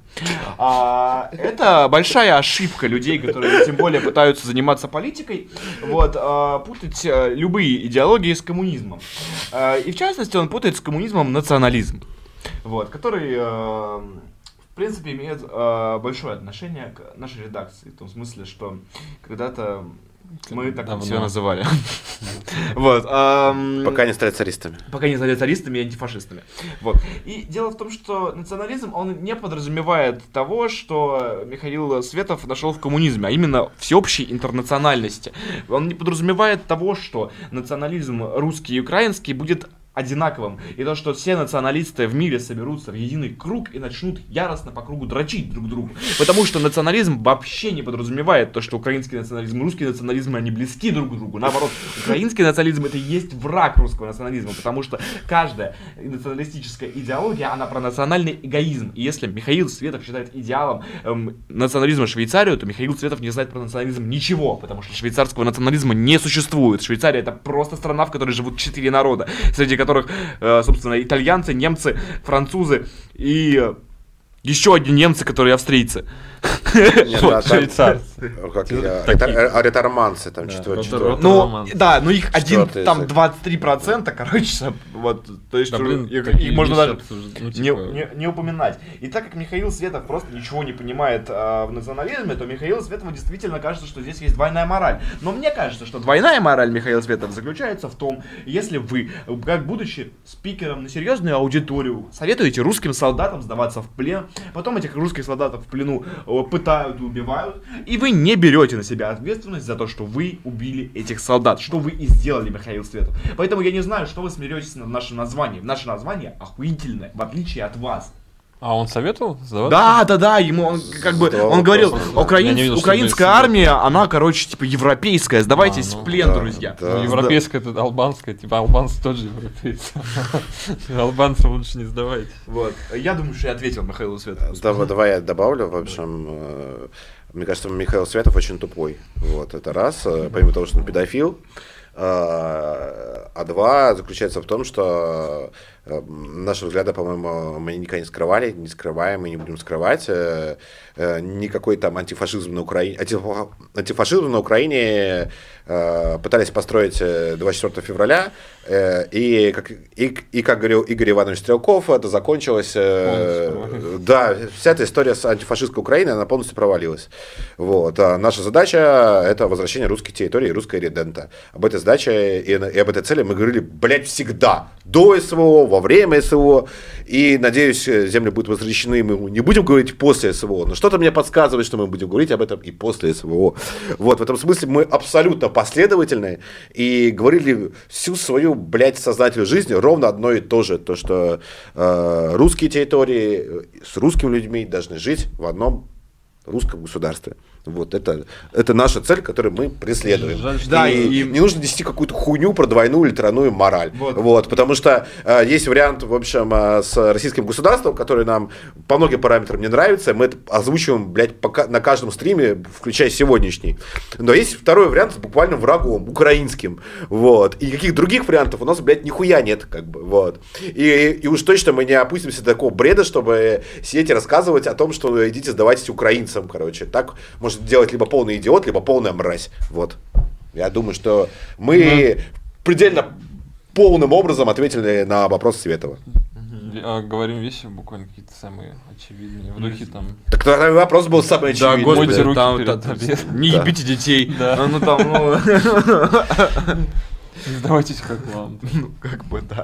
Это большая ошибка людей, которые тем более пытаются заниматься политикой. Вот, э, путать э, любые идеологии с коммунизмом. Э, и в частности, он путает с коммунизмом национализм, вот, который, э, в принципе, имеет э, большое отношение к нашей редакции. В том смысле, что когда-то мы так Давно. себя называли. Вот. Пока не стали царистами. Пока не стали царистами и антифашистами. Вот. И дело в том, что национализм, он не подразумевает того, что Михаил Светов нашел в коммунизме, а именно всеобщей интернациональности. Он не подразумевает того, что национализм русский и украинский будет одинаковым. И то, что все националисты в мире соберутся в единый круг и начнут яростно по кругу дрочить друг другу. Потому что национализм вообще не подразумевает то, что украинский национализм и русский национализм, они близки друг к другу. Наоборот, украинский национализм — это и есть враг русского национализма, потому что каждая националистическая идеология, она про национальный эгоизм. И если Михаил Светов считает идеалом эм, национализма Швейцарию, то Михаил Светов не знает про национализм ничего, потому что швейцарского национализма не существует. Швейцария — это просто страна, в которой живут четыре народа, среди которых, собственно, итальянцы, немцы, французы и еще одни немцы, которые австрийцы. Швейцарцы. Реторманцы там четвертый. Ну, да, ну их один, там двадцать три процента, короче, вот, то есть их можно даже не упоминать. И так как Михаил Светов просто ничего не понимает в национализме, то Михаилу Светову действительно кажется, что здесь есть двойная мораль. Но мне кажется, что двойная мораль Михаила Светова заключается в том, если вы, как будучи спикером на серьезную аудиторию, советуете русским солдатам сдаваться в плен, потом этих русских солдатов в плену пытают и убивают, и вы не берете на себя ответственность за то, что вы убили этих солдат, что вы и сделали, Михаил Светов. Поэтому я не знаю, что вы смеетесь над нашим названием. Наше название охуительное, в отличие от вас. А он советовал сдаваться? Да, да, да, ему он как бы, он говорил, украин, видел, украинская армия, она, короче, типа европейская, сдавайтесь а, ну, в плен, да, друзья. Да. Ну, европейская, это албанская, типа албанцы тоже европейцы. Албанцам лучше не сдавайтесь. Вот, я думаю, что я ответил Михаилу Светову. Давай я добавлю, в общем, мне кажется, Михаил Светов очень тупой, вот, это раз, помимо того, что он педофил. А два заключается в том, что наши взгляды, по-моему, мы никогда не скрывали, не скрываем и не будем скрывать. Никакой там антифашизм на Украине, антифашизм на Украине пытались построить двадцать четвёртого февраля, и как, и, и как говорил Игорь Иванович Стрелков, это закончилось, да, вся эта история с антифашистской Украиной, она полностью провалилась. Вот. А наша задача — это возвращение русской территории, русской редента. Об этой задаче и, и об этой цели мы говорили, блядь, всегда, до СВО, во время СВО, и, надеюсь, земли будут возвращены, мы не будем говорить после СВО, но что-то мне подсказывает, что мы будем говорить об этом и после СВО. Вот, в этом смысле мы абсолютно последовательны и говорили всю свою, блядь, сознательную жизнь ровно одно и то же, то, что э, русские территории с русскими людьми должны жить в одном русском государстве. Вот это, это наша цель, которую мы преследуем. Жаль, да, и, и не нужно нести какую-то хуйню про двойную или тройную мораль. Вот. Вот, потому что э, есть вариант, в общем, э, с российским государством, который нам по многим параметрам не нравится. Мы это озвучиваем, блядь, пока, на каждом стриме, включая сегодняшний. Но есть второй вариант с буквально врагом, украинским. Вот. И каких других вариантов у нас, блядь, нихуя нет. Как бы, вот. и, и уж точно мы не опустимся до такого бреда, чтобы сидеть и рассказывать о том, что идите сдавайтесь украинцам. Короче. Так может делать либо полный идиот, либо полная мразь. Вот. Я думаю, что мы mm-hmm. предельно полным образом ответили на вопрос Светова. А, говорим вещи буквально какие-то самые очевидные. В духе там... Так тогда вопрос был самый очевидный. Да, господи, руки там, там, там, не ебите да. детей. Да. Ну там, ну... Не сдавайтесь как вам. Ну, как бы, да.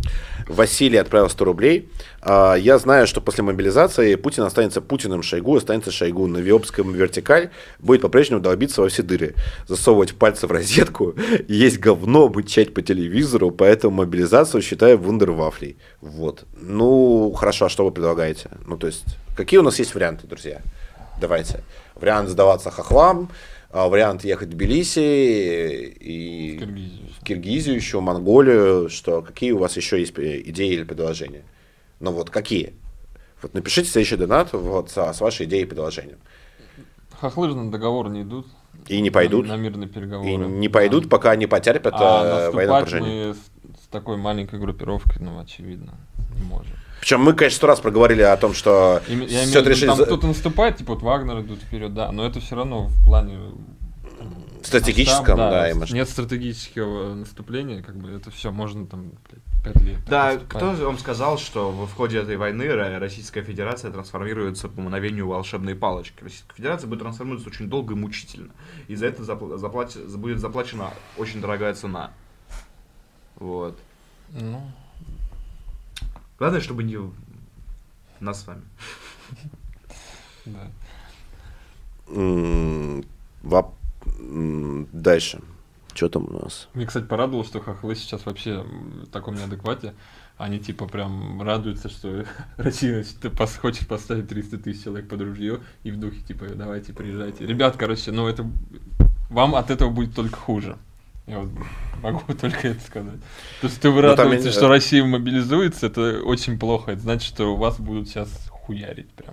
Василий отправил сто рублей. А, я знаю, что после мобилизации Путин останется Путиным, Шойгу останется Шойгу. На Виопском вертикаль будет по-прежнему долбиться во все дыры, засовывать пальцы в розетку, есть говно, мычать по телевизору, поэтому мобилизацию считаю вундервафлей. Вот. Ну, хорошо, а что вы предлагаете? Ну, то есть, какие у нас есть варианты, друзья? Давайте. Вариант сдаваться хохлам, вариант ехать в Тбилиси и Киргизию. в Киргизию еще, Монголию, что какие у вас еще есть идеи или предложения? Ну вот какие? Вот напишите следующий донат вот с, с вашей идеей и предложением. Хохлы же на договор не идут. И не пойдут. На, на мирные переговоры. И не пойдут, да. Пока не потерпят а военное поражение. Мы с, с такой маленькой группировкой, ну, очевидно, не можем. Причем мы, конечно, сто раз проговорили о том, что я все имею, решили... Там кто-то наступает, типа вот Вагнер идут вперед, да, но это все равно в плане... Стратегическом, масштаб, да. да, и нет стратегического наступления, как бы это все можно там пять лет. Да, кто вам сказал, что в ходе этой войны Российская Федерация трансформируется по мановению волшебной палочки? Российская Федерация будет трансформироваться очень долго и мучительно. И за это запла- заплати- будет заплачена очень дорогая цена. Вот. Ну... Главное, чтобы не нас с вами. Да. Воп... Дальше. Что там у нас? Мне, кстати, порадовало, что хохлы сейчас вообще в таком неадеквате. Они типа прям радуются, что Россия хочет поставить триста тысяч человек под ружье и в духе типа давайте приезжайте. Ребят, короче, ну это вам от этого будет только хуже. Я вот могу только это сказать. То, что вы радуетесь, там... что Россия мобилизуется, это очень плохо. Это значит, что у вас будут сейчас хуярить прям.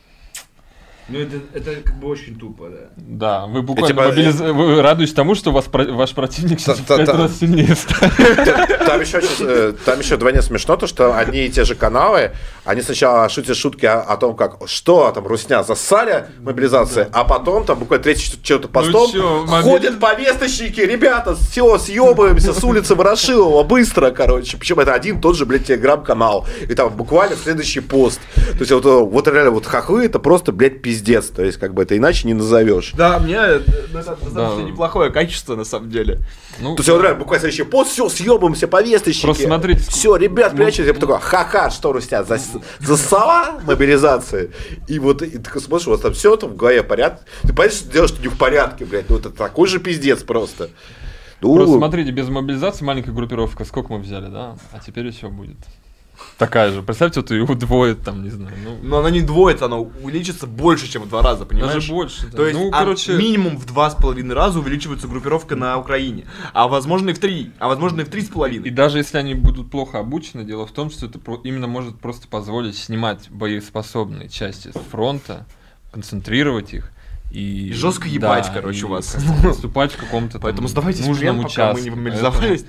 Ну, это, это как бы очень тупо, да. Да, вы буквально типа, мобилиз... э... вы радуетесь тому, что вас про... ваш противник сейчас в пять раз сильнее станет. Там еще, там еще вдвойне смешно то, что одни и те же каналы, они сначала шутят шутки о, о том, как, что там, русня, засали мобилизации, да. А потом там буквально третий что-то постом, ну чё, ходят мобили... повесточники, ребята, все, съебываемся с улицы Ворошилова, быстро, короче. Причем это один тот же, блядь, телеграм-канал. И там буквально следующий пост. То есть вот, вот реально вот хохлы, это просто, блядь, пиздец. То есть, как бы это иначе не назовешь. Да, мне на самом деле да. неплохое качество, на самом деле. Ну, то есть, вот реально, буквально следующий пост, все, съебаемся, повесточники. Просто смотрите. Все, ребят, прячутся. Я такой, ха-ха, что, Рустя, за, за сова мобилизации? И вот, и ты смотришь, у вас там все там в голове порядке. Ты понимаешь, что делаешь, что не в порядке, блядь. Ну, это такой же пиздец просто. Ну, просто смотрите, без мобилизации маленькая группировка, сколько мы взяли, да? А теперь все будет. Такая же. Представьте, вот ее удвоит, там, не знаю. Ну... Но она не двоится, она увеличится больше, чем в два раза, понимаешь? Даже больше, да. То есть, ну, а короче... минимум в два с половиной раза увеличивается группировка на Украине. А возможно и в три, а возможно и в три с половиной. И даже если они будут плохо обучены, дело в том, что это именно может просто позволить снимать боеспособные части с фронта, концентрировать их. И, и жестко ебать, да, короче, у вас. Наступать в каком-то Поэтому сдавайтесь в плен, пока мы не мобилизовались.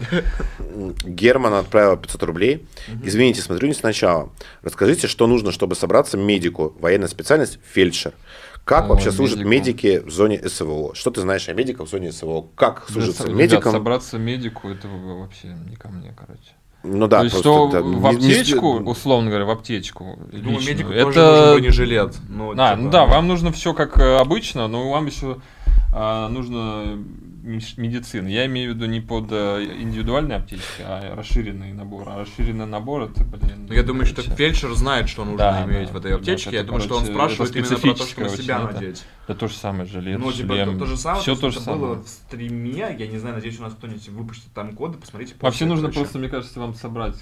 Герман отправил пятьсот рублей. Извините, смотрю не сначала. Расскажите, что нужно, чтобы собраться медику. Военная специальность – фельдшер. Как О, вообще служат медику. медики в зоне СВО? Что ты знаешь о медиках в зоне СВО? Как служится да, медикам? Собраться медику – это вообще не ко мне, короче. Ну да, то есть, что да, в аптечку, не... условно говоря, в аптечку. Думаю, медику это... тоже нужен бронежилет. Ну, а, типа... ну да, вам нужно все как обычно, но вам еще а, нужно медицина. Я имею в виду не под индивидуальные аптечки, а расширенный набор. А расширенный набор это, блин... Я думаю, что фельдшер знает, что нужно да, иметь да, в этой аптечке. Да, Я думаю, короче, что он спрашивает именно про то, что на себя это, надеть. Это то же самое, жилет, ну, типа, шлем, то, то же самое, все то, то же это самое. Было в стриме, я не знаю, надеюсь, у нас кто-нибудь выпустит там коды, посмотрите. Вообще нужно короче. просто, мне кажется, вам собрать...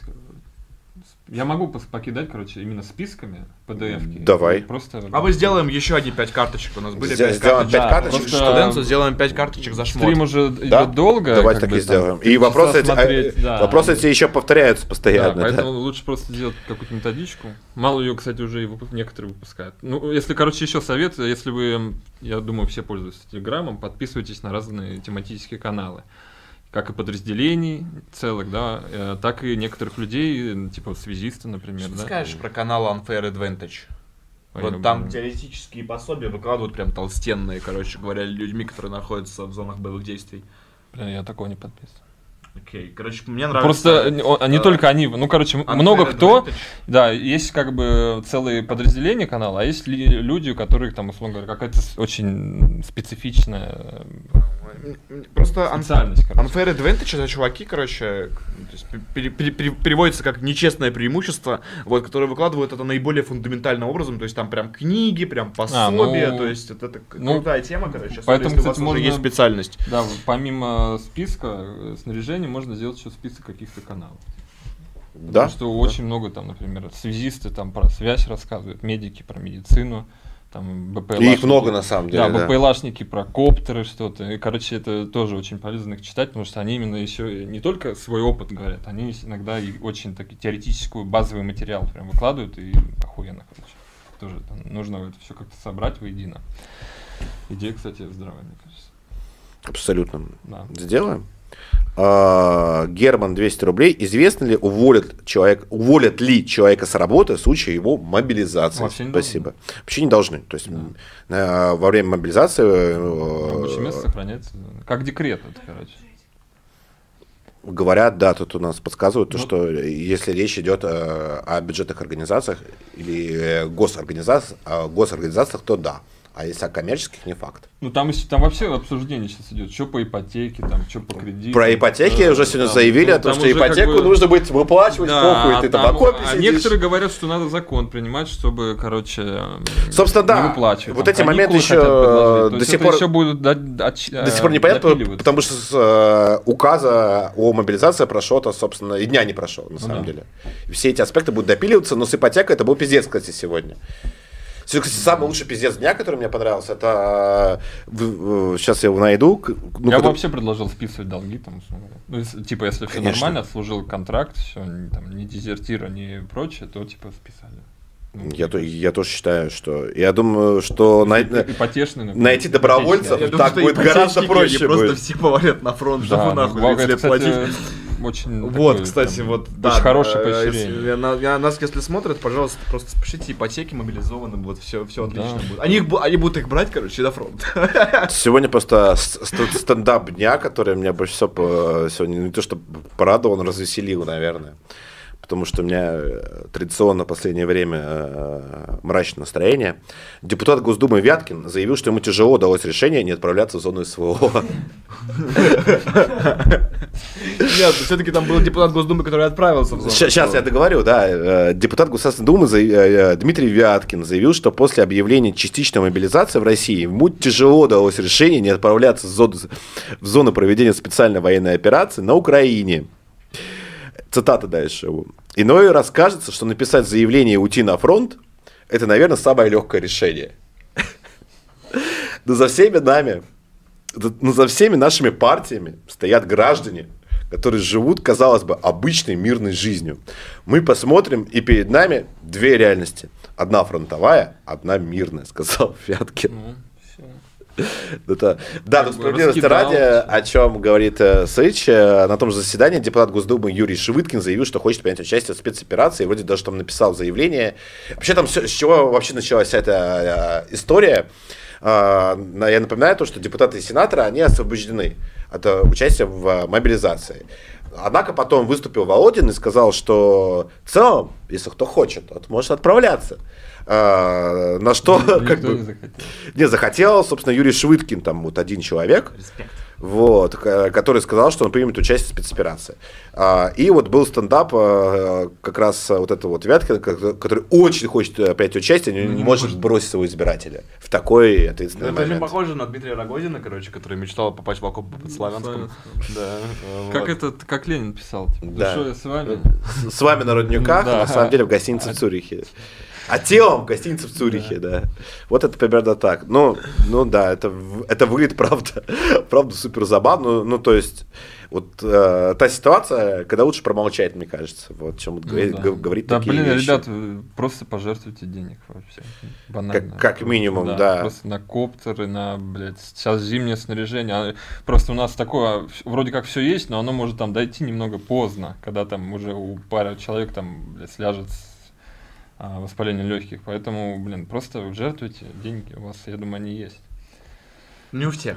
Я могу покидать, короче, именно списками пи ди эф-ки. Давай. Просто... А мы сделаем еще одни пять карточек. У нас были Сдел- пять карточек. пять карточек. Просто Штуденцу сделаем пять карточек за шмот. Стрим уже да? идет долго. Давайте так и сделаем. И вопросы эти, а, да. вопросы эти еще повторяются постоянно. Да, поэтому да. лучше просто делать какую-то методичку. Мало ее, кстати, уже и выпу- некоторые выпускают. Ну, если, короче, еще совет, если вы, я думаю, все пользуются Телеграмом, подписывайтесь на разные тематические каналы. Как и подразделений целых, да, э, так и некоторых людей, типа связисты, например. Что да? ты скажешь про канал Unfair Advantage? Ой, вот там буду... теоретические пособия выкладывают прям толстенные, короче говоря, людьми, которые находятся в зонах боевых действий. Блин, я такого не подписан. Окей, короче, мне нравится... Просто не, не только они, ну, короче, Unfair много кто, Advantage. да, есть как бы целые подразделения канала, а есть ли люди, у которых там, условно говоря, какая-то с- очень специфичная Просто un- специальность, короче. Unfair Advantage — это чуваки, короче, то есть пере- пере- пере- переводится как нечестное преимущество, вот, которые выкладывают это наиболее фундаментальным образом, то есть там прям книги, прям пособия, ну, то есть это, это ну, крутая тема, короче, особенно поэтому, если у вас кстати, уже можно- есть специальность. Да, вот помимо списка э, снаряжения можно сделать еще список каких-то каналов. Да. Потому что очень много там, например, связисты там про связь рассказывают, медики про медицину, там БПЛАшники. И их много на самом деле. Да, Да, БПЛАшники про коптеры что-то. И, короче, это тоже очень полезно их читать, потому что они именно еще не только свой опыт говорят, они иногда и очень таки теоретическую базовый материал прям выкладывают, и охуенно, короче. Тоже там нужно это все как-то собрать воедино. Идея, кстати, здравая, мне кажется. Абсолютно. Да. Сделаем. А, Герман, двести рублей. Известно ли, уволят, человек, уволят ли человека с работы в случае его мобилизации? Вообще не Спасибо. Вообще не должны. То есть э, во время мобилизации... э, Рабочее место сохраняется. Как декрет это, короче. Говорят, да, тут у нас подсказывают, то, Ну. что если речь идет э, о бюджетных организациях или э, госорганизациях, о госорганизациях, то да. А если о коммерческих, не факт. Ну там, еще- там вообще обсуждение сейчас идет, что по ипотеке, там, что по кредиту. Про ипотеки Да, уже сегодня там, заявили, ну, о том, там что уже как ипотеку бы- нужно будет выплачивать, Да, похуй, ты там в там- окопе а сидишь. некоторые говорят, что надо закон принимать, чтобы, короче, м, Собственно, да. не выплачивать. Вот Там эти моменты каникулы еще, хотят предложить. до То есть сих это пор- еще будут до, отч- До сих пор непонятно, допиливаться. потому что с э, указа о мобилизации прошло, то, собственно, и дня не прошло, на самом да. деле. И все эти аспекты будут допиливаться, но с ипотекой это был пиздец, кстати, сегодня. Сегодня, кстати, самый лучший пиздец дня, который мне понравился, это... Сейчас я его найду. к- Ну, Я бы который- вообще предложил списывать долги, там, условно говоря. Ну, если- типа, если все Конечно. нормально, служил контракт, все, там, ни дезертира, ни прочее, то, типа, списали. Ну, Я, то- я тоже считаю, что... Я думаю, что най- и- ипотечный, например, найти добровольцев ипотечный. Я думаю, так что будет гораздо ипотечники, проще они просто будет. все повалят на фронт, Да, чтобы нахуй ну, весь это, лет кстати, платить. очень Вот, такое, кстати, прям, вот, очень да, хорошее э, поощрение. если- на, на нас, если смотрят, пожалуйста, просто спешите ипотеки мобилизованным, вот все, все Да. отлично будет. Они, их бу- они будут их брать, короче, на фронт. Сегодня просто с- ст- стендап дня, который меня больше всего по- сегодня не то что порадовал, но развеселил, наверное. Потому что у меня э, традиционно в последнее время э, мрачное настроение. Депутат Госдумы Вяткин заявил, что ему тяжело удалось решение не отправляться в зону СВО. Нет, все-таки там был депутат Госдумы, который отправился в зону. Сейчас я договорю, да. Э, Депутат Государственной Думы заяв- э, Дмитрий Вяткин заявил, что после объявления частичной мобилизации в России ему тяжело удалось решение не отправляться в зону, в зону проведения специальной военной операции на Украине. Цитата дальше. Иной раз кажется, что написать заявление и уйти на фронт – это, наверное, самое легкое решение. Но за всеми нами, но за всеми нашими партиями стоят граждане, которые живут, казалось бы, обычной мирной жизнью. Мы посмотрим, и перед нами две реальности. Одна фронтовая, одна мирная, сказал Вяткин. Ну, всё. Это, да, Как но бы справедливости раскидал, ради, всё. о чем говорит э, Сыч, э, на том же заседании депутат Госдумы Юрий Шевыткин заявил, что хочет принять участие в спецоперации, вроде даже там написал заявление. Вообще там всё- с чего вообще началась вся эта э, история? Э, на- я напоминаю то, что депутаты и сенаторы, они освобождены от э, участия в э, мобилизации. Однако потом выступил Володин и сказал, что в целом, если кто хочет, тот может отправляться. Э, на что как Никто бы... не захотел. Не, захотел, собственно, Юрий Швыдкин, там вот один человек, Респект. вот, к- который сказал, что он примет участие в спецоперации. А, и вот был стендап а, как раз а, вот этого вот Вяткина, ко- который очень хочет а, принять участие, но не, Ну, не может может. бросить своего избирателя в такой ответственный Это очень момент. похоже на Дмитрия Рогозина, короче, который мечтал попасть в окоп под Славянском. Да. э, Как вот. этот, как Ленин писал, типа, Да. душой я с вами. С, с вами на Роднюках, Да. на самом деле в гостинице в Цюрихе. А телом в гостинице в Цюрихе, да. Вот это примерно так. Ну, ну да, это, в- это выглядит, правда, правда, супер забавно. Ну, то есть, вот э, та ситуация, когда лучше промолчать, мне кажется. Вот, чем вот Ну говорит, да. г- говорит Да, такие блин, вещи. ребят, вы просто пожертвуйте денег вообще. Банально. Как- как минимум, да. Просто на коптеры, на, блядь, сейчас зимнее снаряжение. А Просто у нас такое, вс- вроде как все есть, но оно может там дойти немного поздно, когда там уже у пары человек там, блядь, сляжет с, а, воспаление легких. Поэтому, блин, просто жертвуйте деньги у вас, я думаю, они есть. Не у всех.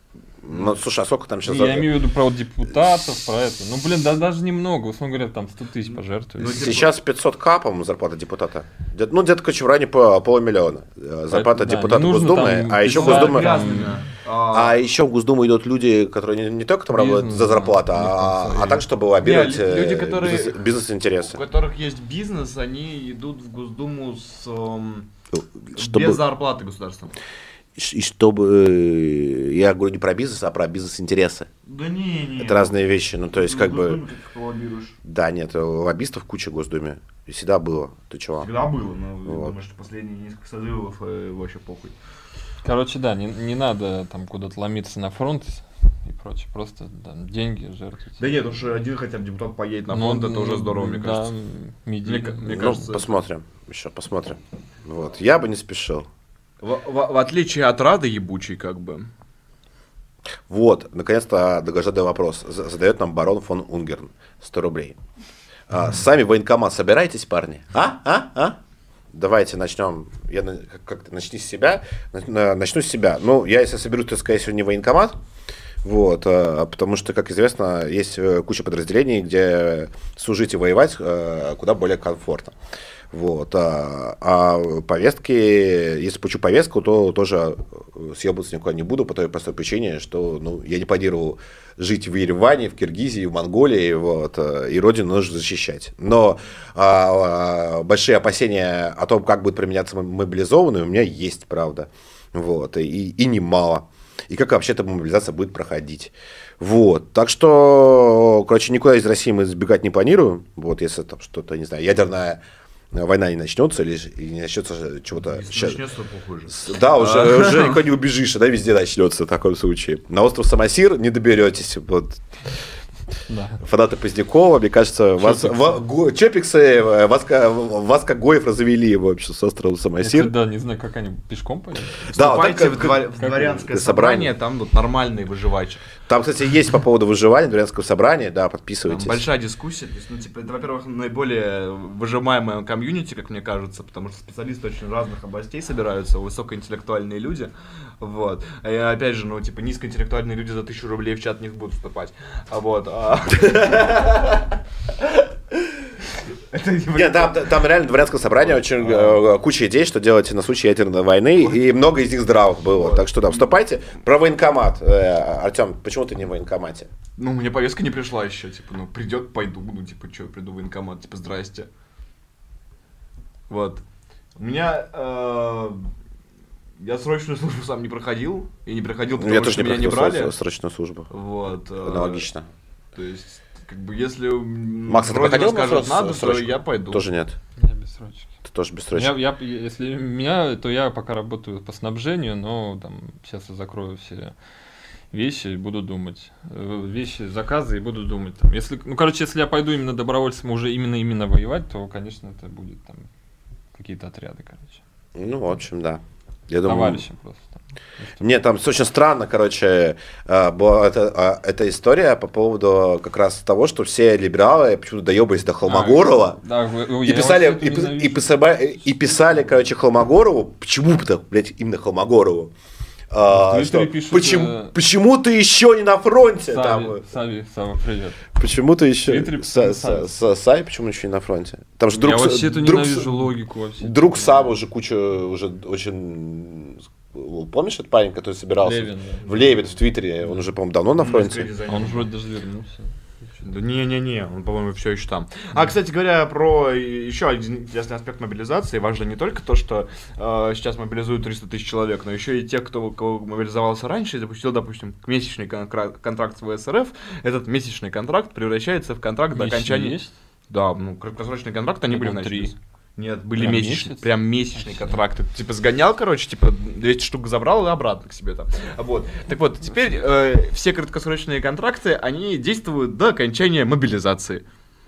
Ну, слушай, а сколько там сейчас... Я имею в виду про вот депутатов, про это. Ну, блин, да, даже немного. Условно говоря, там сто тысяч пожертвуют. Ну, типа- Сейчас пятьсот к, по-моему, зарплата депутата. Где- Ну, где-то, короче, в районе по полумиллиона. Э, Зарплата Да, депутата не нужно Госдумы, там а еще писать, Госдума... там, А еще в Госдуму идут люди, которые не, не только там работают Бизнес, за зарплату, да, а, бизнес, а и- так, чтобы лоббировать Не, люди, э, которые- бизнес- У бизнес-интересы. которых есть бизнес, они идут в Госдуму с эм, Чтобы- без зарплаты государственной. И и чтобы... э, Я говорю не про бизнес, а про бизнес-интересы. Да не, не. Это разные вещи. Ну, то есть, как бы... Как лоббируешь? Да, нет, лоббистов куча в Госдуме. И всегда было. Ты чего? Всегда было, но Вот. я думаю, что последние несколько созывов э, вообще похуй. Короче, да, не, не надо там куда-то ломиться на фронт и прочее. Просто там, деньги жертвовать. Да нет, уж один хотя бы депутат поедет на Ну, фронт, это уже ну, здорово, мне да, кажется. медийно. Мне- мне Ну, кажется, посмотрим. Еще посмотрим. Вот. Я бы не спешил. В, в- в отличие от Рады ебучей, как бы. Вот, наконец-то долгожданный вопрос. З- Задает нам барон фон Унгерн. сто рублей. А, сами в военкомат собираетесь, парни? А? А? А? Давайте начнем. Я на- как- как-то начни с себя. На- на- Начну с себя. Ну, я если соберусь, то, скорее всего, не в военкомат. Вот, а, потому что, как известно, есть э, куча подразделений, где служить и воевать э, куда более комфортно. Вот, а, а повестки, если получу повестку, то тоже съебаться никуда не буду по той простой причине, что ну, я не планирую жить в Ереване, в Киргизии, в Монголии, вот, и родину нужно защищать. Но а, а, большие опасения о том, как будет применяться мобилизованные, у меня есть, правда. Вот, и, и немало. И как вообще эта мобилизация будет проходить. Вот. Так что, короче, никуда из России мы сбегать не планируем. Вот, если там что-то, не знаю, ядерная война не начнется или, или не начнется чего-то. Если щас- начнется, похуй же. С- Да, уже, уже никуда не убежишь, да, везде начнется в таком случае. На остров Самосир не доберетесь. Вот. Да. Фанаты Позднякова, мне кажется, вас, Чопиксы. ва- го- Чопиксы, э, вас, ка- вас как Гоев развели вообще с острова Я, Самосир. кстати, да, не знаю, как они пешком поедут. Да, вот так, Вступайте как- в, двор- в как- дворянское как собрание, там вот нормальный выживач. Там, кстати, есть по поводу выживания дворянского собрания, да, Там подписывайтесь. большая дискуссия. То есть, ну, типа, это, во-первых, наиболее выжимаемое комьюнити, как мне кажется, потому что специалисты очень разных областей собираются, высокоинтеллектуальные люди. Вот. И опять же, ну, типа, низкоинтеллектуальные люди за тысячу рублей в чат не будут вступать. А вот. а- Это не Нет, там, там реально дворянское собрание, очень э, куча идей, что делать на случай ядерной войны, и много из них здравых было. Так что да, вступайте. Про военкомат. Э, Артем, почему ты не в военкомате? Ну, мне повестка не пришла еще, типа, ну, придет, пойду, ну, типа, что, приду в военкомат, типа, здрасте. Вот. У меня, э, я срочную службу сам не проходил, и не проходил, потому Я что тоже не меня не проходил брали. сро- срочную службу. Вот. э, Аналогично. То есть, как бы, если Макс, ты вроде проходил скажут сро- надо, то срочку? я пойду. Тоже нет. Я без срочки. Ты тоже без Я, срочки. я, если меня, то я пока работаю по снабжению, но там сейчас я закрою все вещи и буду думать. Э, Вещи, заказы и буду думать. Там. Если, ну, короче, если я пойду именно добровольцем уже именно-именно воевать, то, конечно, это будет там какие-то отряды, короче. Ну, в общем, да. Я думаю... Товарищи просто. Там. Нет, там очень странно, короче, э, была эта, а, эта история по поводу как раз того, что все либералы почему-то доебались до Холмогорова. А, да, вы- вы- И я писали, вообще и, это пи- и, ненавижу. писаба- и писали, короче, Холмогорову, почему-то, блядь, именно Холмогорову. А, В Твиттере что, пишут, почему, э, почему ты еще не на фронте? Там, Сави, Сави, Сава, привет. почему ты еще... Твиттере Са- писали. са- са- Сави, почему еще не на фронте? Там же друг, я С- вообще эту друг, С- ненавижу логику вообще. друг Сава уже куча, уже очень... Помнишь этот парень, который собирался? Левин, да. В Левин, в Твиттере, он уже, по-моему, давно на фронте. А он вроде даже вернулся. Да не-не-не, он, по-моему, все еще там. А, кстати говоря, про еще один интересный аспект мобилизации. Важно не только то, что э, сейчас мобилизуют триста тысяч человек, но еще и те, кто, кого мобилизовался раньше и запустил, допустим, месячный контракт, контракт с ВСРФ. Этот месячный контракт превращается в контракт до Месячный окончания... есть? Да, ну, краткосрочный контракт, они Ну, были там три. начались. Нет, были Прям месячные, месяц? прям месячные Офигеть. контракты. Типа сгонял, короче, типа двести штук забрал и обратно к себе там. Вот. Так вот, теперь э, все краткосрочные контракты, они действуют до окончания мобилизации.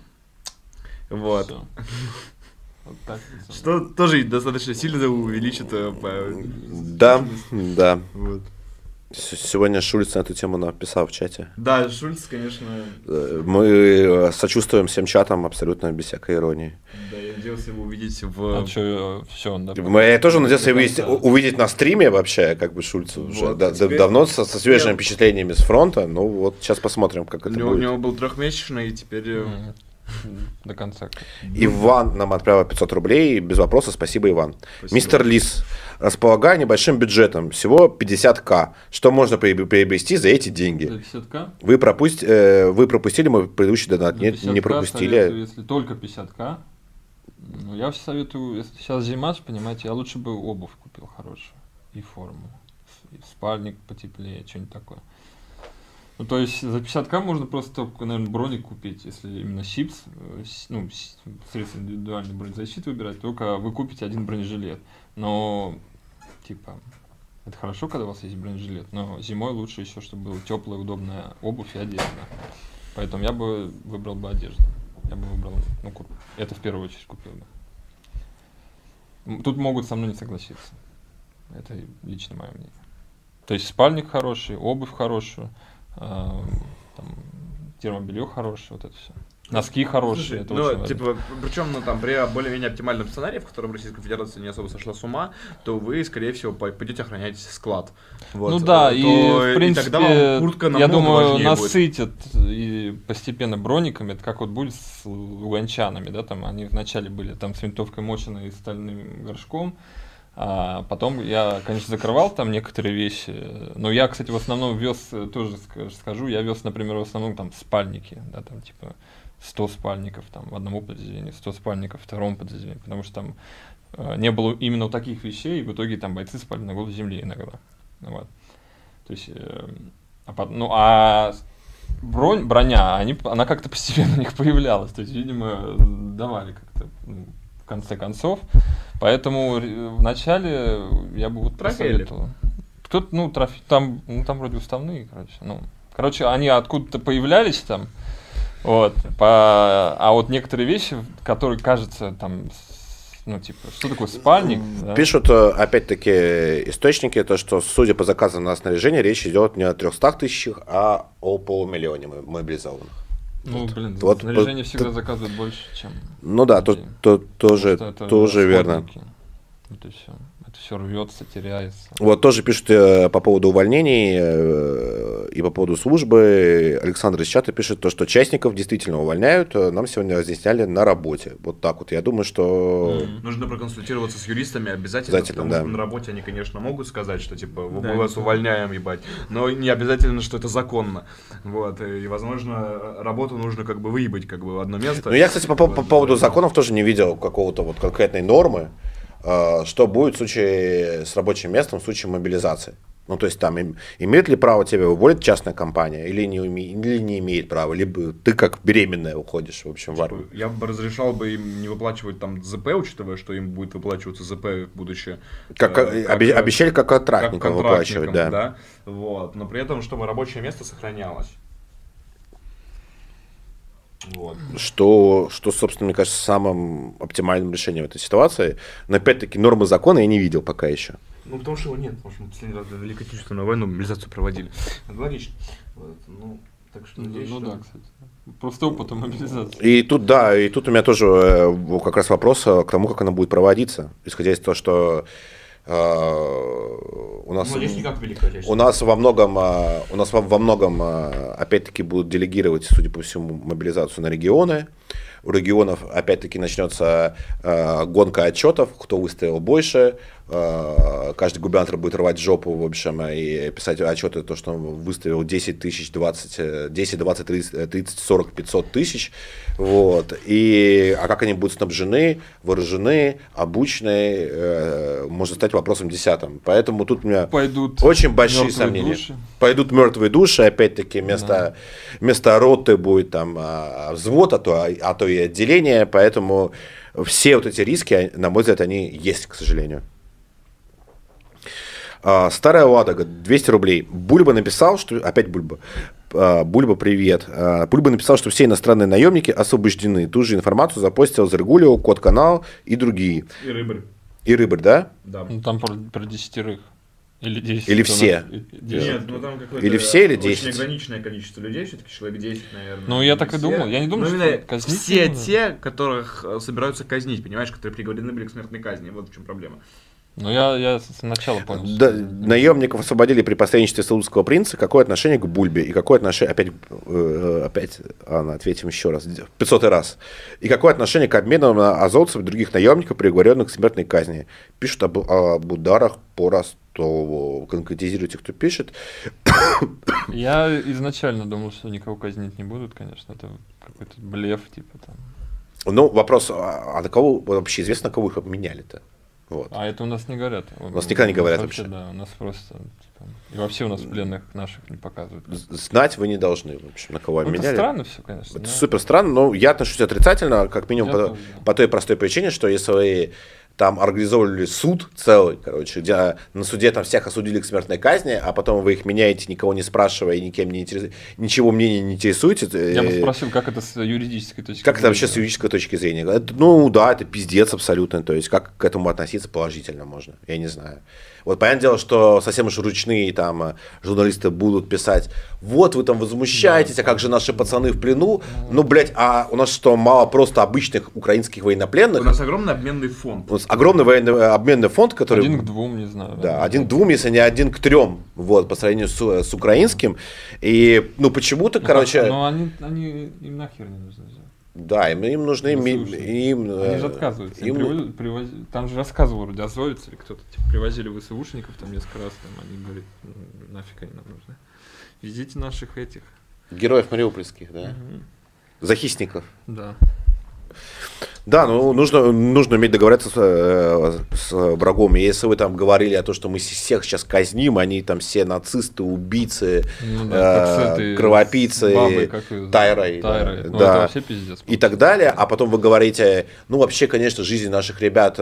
Вот. Всё. Вот так вот. Что тоже достаточно сильно увеличит... э, по- Да, да. Вот. С- Сегодня Шульц на эту тему написал в чате. Да, Шульц, конечно, Э, Мы э, сочувствуем всем чатам абсолютно без всякой иронии. да, я надеялся его увидеть в... А что, все, он, да? Я тоже надеялся увидеть, увидеть на стриме вообще, как бы, Шульца уже Вот, да, а теперь... давно со, со свежими Нет. впечатлениями с фронта. Ну вот сейчас посмотрим, как У это него, у будет. него был трехмесячный, и теперь... М, До конца. Иван нам отправил пятьсот рублей. Без вопроса, спасибо, Иван. Спасибо. Мистер Лис. Располагаю небольшим бюджетом, всего пятьдесят тысяч. Что можно приобр- приобрести за эти деньги? За пятьдесят тысяч? Вы, пропусти, э, вы пропустили мой предыдущий донат? За Нет, 50К не пропустили. советую, если только пятьдесят тысяч, ну, я советую, если сейчас зима, понимаете, я лучше бы обувь купил хорошую и форму, и спальник потеплее, что-нибудь такое. Ну, то есть за пятьдесят тысяч можно просто только, наверное, броник купить, если именно СИПС, э, с- ну, с- средства индивидуальной бронезащиты выбирать, только вы купите один бронежилет. Но, типа, это хорошо, когда у вас есть бронежилет, но зимой лучше еще, чтобы была теплая, удобная обувь и одежда. Поэтому я бы выбрал бы одежду. Я бы выбрал, ну, куп- это в первую очередь купил бы. М, Тут могут со мной не согласиться. Это лично мое мнение. То есть спальник хороший, обувь хорошую, а, там, термобелье хорошее, вот это все. Носки хорошие, Слушай, это ну, очень важно. типа, причем, ну, там, при более-менее оптимальном сценарии, в котором Российская Федерация не особо сошла с ума, то вы, скорее всего, по- пойдете охранять склад. Вот. Ну да, То- и и в принципе, тогда вам куртка я намного думаю, важнее будет. насытят и постепенно брониками, это как вот будет с луганчанами, да, там они вначале были там с винтовкой Мосина и стальным горшком, а потом я, конечно, закрывал там некоторые вещи, но я, кстати, в основном вез, э, тоже ска- скажу, я вез, например, в основном там спальники, да, там типа сто спальников там в одном подразделении, сто спальников в втором подразделении, потому что там э, не было именно таких вещей, и в итоге там бойцы спали на голой земле иногда. Вот. То есть, э, а пот- ну а бронь, броня, они, она как-то постепенно у них появлялась, то есть, видимо, давали как-то ну, в конце концов. Поэтому ре- вначале я бы вот Трофейли. посоветовал. Кто-то, ну, трофей, там, ну, там вроде уставные, короче. Ну, короче, они откуда-то появлялись там, вот, по, а вот некоторые вещи, которые кажется там, с- ну, типа, что такое спальник? да? Пишут, э, опять-таки, источники, то, что, судя по заказам на снаряжение, речь идет не о трехстах тысячах, а о полумиллионе мо- мобилизованных. Ну, блин, Вот, снаряжение вот, всегда тут- заказывают больше, чем... Ну да, то, людей. то- тоже, Потому что это тоже верно. расходники. Это все. Это все рвется, теряется. Вот тоже пишут э, по поводу увольнений э, и по поводу службы. Александр из чата пишет, то, что частников действительно увольняют. э, Нам сегодня разъясняли на работе. Вот так вот. Я думаю, что... Мгм. Нужно проконсультироваться с юристами обязательно, Обязательно, потому да. что на работе они, конечно, могут сказать, что типа мы Да, вас да. увольняем, ебать, но не обязательно, что это законно. Вот, и, возможно, работу нужно как бы выебать как бы в одно место. Ну, я, кстати, по, по- по Вот, поводу да. законов тоже не видел какого-то вот конкретной нормы, э, что будет в случае с рабочим местом, в случае мобилизации. Ну, то есть там им- имеет ли право тебя уволить частная компания или не, уме- или не имеет права, либо ты как беременная уходишь, в общем, в армию. Я бы разрешал бы им не выплачивать там ЗП, учитывая, что им будет выплачиваться ЗП, будучи... Как, э, обе- как, э, обещали как как контрактникам выплачивать, контрактникам, да. Вот, но при этом, чтобы рабочее место сохранялось. Вот. Что, что, собственно, мне кажется, самым оптимальным решением в этой ситуации. Но, опять-таки, нормы закона я не видел пока еще. Ну, потому что его нет, потому что мы последний раз в Великую Отечественную войну мобилизацию проводили. Аналогично. Вот, ну, так что Ну, надеюсь, ну что... да, кстати. Просто опытом мобилизации. И тут, да, и тут у меня тоже э, как раз вопрос э, к тому, как она будет проводиться. Исходя из того, что э, у нас... Ну, здесь не как Великая У Отечественная. нас во многом, э, у нас во, во многом, э, опять-таки, будут делегировать, судя по всему, мобилизацию на регионы. У регионов, опять-таки, начнется э, гонка отчетов, кто выставил больше. Э, каждый губернатор будет рвать жопу, в общем, и писать отчеты, то, что он выставил десять тысяч, двадцать, э, десять, двадцать, тридцать, тридцать, сорок, пятьсот тысяч. Вот. И, а как они будут снабжены, вооружены, обучены, э, может стать вопросом десятым. Поэтому тут у меня Пойдут очень большие мертвые сомнения. души. Пойдут мертвые души, опять-таки, вместо, вместо роты будет там а, взвод, а то, а то и отделение, поэтому все вот эти риски, на мой взгляд, они есть, к сожалению. А, Старая Ладога, двести рублей. Бульба написал, что... Опять Бульба. А, Бульба, привет. А, Бульба написал, что все иностранные наемники освобождены. Ту же информацию запостил Зергулио, Код-канал и другие. И рыбарь. И Рыбарь, да? Да. Ну, там про, про десятерых. Или десять. Или все? Нет, ну там какое-то Или все, или очень десять? ограниченное количество людей, все-таки человек десять, наверное. Ну, я Не так и все. думал. Я не думал, Ну, что именно казнить все не надо. те, которых э, собираются казнить, понимаешь, которые приговорены были к смертной казни. Вот в чем проблема. Ну, я, я сначала понял. Да, что- наемников освободили при посредничестве саудовского принца. Какое отношение к Бульбе? И какое отношение, опять, э, опять Анна, ответим еще раз, пятьсотый раз. И какое отношение к обмену на азовцев и других наемников, приговоренных к смертной казни? Пишут об, об ударах по Ростову. Конкретизируйте, кто пишет. Я изначально думал, что никого казнить не будут, конечно. Это какой-то блеф, типа там. Ну, вопрос, а а на кого вообще известно, на кого их обменяли-то? Вот. А это у нас не говорят. У нас никогда не говорят вообще. вообще. Да, у нас просто... Типа, и вообще у нас пленных наших не показывают. Знать вы не должны, в общем, на кого Ну, это обменяли. странно все, конечно. Это но- супер странно, но я отношусь отрицательно, как минимум Я по, тоже, да. по той простой причине, что если вы там организовывали суд целый, короче, где на суде там всех осудили к смертной казни, а потом вы их меняете, никого не спрашивая и никем не интерес... ничего мнения не интересуете. Я бы э, спросил, как это с юридической точки Как это вообще с зрения? юридической точки зрения? Это, ну да, это пиздец абсолютно. То есть как к этому относиться положительно можно? Я не знаю. Вот понятное дело, что совсем уж ручные там э, журналисты будут писать, вот вы там возмущаетесь, а как же наши пацаны в плену? Ну, блядь, а у нас что, мало просто обычных украинских У военнопленных? нас огромный обменный фонд. У нас огромный военный обменный фонд, который... Один к двум, не знаю. Да, один к двум, если не один к трем, вот, по сравнению с, с украинским. И, ну, почему-то, Ну, короче... как- Но они, они им нахер не нужны. же. Да, им, им нужны... Ну, ми- слушай, им, Они же э, отказываются. Им им- привозили- привози- Там же рассказывал вроде азовец или кто-то. Типа, привозили ВСУшников там несколько раз. Там, они говорят, «Ну, нафиг они нам нужны. Везите наших этих. Героев мариупольских, да? Мгм. Захисников. Да. Да, ну нужно, нужно уметь договориться с, э, с врагом. И если вы там говорили о том, что мы всех сейчас казним, они там все нацисты, убийцы, Ну да, как с э, этой кровопийцы, бабой, как её зовут? Тайрой, да, Тайрой. Ну, да, это вообще пиздец. и так далее, а потом вы говорите, ну вообще, конечно, жизнь наших ребят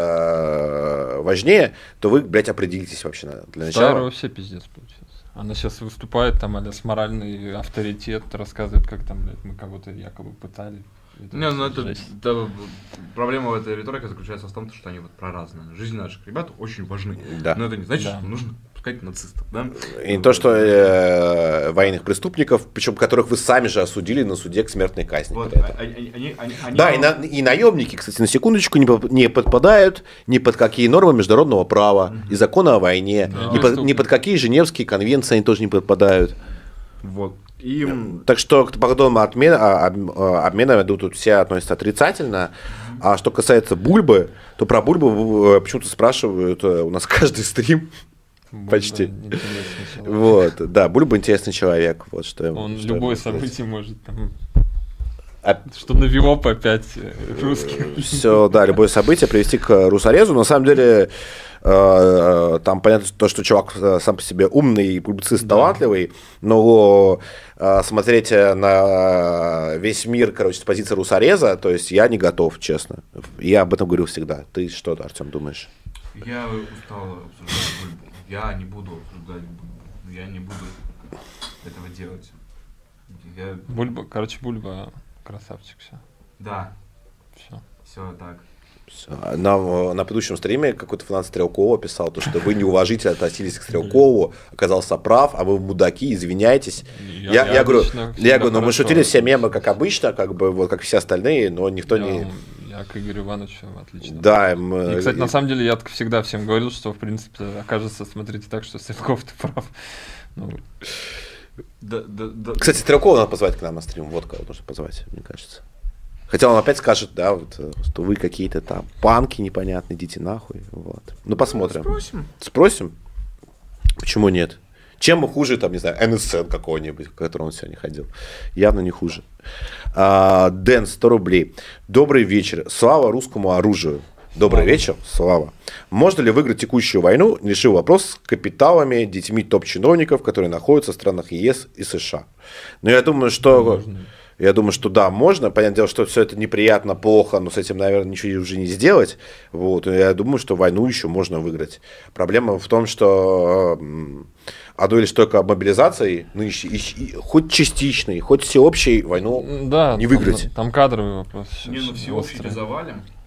э, важнее, то вы, блядь, определитесь вообще на- для начала. Тайра вообще пиздец получился. Она сейчас выступает там, а с моральный авторитет, рассказывает, как там, блядь, мы кого-то якобы пытали. Это Не, ну это, жесть. да, проблема в этой риторике заключается в том, что они вот про разное. Жизнь наших ребят очень важны. Да. Но это не значит, Да. что нужно пускать нацистов, да? И не то, что э, военных преступников, причем которых вы сами же осудили на суде к смертной казни. Вот, при этом. а- они, они, они, они- Да, и, на- и наемники, кстати, на секундочку, не, поп- не подпадают ни под какие нормы международного права и закона о войне, Да. ни, под, ни под какие Женевские конвенции они тоже не подпадают. Вот. И м, Так что к подобному обмен, а, об- а, обменам, я думаю, тут все относятся отрицательно. А что касается Бульбы, то про Бульбу э, почему-то спрашивают э, у нас каждый стрим. Бульба почти. интересный человек. Вот, да, Бульба интересный человек. Вот, что, я- Он что я любое могу сказать. событие может там... А- Что навело по опять э, русских. Все, да, любое событие привести к русорезу. На самом деле, э, там понятно то, что чувак э, сам по себе умный и публицист Да. талантливый, но э, смотреть на весь мир, короче, с позиции русореза, то есть я не готов, честно. Я об этом говорил всегда. Ты что, Артем, думаешь? я устал обсуждать Бульбу. Я не буду обсуждать Бульбу. Я не буду этого делать. Я... Бульба, короче, Бульба красавчик, все. Да, Все. все так. Всё. На, на предыдущем стриме какой-то фанат Стрелкова писал, то, что вы неуважительно относились к Стрелкову, оказался прав, а вы мудаки, извиняйтесь. Я, я, говорю, я говорю, ну мы шутили все мемы, как обычно, как бы вот как все остальные, но никто я, не... Я к Игорю Ивановичу отлично. Да, мы... И, кстати, на самом деле я так всегда всем говорил, что, в принципе, окажется, смотрите так, что Стрелков ты прав. Ну, Да, да, да. Кстати, Стрелкова надо позвать к нам на стрим, вот кого нужно позвать, мне кажется. Хотя он опять скажет, да, вот, что вы какие-то там панки непонятные, идите нахуй, вот. Ну посмотрим. Спросим. Спросим? Почему нет? Чем мы хуже, там, не знаю, эн эс эн какого-нибудь, в который он сегодня ходил? Явно не хуже. А, Дэн, сто рублей. Добрый вечер. Слава русскому оружию. Добрый Слава. вечер, Слава. Можно ли выиграть текущую войну, решил вопрос с капиталами, детьми топ-чиновников, которые находятся в странах ЕС и США? Но я думаю, что... можно. Я думаю, что да, можно. Понятное дело, что все это неприятно, плохо, но с этим, наверное, ничего уже не сделать. Вот. И я думаю, что войну еще можно выиграть. Проблема в том, что м, одной лишь только мобилизацией, нынешней, и- и хоть частичной, хоть всеобщей войну да, не там- выиграть. Там, кадровый вопрос. Не, ну сейчас всеобщий острый. завалим.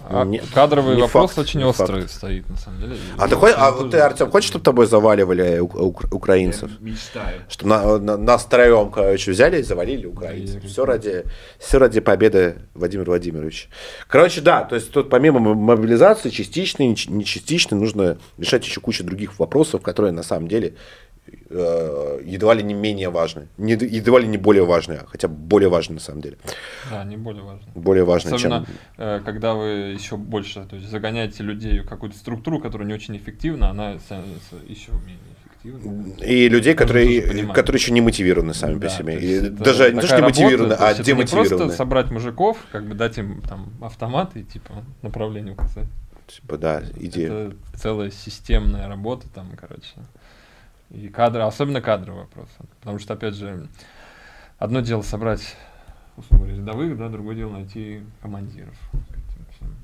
А Не- кадровый не вопрос факт, очень не острый факт. стоит, на самом деле. А И ты, хочешь, а тоже- вот ты, Артем, хочешь, чтобы тобой заваливали у- ук- украинцев? Я мечтаю. Что на, на- нас троем, короче, взяли и завалили украинцев. Да, Все ради, все ради победы Владимира Владимировича. Короче, да, то есть тут помимо м- мобилизации, частичной, не ч- не частичной, нужно решать еще кучу других вопросов, которые на самом деле э, едва ли не менее важны. Не, едва ли не более важны, а хотя бы более важны на самом деле. Да, не более важно. Более важны, Особенно, чем... э, когда вы еще больше, то есть загоняете людей в какую-то структуру, которая не очень эффективна, она становится еще менее эффективной. И людей, Нужно которые, тоже понимать. которые еще не мотивированы сами по Да, себе. то И есть это даже не то, что такая не мотивированы, работа, то а есть это не демотивированы. просто собрать мужиков, как бы дать им там автомат и типа направление указать. Типа, да, идея. Это целая системная работа там, короче. И кадры, особенно кадровый вопрос. Потому что, опять же, одно дело собрать, условно говоря, рядовых, да, другое дело найти командиров. к этим всем.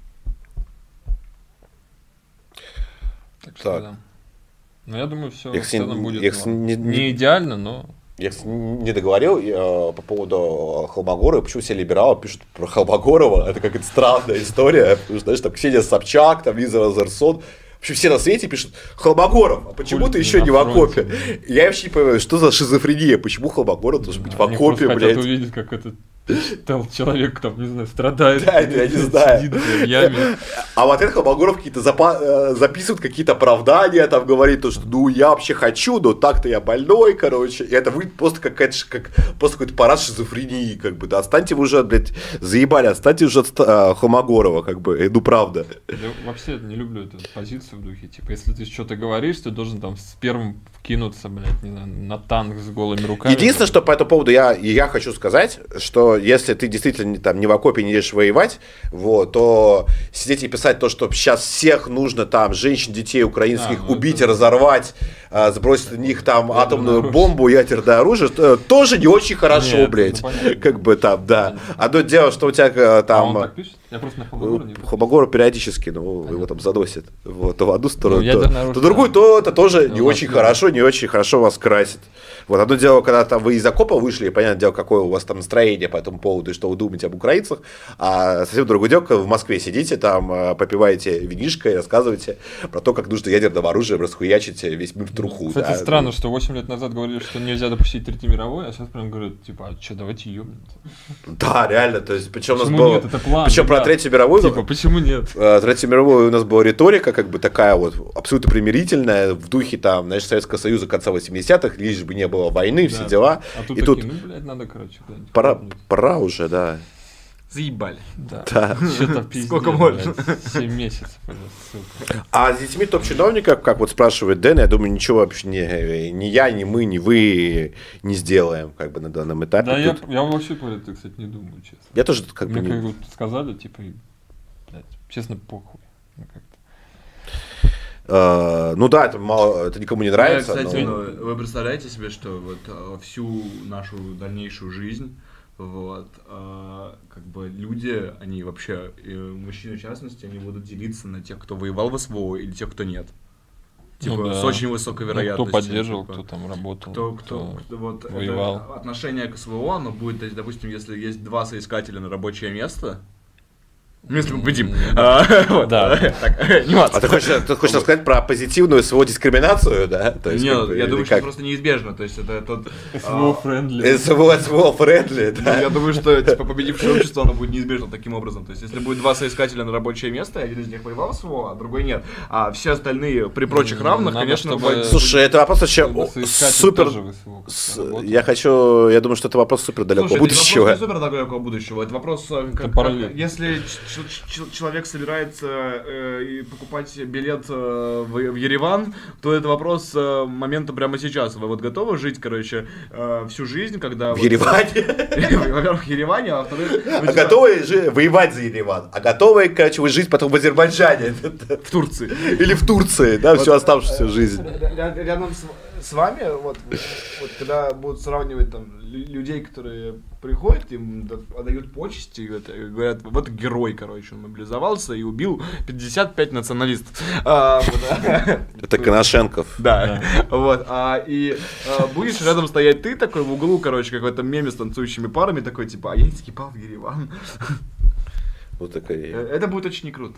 Так что, Так. да. Но я думаю, все Я, в кстати, целом будет я, кстати, ладно. не- не, не- идеально, но Я кстати, не договорил э, по поводу Холмогорова, почему все либералы пишут про Холмогорова, это какая-то странная история, потому что, знаешь, там Ксения Собчак, там Лиза Лазерсон, вообще все на свете пишут Холмогоров, а почему Хули ты ты еще на не в окопе? фронте, Я вообще не понимаю, что за шизофрения, почему Холмогоров должен быть в они окопе, просто блядь? хотят увидеть, как этот тел- человек там, не знаю, страдает. Да, это я не знаю. Сидит в яме. А в ответ Холмогоров какие-то запа- э, записывают какие-то оправдания, там говорит, то, что ну я вообще хочу, но так-то я больной, короче. И это выглядит просто какая-то, ш- как просто какой-то парад шизофрении, как бы, да. Отстаньте вы уже, блядь, заебали, отстаньте уже от ста- э, Холмогорова, как бы, э, ну правда. Я вообще не люблю эту позицию в духе. Типа, если ты что-то говоришь, ты должен там с первым вкинуться, блядь, не знаю, на танк с голыми руками. Единственное, что по этому поводу я, и я хочу сказать, что если ты действительно не- там не в окопе не идешь воевать, вот, то сидеть и писать то, что сейчас всех нужно там женщин, детей украинских А, ну убить, это- разорвать, а, сбросить на них там Ядерное атомную оружие. бомбу, ядерное оружие, э, тоже не очень хорошо, Нет, блядь. ну, понятно. Как бы там, да. Понятно. Одно дело, что у тебя э, А там... он так пишет? Я просто на Холмогора не Холмогоров периодически, ну, его там заносит. Вот, то в одну сторону, Ну, то, ядерное то оружие, в другую, да. то это тоже не Ну, очень да. хорошо, не очень хорошо вас красит. Вот одно дело, когда там вы из окопа вышли, и понятное дело, какое у вас там настроение по этому поводу, и что вы думаете об украинцах, а совсем другое дело, когда вы в Москве сидите, там э, попиваете винишко и рассказываете про то, как нужно ядерным оружием расхуячить весь мир в труху. Кстати, да. странно, что восемь лет назад говорили, что нельзя допустить Третьей мировой, а сейчас прям говорят, типа, а что, давайте ёбнемся. Да, реально, то есть, причем у нас Почему было... нет? Это план, Причем про ребят. Третью мировую... Типа, почему нет? Э, Третья мировая у нас была риторика, как бы такая вот абсолютно примирительная, в духе там, знаешь, Советского Союза конца восьмидесятых, лишь бы не было войны, все Да. дела. А тут И такие, тут ну, блядь, надо, короче, куда-нибудь. пора, ёбнуть. пора уже, да. Заебали. Да. Да. Что-то пиздец, Сколько можно? блядь, семь месяцев уже, сука. А с детьми топ-чиновников, как вот спрашивает Дэн, я думаю, ничего вообще не, ни я, ни мы, ни вы не сделаем, как бы на данном этапе. Да, я, Тут- я вообще про это, кстати, не думаю, честно. я тоже как бы Мне не... как вот сказали, типа, и, блядь, честно, похуй. Ну, как-то. э, ну да, это мало, это никому не нравится. Да, кстати, но- ну, вы представляете себе, что вот э, всю нашу дальнейшую жизнь, вот, э, как бы люди, они вообще, и мужчины в частности, они будут делиться на тех, кто воевал в СВО или тех, кто нет. Типа, Ну да. с очень высокой Ну, вероятностью. кто поддерживал, типа. кто там работал, Кто, кто, кто вот это воевал. отношение к СВО, оно будет, то есть, допустим, если есть два соискателя на рабочее место, ну, если мы победим. М, А, вот, да. Так, нюанс. А ты хочешь, ты хочешь рассказать про позитивную свою дискриминацию, да? То есть, Не, как бы, я или думаю, что как? это просто неизбежно. То есть это тот. СВО френдли. СВО, СВО френдли, Ну, да. я думаю, что типа победившее общество, оно будет неизбежно таким образом. То есть, если будет два соискателя на рабочее место, и один из них воевал в СВО, а другой нет, а все остальные при прочих М, равных, надо, конечно, чтобы- будет- Слушай, это вопрос вообще Чтобы о, соискатель супер... тоже в СВО с- работал. Я хочу, я думаю, что это вопрос супер далекого Слушай, это будущего. вопрос не супер далекого будущего. Это вопрос, э, как, как- параллель. если ч- ч- ч- человек собирается э, и покупать билет э, в, в Ереван, то это вопрос э, момента прямо сейчас. Вы вот готовы жить, короче, э, всю жизнь, когда... В вот- Ереване. Во-первых, в Ереване, а во-вторых... А готовы жи- воевать за Ереван, а готовы, короче, вы жить потом в Азербайджане В Турции. или в Турции, да, всю оставшуюся жизнь. Ря- Рядом с, с вами, вот, вот когда будут сравнивать там лю- людей, которые приходят, им да- отдают почести, и это, и говорят, вот герой, короче, он мобилизовался и убил пятьдесят пять националистов. А, вот, да. Это Коношенков. Да, вот, а, и а, будешь рядом стоять ты такой в углу, короче, как в этом меме с танцующими парами, такой, типа, а я не скипал в Ереван. Вот такая. Это будет очень не круто.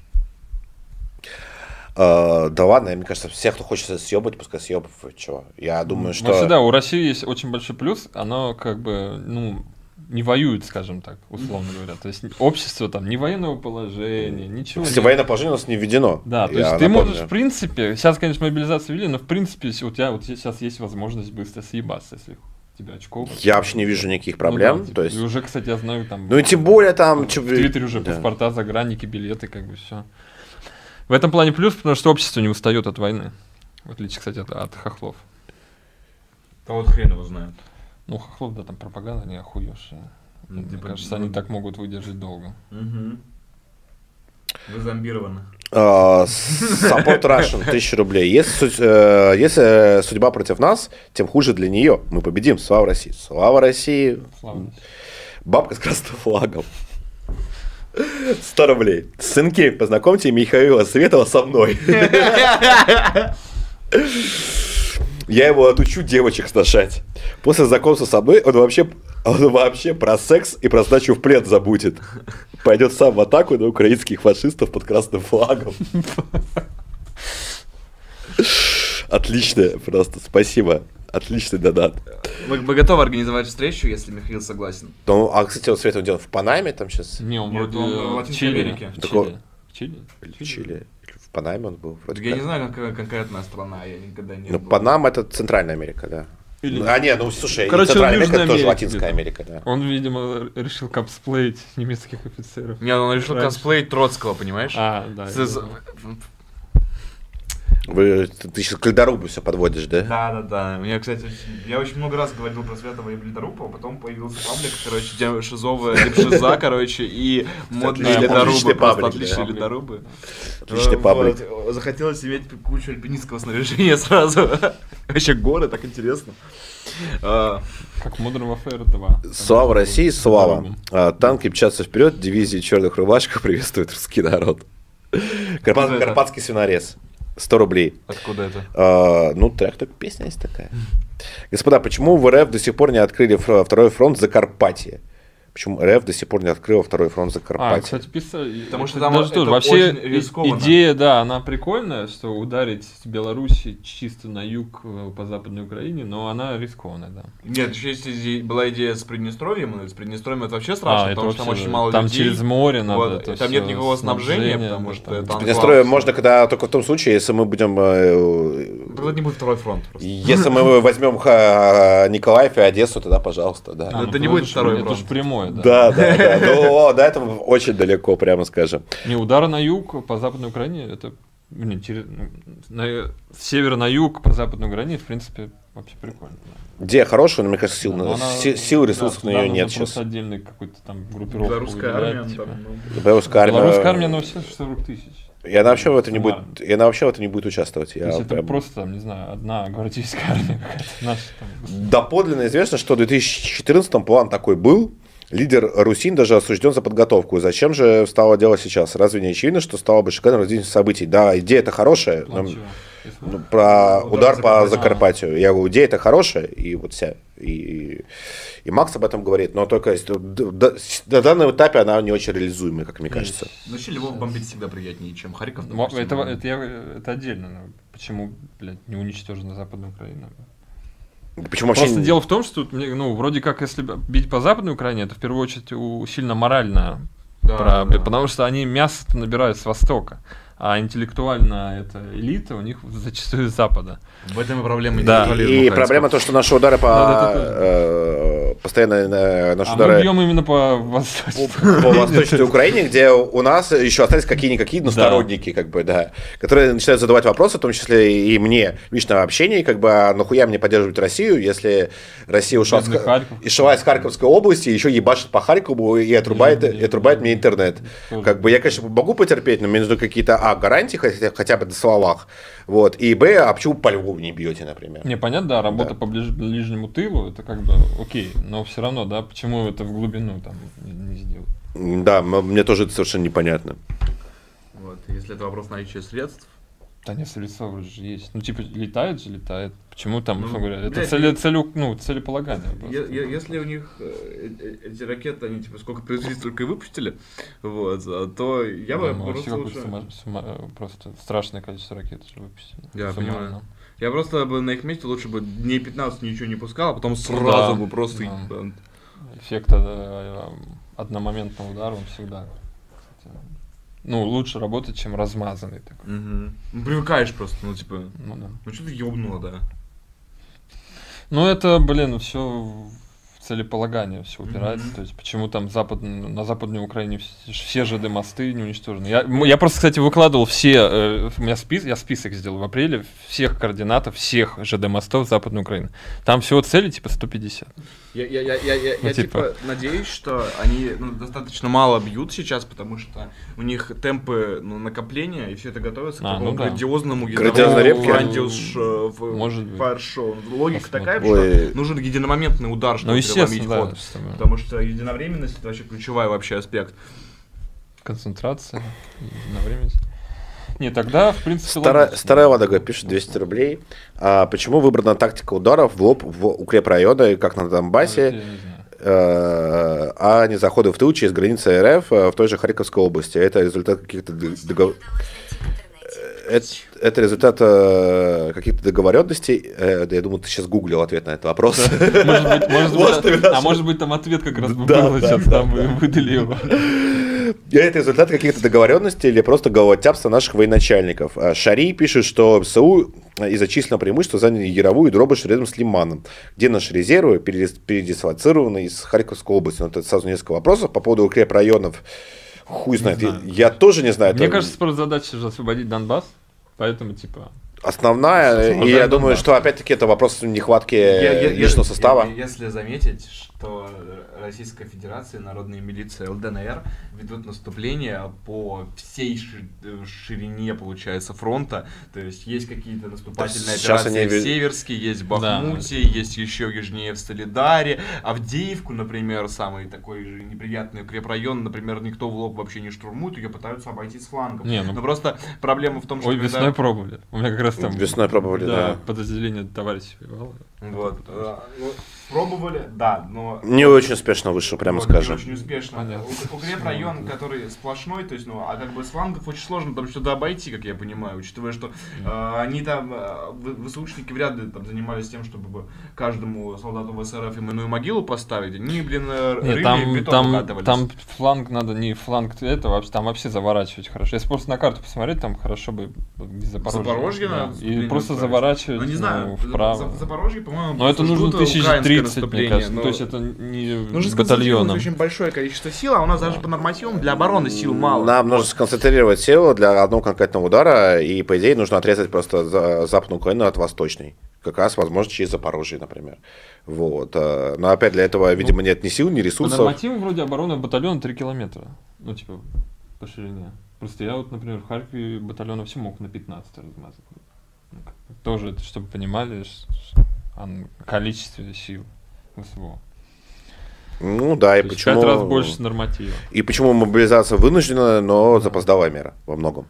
Uh, да ладно, мне кажется, все, кто хочет съебать, пускай съебывают, чего. Я думаю, что... Вообще, да, у России есть очень большой плюс, оно как бы, ну, не воюет, скажем так, условно говоря. То есть общество там, ни военного положения, ничего. Кстати, нет. военное положение у нас не введено. Да, то Я есть ты напомню. можешь, в принципе, сейчас, конечно, мобилизацию ввели, но, в принципе, если у тебя вот сейчас есть возможность быстро съебаться, если у тебя очков. Я вообще не вижу никаких проблем. Ну, да, типа, то есть... И уже, кстати, я знаю, там... Ну и тем более там... В Твиттере уже да. паспорта, загранники, билеты, как бы все. В этом плане плюс, потому что общество не устает от войны. В отличие, кстати, от, от хохлов. А вот хрен его знает. Ну, хохлов, да, там пропаганда не охуевшая. Ну, Мне типа, кажется, ну, они так могут выдержать долго. Угу. Вы зомбированы. Uh, Support Russian, тысяча рублей. Если, uh, если судьба против нас, тем хуже для нее. Мы победим. Слава России. Слава России. Слава. Бабка с красным флагом. сто рублей. Сынки, познакомьте Михаила Светова со мной. Я его отучу девочек сношать. После знакомства со мной он вообще, он вообще про секс и про сдачу в плен забудет. Пойдет сам в атаку на украинских фашистов под красным флагом. Отлично, просто спасибо. Отличный донат. Вы, вы готовы организовать встречу, если Михаил согласен? Ну, а, кстати, вот Света он делал в Панаме там сейчас. Не, он Нет, вроде он в в Латинской Чили. Америке. В Такого- Чили. В Чили? В Чили. В Панаме он был. Вроде Я как. не знаю, какая конкретная страна, я никогда не Ну, был. Панама это Центральная Америка, да. Или- А, нет, ну слушай, Короче, и Центральная он в Америка это тоже Южной Латинская Америке Америка, да. Он, видимо, решил косплеить немецких офицеров. Нет, он решил Раньше. косплеить Троцкого, понимаешь? А, да. С- я с- знаю. Вы, ты, ты сейчас к ледорубу все подводишь, да? Да, да, да. Мне, кстати, очень- я очень много раз говорил про Светова и Бледорупа, а потом появился паблик, короче, где шизовая лепшиза, короче, и модные отличный- ледорубы, отличный просто паблик, отличные да. ледорубы. Отличный Э, паблик. вот. Захотелось иметь кучу альпинистского снаряжения сразу. Вообще горы, так интересно. А, Как Modern Warfare два. Слава России, слава. По-другому. А, танки мчатся вперед, дивизии черных рубашках приветствует русский народ. Карпат- это? Карпатский свинорез. сто рублей. откуда это? А, ну, трек, только песня есть такая. Господа, почему в РФ до сих пор не открыли фр- второй фронт Закарпатья? Почему РФ до сих пор не открыла второй фронт А, Закарпатья? кстати, писали. Потому что это там даже это тоже. Вообще очень рискованно. и- идея, да, она прикольная, что ударить с Беларуси чисто на юг э, по Западной Украине, но она рискованная, да. Нет, еще есть иде- была идея с Приднестровьем, и с Приднестровьем это вообще страшно, А, это потому что там вообще, очень да. мало Там людей. через море надо. Вот, это там нет всё, никакого снабжения, снабжение, потому да, что там. это анклав. Приднестровье можно когда только в том случае, если мы будем... э, Тогда не будет второй фронт просто. Если мы возьмем ха- Николаев и Одессу, тогда пожалуйста, да. А, это ну, не будет это ж- второй Это фронт. же прямой, да. Да, да, да. Ну, до этого очень далеко, прямо скажем. Не, удары на юг по Западной Украине, это, блин, через, ну, на, с севера на юг по Западной Украине, в принципе, вообще прикольно. Да. Идея хорошая, но мне кажется, сил, Да, но на- она- си- сил и ресурсов да, на нее туда нет нужно просто сейчас. отдельный какой-то там группировку Белорусская выделять, армия, типа. там, ну, Белорусская армия... Белорусская армия, ну, все сорок тысяч. И она вообще в этом не будет, Суммарно. и она вообще в этом не будет участвовать. То Я есть это прям- просто, там, не знаю, одна гвардейская армия какая-то наша там. Доподлинно известно, что в две тысячи четырнадцатом план такой был. Лидер Русин даже осужден за подготовку. Зачем же стало дело сейчас? Разве не очевидно, что стало бы шикарным развитием событий? Да, идея это хорошая. План но- чего? Если- ну, про Удар удар, по по Закарпатью. Закарпатью. Я говорю, идея это хорошая, и вот вся. И, и Макс об этом говорит, но только есть- д- д- на данном этапе она не очень реализуемая, как мне кажется. Ну, вообще Львов бомбить всегда приятнее, чем Харьков. Мо- допустим. Это, это, я- это отдельно. но Почему, блядь, не уничтожена Западная Украина? Почему вообще... Просто дело в том, что, мне, ну, вроде как, если б- бить по Западной Украине, это в первую очередь у, сильно морально, Да, про- да. потому что они мясо набирают с Востока, а интеллектуально эта элита у них зачастую с Запада. В этом и проблема Да. интеллектуализма И украинского. проблема то, что наши удары по... Да, да, да, э, постоянно э, наши А мы удары... бьем именно по Восточной. по Восточной Украине, где у нас еще остались какие-никакие ну, Да. сторонники, как бы, да, которые начинают задавать вопросы, в том числе и мне в личном общении, как бы, а нахуя мне поддерживать Россию, если Россия ушла, с, Бедный Харьков. и шла из Харьковской области, еще ебашит по Харькову и отрубает, Да, и да, отрубает да. мне интернет. Тоже. Как бы я, конечно, могу потерпеть, но мне нужны какие-то, а, гарантии, хотя, хотя бы на словах, вот, и, б, а почему по Львову не бьете, например? Не, понятно, да, работа Да. по ближ- ближнему тылу, это как бы окей, но все равно, да, почему это в глубину там не, не сделать? Да, м- мне тоже это совершенно непонятно. Вот, если это вопрос наличия средств, Да нет, Солицо вроде же есть. Ну, типа, летает же, летает. Почему там, Ну, ну, говоря, это блядь, цели, целю, ну, целеполагание. Е- просто. е- Если у них э, э- эти ракеты, они типа сколько произвели, столько и выпустили, вот, а, то я бы Да, ну, вообще просто какое-то лучше... сума- сума- просто страшное количество ракет же выпустили. Я Суммарно. понимаю. Я просто бы на их месте лучше бы дней пятнадцать ничего не пускал, а потом сразу Да, бы просто... да. э, Эффект э, одномоментного удара, он всегда, кстати, ну, лучше работает, чем размазанный такой. Мгм. Ну, привыкаешь просто, ну, типа, Ну, да. ну, что-то ёбнуло, да. Ну, это, блин, все в целеполагание все упирается. Мгм. То есть, почему там запад, на Западной Украине вс- все ЖД-мосты не уничтожены. Я, м- я просто, кстати, выкладывал все, э, у меня спис, я список сделал в апреле всех координатов всех ЖД-мостов Западной Украины. Там всего цели типа сто пятьдесят. Я, я, я, я, я, Ну, я, типа- типа надеюсь, что они ну, достаточно мало бьют сейчас, потому что у них темпы ну, накопления, и все это готовится к А, такому ну да. грандиозному Грандиозной репке? грандиоз ш- в- Может быть. фаер-шоу. Логика Посмотрим. такая, Ой. что нужен единомоментный удар, чтобы Ну, переломить естественно, да. ход. что- Потому что единовременность это вообще ключевой вообще аспект. Концентрация на время. Не, тогда, в принципе, Старая, логично. старая Ладога пишет двести рублей. А почему выбрана тактика ударов в лоб в укрепрайоны, как на Ну, это Донбассе, я не знаю. э, а не заходы в тыл через границы РФ э, в той же Харьковской области? Это результат каких-то договоренностей? Это, это результат э, каких-то договоренностей. Э, да, я думаю, ты сейчас гуглил ответ на этот вопрос. Может быть, может быть, Вот именно, а что- может быть, там ответ как раз бы Да, был, да, сейчас да, там вы выдали его. Это результат каких-то договоренностей или просто головотяпства наших военачальников. А Шари пишет, что ВСУ из-за численного преимущества заняли Яровую и Дробыш рядом с Лиманом, где наши резервы передис- передислоцированы из Харьковской области. Ну, это сразу несколько вопросов по поводу укрепрайонов. Хуй знает. Я, знаю. я тоже не знаю. Мне Это кажется, просто задача же освободить Донбасс, поэтому, типа, основная. И Освобождать я думаю, Донбасс. что опять-таки это вопрос нехватки Я- я- личного я- состава. я- Если заметить, что Российская Федерация, народные милиции ЛДНР ведут наступление по всей ши- ширине, получается, фронта. То есть есть какие-то наступательные Да, сейчас операции они в ве- Северске, есть в Да. Бахмуте, есть еще южнее в Солидаре. Авдеевку, например, самый такой же неприятный укрепрайон, например, никто в лоб вообще не штурмует, ее пытаются обойти с флангов. Не, ну- Но просто проблема в том, что ой, когда- весной пробовали. У меня как раз там... Весной пробовали, да. подразделение товарищей воевало. Вот, э, ну, пробовали, да, но... Не очень успешно вышло, прямо Вот, скажем. Не очень успешно. Понятно. У- Укрепрайон, который сплошной, то есть, ну, а как бы с флангов очень сложно там что-то обойти, как я понимаю, учитывая, что э, они там, э, в- ВСУшники вряд ли там занимались тем, чтобы бы каждому солдату ВСРФ именную могилу поставить. Они, блин, э, Нет, рыли и там, бетон там, укатывались. там фланг надо, не фланг это, вообще, там вообще заворачивать хорошо. Если просто на карту посмотреть, там хорошо бы где Запорожье. Запорожье да. надо И наступление просто устроить. заворачивать Ну, не знаю, ну, вправо. За- Запорожье, по-моему, Но это просто нужно ждут тысяч украинское тридцать, мне наступление, кажется. Ну, но- то есть это не Нужно сконцентрировать батальоном. очень большое количество сил, а у нас даже по нормативам для обороны сил мало. Нам нужно сконцентрировать силы для одного конкретного удара, и, по идее, нужно отрезать просто за- Западную Украину от Восточной. Как раз, возможно, через Запорожье, например. Вот. э, Но опять для этого, видимо, нет ни сил, ни По ресурсов. нормативам вроде обороны батальона три километра. Ну, типа, по ширине. Просто я вот, например, в Харькове батальона все мог на пятнадцать размазать. Ну, как бы тоже, это, чтобы понимали, ш- ш- о количестве сил ВСУ. Ну да, и То есть почему... пять раз больше норматива. И почему мобилизация вынуждена, но запоздалая мера во многом.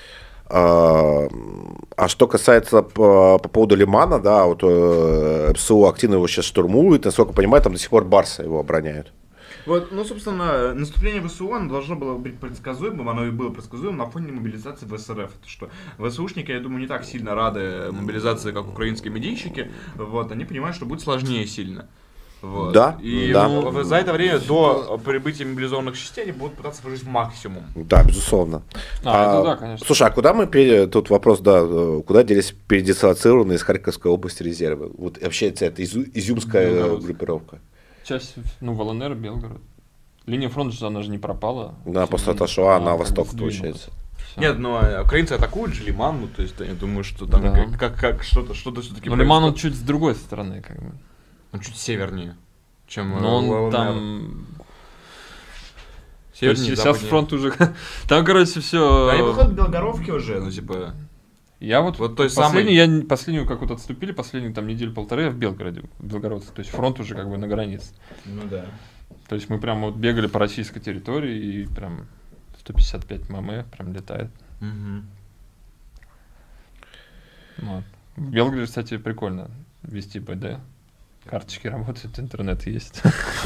А, а что касается по, по поводу Лимана, да, вот э, ПСУ активно его сейчас штурмует, насколько я понимаю, там до сих пор Барса его обороняют. Вот, ну, собственно, наступление ВСУ оно должно было быть предсказуемым, оно и было предсказуемым на фоне мобилизации ВСРФ. Это что ВСУшники, я думаю, не так сильно рады мобилизации, как украинские медийщики. Вот, они понимают, что будет сложнее сильно. Вот. Да, И да. ну, за это время до прибытия мобилизованных частей они будут пытаться выжить максимум. Да, безусловно. А, это да, конечно. Слушай, а куда мы, пере- тут вопрос, да, э, куда делись передислоцированные из Харьковской области резервы? Вот вообще это изю- изюмская э, Белгород. группировка. Часть, ну, в ЛНР, Белгород. Линия фронта же, она же не пропала. Да, Все после линии- отошла она на как восток, бы сдвинулась. получается. Всё. Нет, ну а украинцы атакуют же Лиман, ну, то есть я думаю, что там Да. как, как, как что-то, что-то все-таки Но Лиман, он чуть с другой стороны, как бы. Он чуть севернее, чем э, Но он ЛНР. там... Севернее, сейчас западнее. фронт уже... Там, короче, все... Они выходят к Белгоровке уже, ну типа... Я вот, Вот той последний, я, не- последнюю, как вот отступили, последнюю там неделю-полторы я в Белгороде, в Белгородце. То есть фронт уже как бы на границе. Ну да. То есть мы прям вот бегали по российской территории и прям сто пятьдесят пять мм прям летает. Мгм. Вот. В Белгороде, кстати, прикольно вести БД. Карточки работают, интернет есть.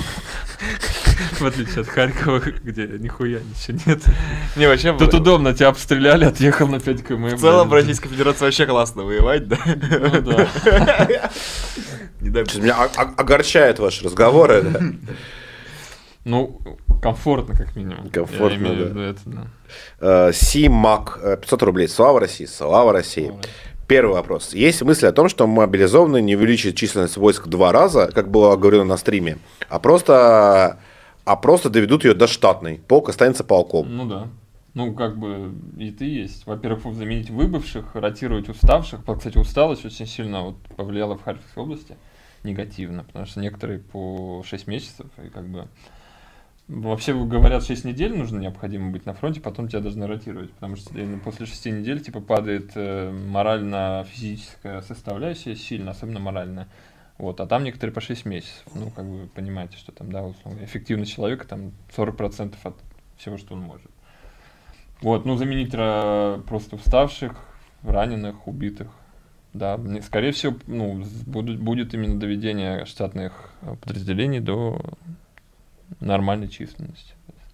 В отличие от Харькова, где нихуя ничего нет. Не, вообще, Тут удобно, тебя обстреляли, отъехал на пять километров. в целом в Российской Федерации вообще классно воевать, да? Ну да. Не дай Сейчас меня о- о- огорчают ваши разговоры, да? Ну, комфортно, как минимум. Комфортно, Я имею в да. виду это, да. Э, Симак, э, пятьсот рублей. Слава России, слава России. Первый вопрос. Есть мысль о том, что мобилизованные не увеличат численность войск в два раза, как было говорено на стриме, а просто, а просто доведут ее до штатной. Полк останется полком. Ну да. Ну, как бы и ты есть. Во-первых, заменить выбывших, ротировать уставших. Кстати, усталость очень сильно вот повлияла в Харьковской области негативно, потому что некоторые по шесть месяцев, и как бы вообще говорят, шесть недель нужно необходимо быть на фронте, потом тебя должны ротировать, потому что после шести недель типа падает э, морально-физическая составляющая сильно, особенно моральная. Вот, а там некоторые по шесть месяцев. Ну, как вы понимаете, что там, да, условно, эффективность человека там сорок процентов от всего, что он может. Вот, ну, заменить ра- просто уставших, раненых, убитых. Да, мне- скорее всего, ну, с- будут, будет именно доведение штатных э, подразделений до нормальной численности.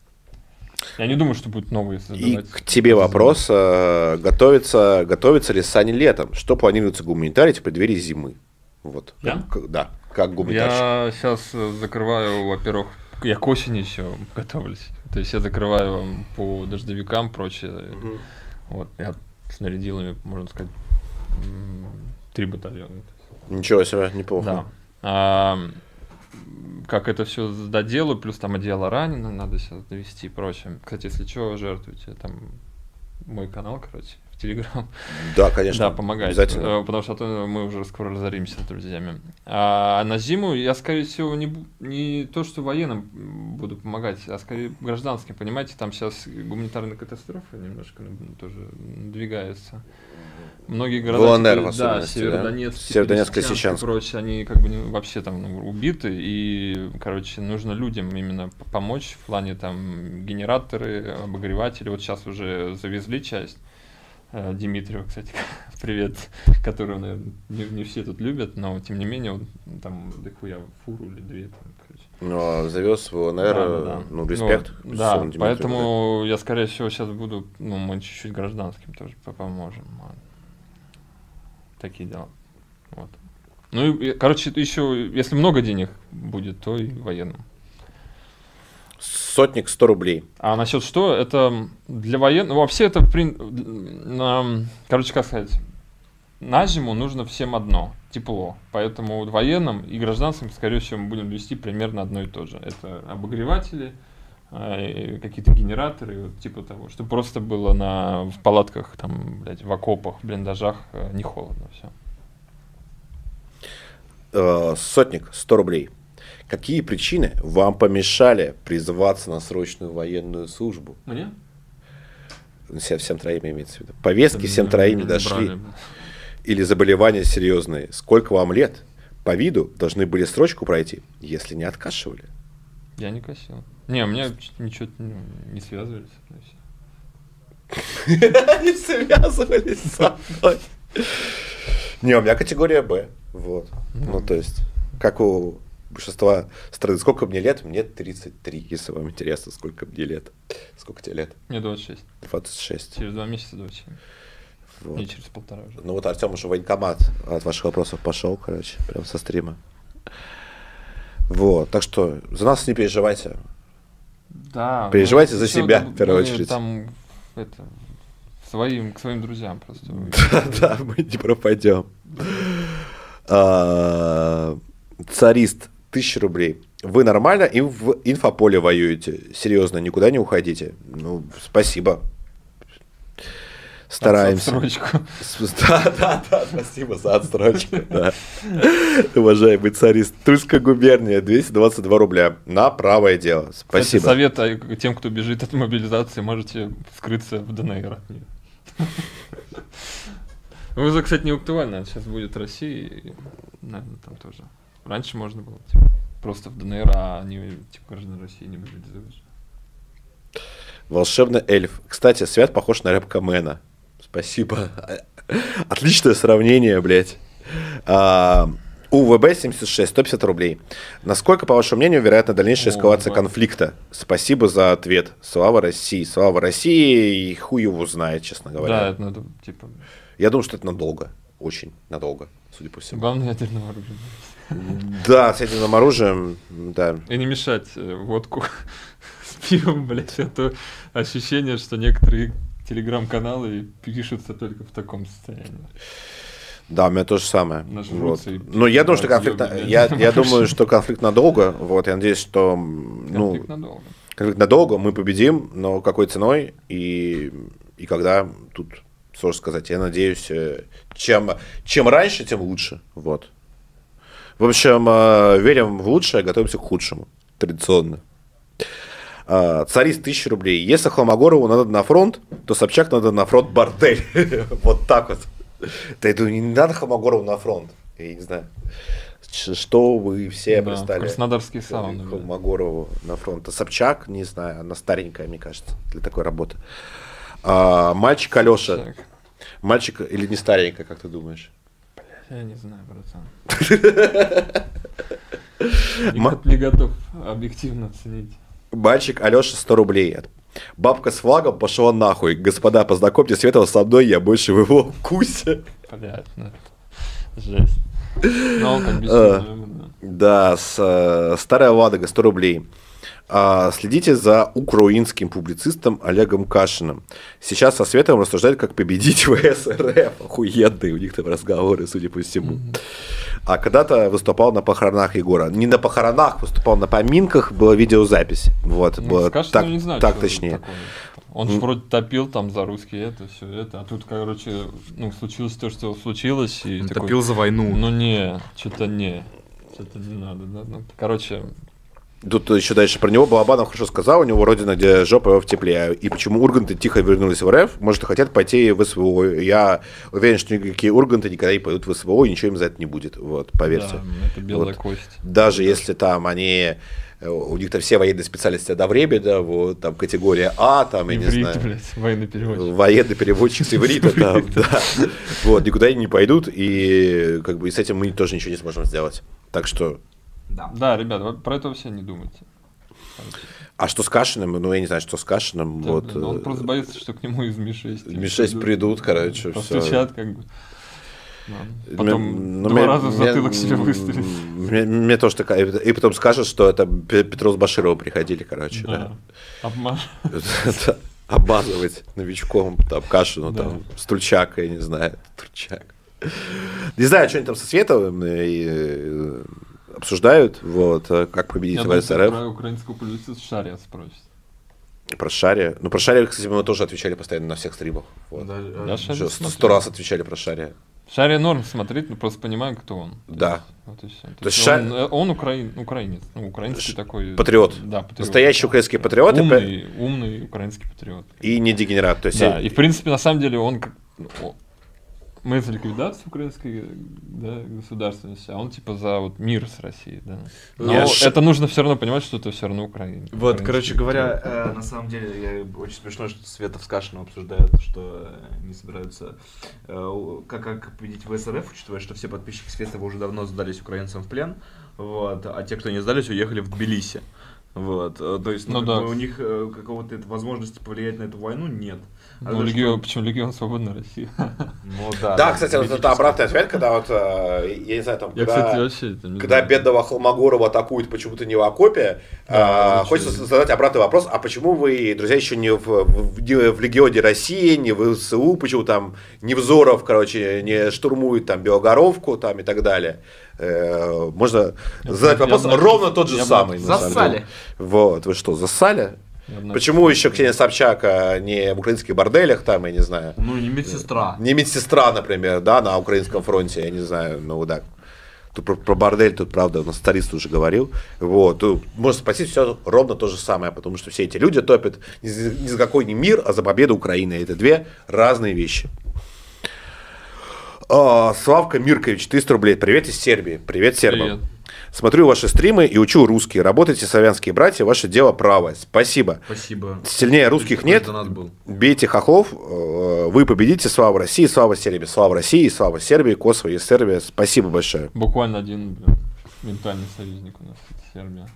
Я не думаю, что будут новые И создавать. к тебе вопрос. э, Готовится, готовится ли Сани летом? Что планируется гуманитарить в преддверии зимы? Вот. Я? Как- да, как гуманитарщик. Я сейчас закрываю, во-первых, я к осени еще готовлюсь. То есть я закрываю по дождевикам, прочее. Мгм. Вот, я снарядил ими, можно сказать, м, три батальона. Ничего себе, неплохо. Да. А, м, как это все доделаю, плюс там одеяло ранено, надо сейчас довести и прочее. Кстати, если что, жертвуйте, там мой канал, короче, в Телеграм. Да, конечно. Да, помогайте. Обязательно. э, Потому что а то мы уже скоро разоримся с друзьями. А на зиму я, скорее всего, не, бу- не то, что военным буду помогать, а скорее гражданским. Понимаете, там сейчас гуманитарная катастрофа немножко ну, тоже надвигается. Многие города, ЛНР типа, в да, особенности, да? Северодонецк, Северодонецк, Лисичанск и Лисичанск. прочее, они как бы не- вообще там ну, убиты, и, короче, нужно людям именно п- помочь в плане там генераторы, обогреватели. Вот сейчас уже завезли часть. Э, Дмитриева, кстати, привет, которую, наверное, не, не все тут любят, но тем не менее, он там дохуя фуру или две, там, короче. Ну, а завез в ЛНР, Да, да, да. ну, респект. Вот, да, Всем Дмитрию, поэтому я, скорее всего, сейчас буду, ну, мы чуть-чуть гражданским тоже по- поможем. Вот. Такие дела. Вот. Ну, и, короче, еще, если много денег будет, то и военным. Сотник сто рублей. А насчет что, это для военных, вообще это, в прин- м, короче, как сказать, на зиму нужно всем одно, тепло, поэтому вот военным и гражданским, скорее всего, мы будем вести примерно одно и то же. Это обогреватели, э, какие-то генераторы, вот типа того, чтобы просто было на, в палатках, там, блядь, в окопах, в блиндажах э, не холодно все. Э, Сотник сто рублей. Какие причины вам помешали призываться на срочную военную службу? Мне? Всем, всем троим имеется в виду. Повестки всем троим не дошли. Или заболевания серьезные. Сколько вам лет? По виду должны были срочку пройти, если не откашивали. Я не косил. Не, у меня ничего ну, не связывались со мной все. Не связывались со мной. Не, у меня категория Б. Вот. Ну, то есть, как у большинства стран. Сколько мне лет? Мне тридцать три, если вам интересно, сколько мне лет. Сколько тебе лет? Мне двадцать шесть. двадцать шесть. Через два месяца двадцать семь. Вот. Не через полтора уже. Ну вот Артем уже в военкомат от ваших вопросов пошел, короче, прям со стрима. Вот, так что за нас не переживайте. Да. Переживайте ну, за ещё себя, там в первую мы очередь. Там это своим к своим друзьям просто. Да, мы не пропадем. А, Царист, тысяча рублей. Вы нормально и в инфополе воюете? Серьезно, никуда не уходите? Ну, спасибо. Стараемся. Отсрочку. Да, да, да, спасибо за отсрочку. Да. Уважаемый царист, Тульская губерния, двести двадцать два рубля на правое дело. Кстати, Спасибо. совет а, тем, кто бежит от мобилизации, можете скрыться в ДНР от нее. Ну, это, кстати, не актуально. Сейчас будет Россия, и, наверное, там тоже. Раньше можно было типа, просто в ДНР, а они типа граждан России не мобилизуют. Волшебный эльф. Кстати, Свят похож на рэп-комена. Спасибо. Отличное сравнение, блядь. А, У В Б семьдесят шесть, сто пятьдесят рублей. Насколько, по вашему мнению, вероятна дальнейшая эскалация О, конфликта? Спасибо за ответ. Слава России. Слава России, и хуй его знает, честно говоря. Да, это надо, типа... Я думаю, что это надолго. Очень надолго, судя по всему. Главное, ядерное оружие. Да, с ядерным оружием, да. И не мешать э, водку с пивом, блядь. Это ощущение, что некоторые телеграм-каналы пишутся только в таком состоянии. Да, у меня то же самое. Вот. И... Но я думаю, что конфликт, я, я думаю, что конфликт надолго. Вот, я надеюсь, что ну, конфликт надолго. Конфликт надолго, мы победим, но какой ценой и, и когда, тут сложно сказать. Я надеюсь, чем, чем раньше, тем лучше. Вот. В общем, верим в лучшее, готовимся к худшему. Традиционно. Царист, тысяча рублей. Если Холмогорову надо на фронт, то Собчак надо на фронт бордель. Вот так вот. Да я думаю, не надо Холмогорову на фронт. Я не знаю, что вы все да, пристали. Краснодарский сауны. Холмогорову на фронт. А Собчак, не знаю, она старенькая, мне кажется, для такой работы. А, мальчик Алеша. Собчак. Мальчик или не старенькая, как ты думаешь? Я не знаю, братан. Не готов объективно оценить. Мальчик Алеша, сто рублей. Бабка с флагом пошла нахуй. Господа, познакомьтесь, Светова со мной, я больше в его вкусе. Понятно. Жесть. Ну, как беседуем, да. Да, Старая Ладога, сто рублей. Следите за украинским публицистом Олегом Кашиным. Сейчас со Световым рассуждают, как победить в С Р Ф. Охуенные у них там разговоры, судя по всему. Mm-hmm. А когда-то выступал на похоронах Егора. Не на похоронах, выступал на поминках, была видеозапись. Вот, ну, было Кашин, так, не знаю, так точнее. Он же вроде топил там за русские это, все это. А тут, короче, ну, случилось то, что случилось. И Он такой, топил за войну. Ну не, что-то не. Что-то не надо, да. Ну, короче... Тут еще дальше про него Балабанов хорошо сказал, у него родина, где жопа его в тепле. И почему урганты тихо вернулись в Р Ф, может, хотят пойти в С В О. Я уверен, что никакие урганты никогда не пойдут в С В О, и ничего им за это не будет, вот, поверьте. Да, это белая вот. кость. Даже да. Если там они, у них-то все военные специалисты одновременно, вот, там категория А, там, я иврит, не знаю. Блядь, военный переводчик. Военный переводчик с иврита, там, да. Вот, никуда они не пойдут, и как бы с этим мы тоже ничего не сможем сделать. Так что... Да, да, ребят, про это все не думайте. А что с Кашиным? Ну, я не знаю, что с Кашиным. Да, вот, он просто боится, что к нему из Ми шесть. Ми шесть придут, короче, все. Постучат, как бы. Потом ну, два мне, раза в затылок мне, себе выставит. Мне, мне тоже такая... И потом скажет, что это Петров с Башировым приходили, короче. Да. Да. Обман. Обмазывать новичком, там, Кашину, да. Там, Стульчак, я не знаю, Турчак. Не знаю, что они там со Световым и... обсуждают, вот, как победить в С Р Ф. Про украинского публициста Шария спросит. Про Шария. Ну, про Шария, кстати, мы тоже отвечали постоянно на всех стримах. Вот. Да, да, Шария сто раз отвечали про Шария. Шария норм смотреть, но просто понимаю, кто он. Да. Вот и все. То То есть есть Шар... он, он украин, украинец, ну, украинский Ш... такой... Патриот. Да, патриот. Настоящий да. украинский патриот. Умный, и... умный украинский патриот. И не дегенерат. То есть да, и... и в принципе, на самом деле, он как... Мы за ликвидацию украинской, да, государственности, а он типа за вот мир с Россией, да. Но Я это ш... нужно все равно понимать, что это все равно Украина. Вот, короче говоря, э, на самом деле, я, очень смешно, что Светов с Кашиным обсуждают, что не собираются э, как, как победить в С Р Ф, учитывая, что все подписчики Светова уже давно сдались украинцам в плен, вот, а те, кто не сдались, уехали в Тбилиси. Вот, то есть ну, ну, да. у них э, какого-то возможности повлиять на эту войну нет. А ну, легион, что... Почему Легион Свободной России? Ну, да, да, кстати, вот это обратный ответ, когда вот, я не знаю, там, я, когда, кстати, вообще это не когда знаю. бедного Холмогорова атакуют почему-то не в окопе, да, а, хочется задать обратный вопрос, а почему вы, друзья, еще не в, в, в Легионе России, не в С У, почему там Невзоров, короче, не штурмует там Белогоровку там и так далее? Э, можно я задать я вопрос я ровно тот же самый. Засали. Вот, вы что, засали? Почему еще Ксения Собчак не в украинских борделях, там, я не знаю. Ну, не медсестра. Не медсестра, например, да, на украинском фронте, я не знаю, ну да. Тут про, про бордель, тут, правда, у нас старист уже говорил. Вот, тут можно спросить все ровно то же самое, потому что все эти люди топят ни за, ни за какой не мир, а за победу Украины. Это две разные вещи. А, Славка Миркович, триста рублей. Привет из Сербии. Привет, сербам. Привет. Смотрю ваши стримы и учу русский. Работайте, славянские братья, ваше дело правое. Спасибо. Спасибо. Сильнее русских нет. Донат был. Бейте хохлов. э, Вы победите. Слава России, слава Сербии. Слава России, слава Сербии, Косово и Сербия. Спасибо большое. Буквально один, блин, ментальный союзник у нас, это Сербия.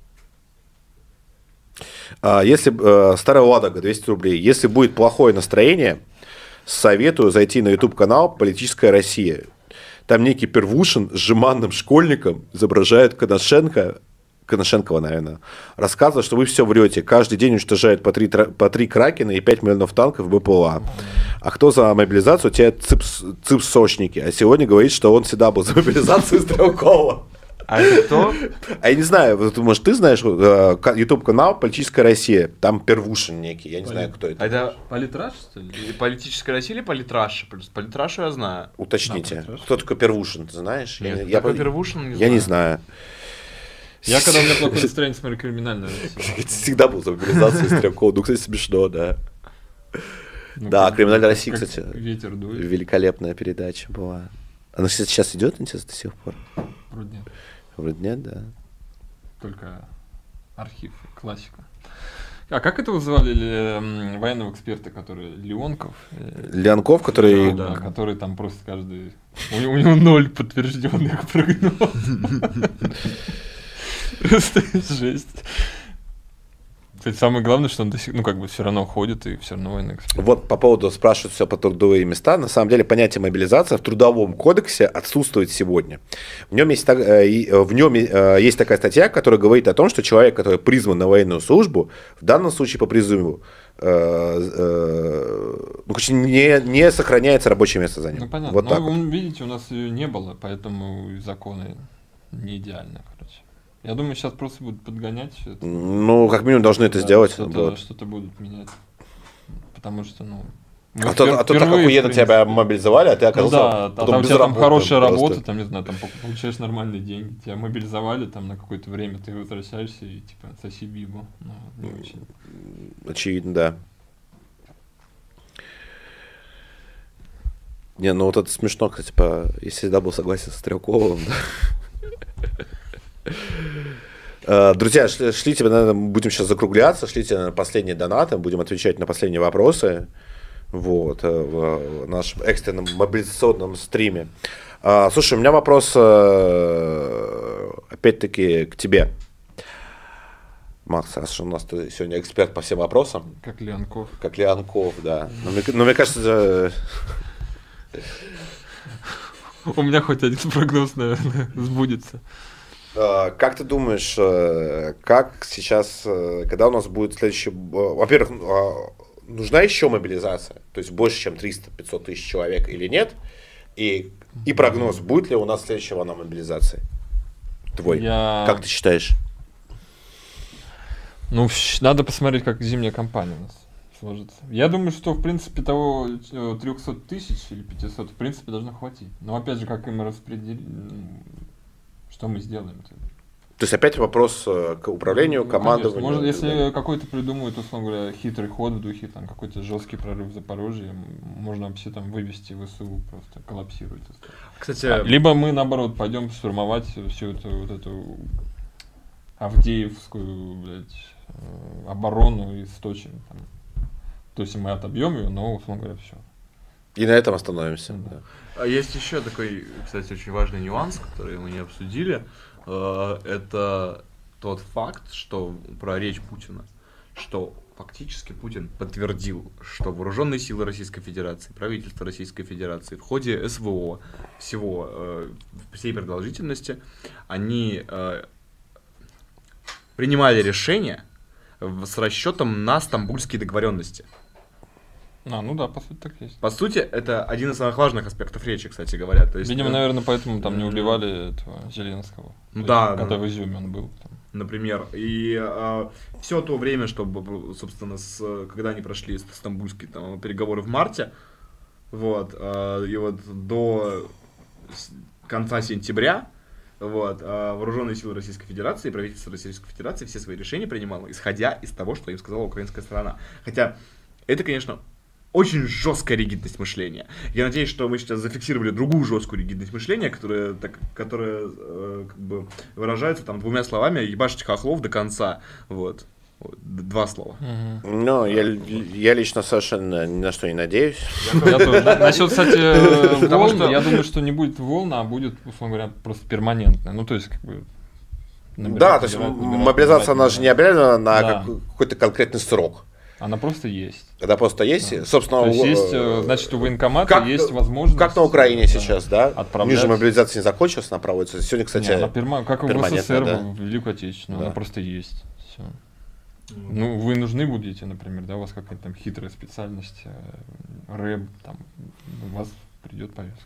А, Если э, Старая Ладога, двести рублей. Если будет плохое настроение, советую зайти на YouTube-канал «Политическая Россия». Там некий Первушин с жеманным школьником изображает Коношенко, Коношенкова, наверное, рассказывает, что вы все врете. Каждый день уничтожают по три, по три кракена и пять миллионов танков БПЛА. А кто за мобилизацию, те ципс, ципсошники. А сегодня говорит, что он всегда был за мобилизацию Стрелкова. А это кто? А я не знаю, вот, может, ты знаешь YouTube-канал «Политическая Россия», там Первушин некий, я не Полит- знаю, кто это. А это Политраш, что ли? или политическая Россия или политраша? Политрашу я знаю. Уточните, Да, Политраш. кто такой Первушин, ты знаешь? Нет, я, такой я, Первушин, не я знаю. не знаю. Я, когда у меня плохое настроение, смотрю «Криминальную Россию». Всегда был за мобилизацию Стрелкова, ну, кстати, смешно, да. Ну, Да, как- «Криминальная Россия», как кстати, ветер дует, великолепная передача была. Она, кстати, сейчас идет, интересно, до сих пор? вроде нет. Вроде нет, да. Только архив, классика. А как это вызывали м, военного эксперта, который Леонков? э, Леонков, который... да, который там просто каждый... У, него- у него ноль подтвержденных прогнозов. Просто жесть. Кстати, самое главное, что он до сих, ну, как бы все равно ходит и все равно военный эксперт. Вот по поводу спрашивают все по трудовые места. На самом деле понятие мобилизация в Трудовом кодексе отсутствует сегодня. В нем есть, так- э, и, э, в нем э, есть такая статья, которая говорит о том, что человек, который призван на военную службу, в данном случае по призыву, э, э, ну, короче, не, не сохраняется рабочее место за ним. Ну, понятно. Вот Но, так вот. м, видите, у нас ее не было, поэтому и законы не идеальны, короче. Я думаю, сейчас просто будут подгонять всё это. Ну, как минимум, должны это Да, сделать. Что-то, Вот. что-то будут менять. Потому что, ну... А мы то, впер- а то так впервые, охуенно в тебя принципе. мобилизовали, а ты Ну оказался да, а потом там у тебя там безработным хорошая просто. работа, там, не знаю, там пок- получаешь нормальные деньги, тебя мобилизовали там на какое-то время, ты возвращаешься и типа соси бибу. Ну, не очень. Очевидно, да. Не, ну вот это смешно, кстати, по... я всегда был согласен с Стрелковым. Э, Друзья, шли- шлите, наверное, будем сейчас закругляться, шлите на последние донаты, будем отвечать на последние вопросы. Вот, э, в нашем экстренном мобилизационном стриме. А, Слушай, у меня вопрос, э, опять-таки, к тебе. Макс, раз у нас ты сегодня эксперт по всем вопросам, Как Леонков. как Леонков, да. Но мне, но мне кажется, э, У меня хоть один прогноз, наверное, сбудется. э, как ты думаешь, э, как сейчас, э, когда у нас будет следующий... э, Во-первых, э, нужна еще мобилизация? То есть больше, чем триста-пятьсот тысяч человек или нет? И, и прогноз, будет ли у нас следующая волна мобилизации? Твой. Я- Как ты считаешь? Ну, щ- надо посмотреть, как зимняя кампания у нас сложится. Я думаю, что, в принципе, того э, триста тысяч или пятьсот, в принципе, должно хватить. Но, опять же, как им распределить, что мы сделаем-то? То есть опять вопрос э, к управлению, Ну, командованию. конечно. Может, и так далее. если какой-то придумают, условно говоря, хитрый ход в духе, там, какой-то жесткий прорыв в Запорожье, м, можно вообще там вывести ВСУ, просто коллапсирует. Кстати, А, Либо мы, наоборот, пойдем штурмовать всю эту, вот эту Авдеевскую, блядь, э, оборону и сточим. Там. То есть мы отобьем ее, но, условно говоря, все. И на этом остановимся. Да. да. А есть еще такой, кстати, очень важный нюанс, который мы не обсудили. Э, Это тот факт, что про речь Путина, что фактически Путин подтвердил, что вооруженные силы Российской Федерации, правительство Российской Федерации в ходе СВО всего э, всей продолжительности, они э, принимали решения в- с расчетом на стамбульские договоренности. А, ну да, по сути так есть. По сути, это один из самых важных аспектов речи, кстати говоря. То есть, Видимо, э, наверное, поэтому там не м. убивали этого Зеленского. Ну То да, есть, Когда да. в Изюме он был. Там. например. И все то время, чтобы, собственно, с, когда они прошли стамбульские там, переговоры в марте, вот, э, и вот до с- конца сентября, вот, э, вооруженные силы Российской Федерации и правительство Российской Федерации все свои решения принимало, исходя из того, что им сказала украинская сторона. Хотя это, конечно, очень жесткая ригидность мышления. Я надеюсь, что мы сейчас зафиксировали другую жесткую ригидность мышления, которая, так, которая э, как бы выражается там двумя словами: ебашить хохлов до конца. Вот. Вот. Два слова. Угу. Ну, я, я лично совершенно ни на что не надеюсь. Насчет, кстати, волн, я думаю, что не будет волна, а будет, условно говоря, просто перманентная. Ну, то есть, как бы... Набирать, да, то есть набирать, мобилизация, набирать, она же не обязана на да. какой-то конкретный срок. Она просто есть. Она просто есть. Да. Собственно, то есть, есть, значит, у военкомата как, есть возможность... Как на Украине да, сейчас, да? Отправлять. Ниже мобилизация не закончилась, она проводится. Сегодня, кстати, не, она перма... Как в СССР, да? в Великую Отечественную, да. Она просто есть. Все. Mm. Ну, вы нужны будете, например, да, у вас какая-то там хитрая специальность, рэп, там, у вас придет повестка.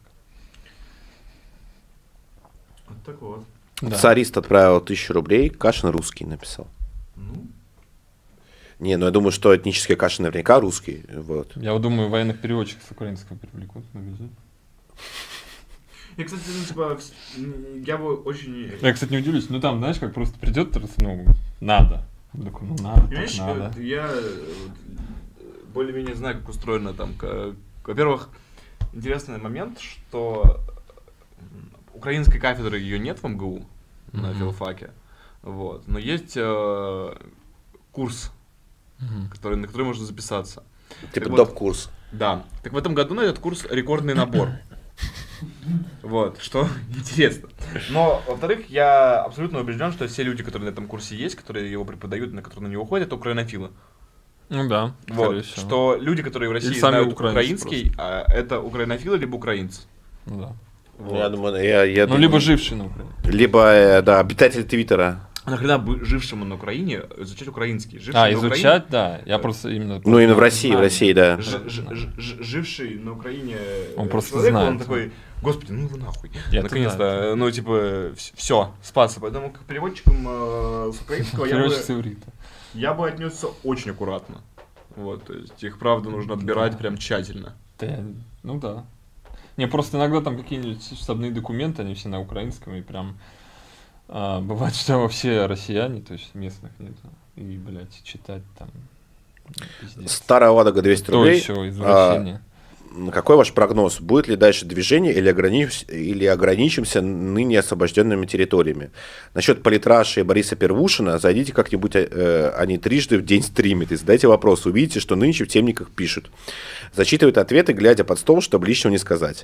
Вот так вот. Да. Царист отправил тысячу рублей, Кашин русский написал. Ну? Не, ну я думаю, что этнический Кашин наверняка русский. Вот. Я вот думаю, военных переводчиков с украинского привлекут, навезут. Я, кстати, ну, типа, я бы очень... Я, кстати, не удивлюсь, ну там, знаешь, как просто придет, ну, надо. Такой, ну, надо, понимаешь, так надо. Я более-менее знаю, как устроено там. Во-первых, интересный момент, что украинской кафедры ее нет в МГУ, mm-hmm. на филфаке, вот, но есть э, курс, mm-hmm. который, на который можно записаться. Типа доп-курс. Вот, да. Так в этом году на этот курс рекордный набор. Вот, что интересно. Но, во-вторых, я абсолютно убежден, что все люди, которые на этом курсе есть, которые его преподают, на которые на него ходят, это украинофилы. Ну да, вот, что люди, которые в России знают украинский, а это украинофилы либо украинцы. Ну да. Вот. Я думаю, я, я ну, думаю, либо живший на Украине. Либо, да, обитатель Твиттера. А нахрена бы жившему на Украине изучать украинский? Живший а, на изучать, Украине, да. Я просто именно... Ну, именно в России, знаю. в России, да. Ж, ж, ж, ж, живший на Украине он просто человек, знает. Он такой, господи, ну его нахуй. Я наконец-то, ну, типа, все, спасся. Поэтому к переводчикам э, с украинского я бы, я бы отнесся очень аккуратно. Вот, то есть их, правда, нужно отбирать да. прям тщательно. Да, ну да. Не, просто иногда там какие-нибудь штабные документы, они все на украинском, и прям а, бывает, что все россияне, то есть местных нет, и, блядь, читать там пиздец. Старая Ладога двести рублей. То еще извращение. А, какой ваш прогноз? Будет ли дальше движение или, огранич... или ограничимся ныне освобожденными территориями? Насчет Политраша и Бориса Первушина зайдите как-нибудь, э, они трижды в день стримят и задайте вопрос. Увидите, что нынче в темниках пишут. Зачитывают ответы, глядя под стол, чтобы лишнего не сказать.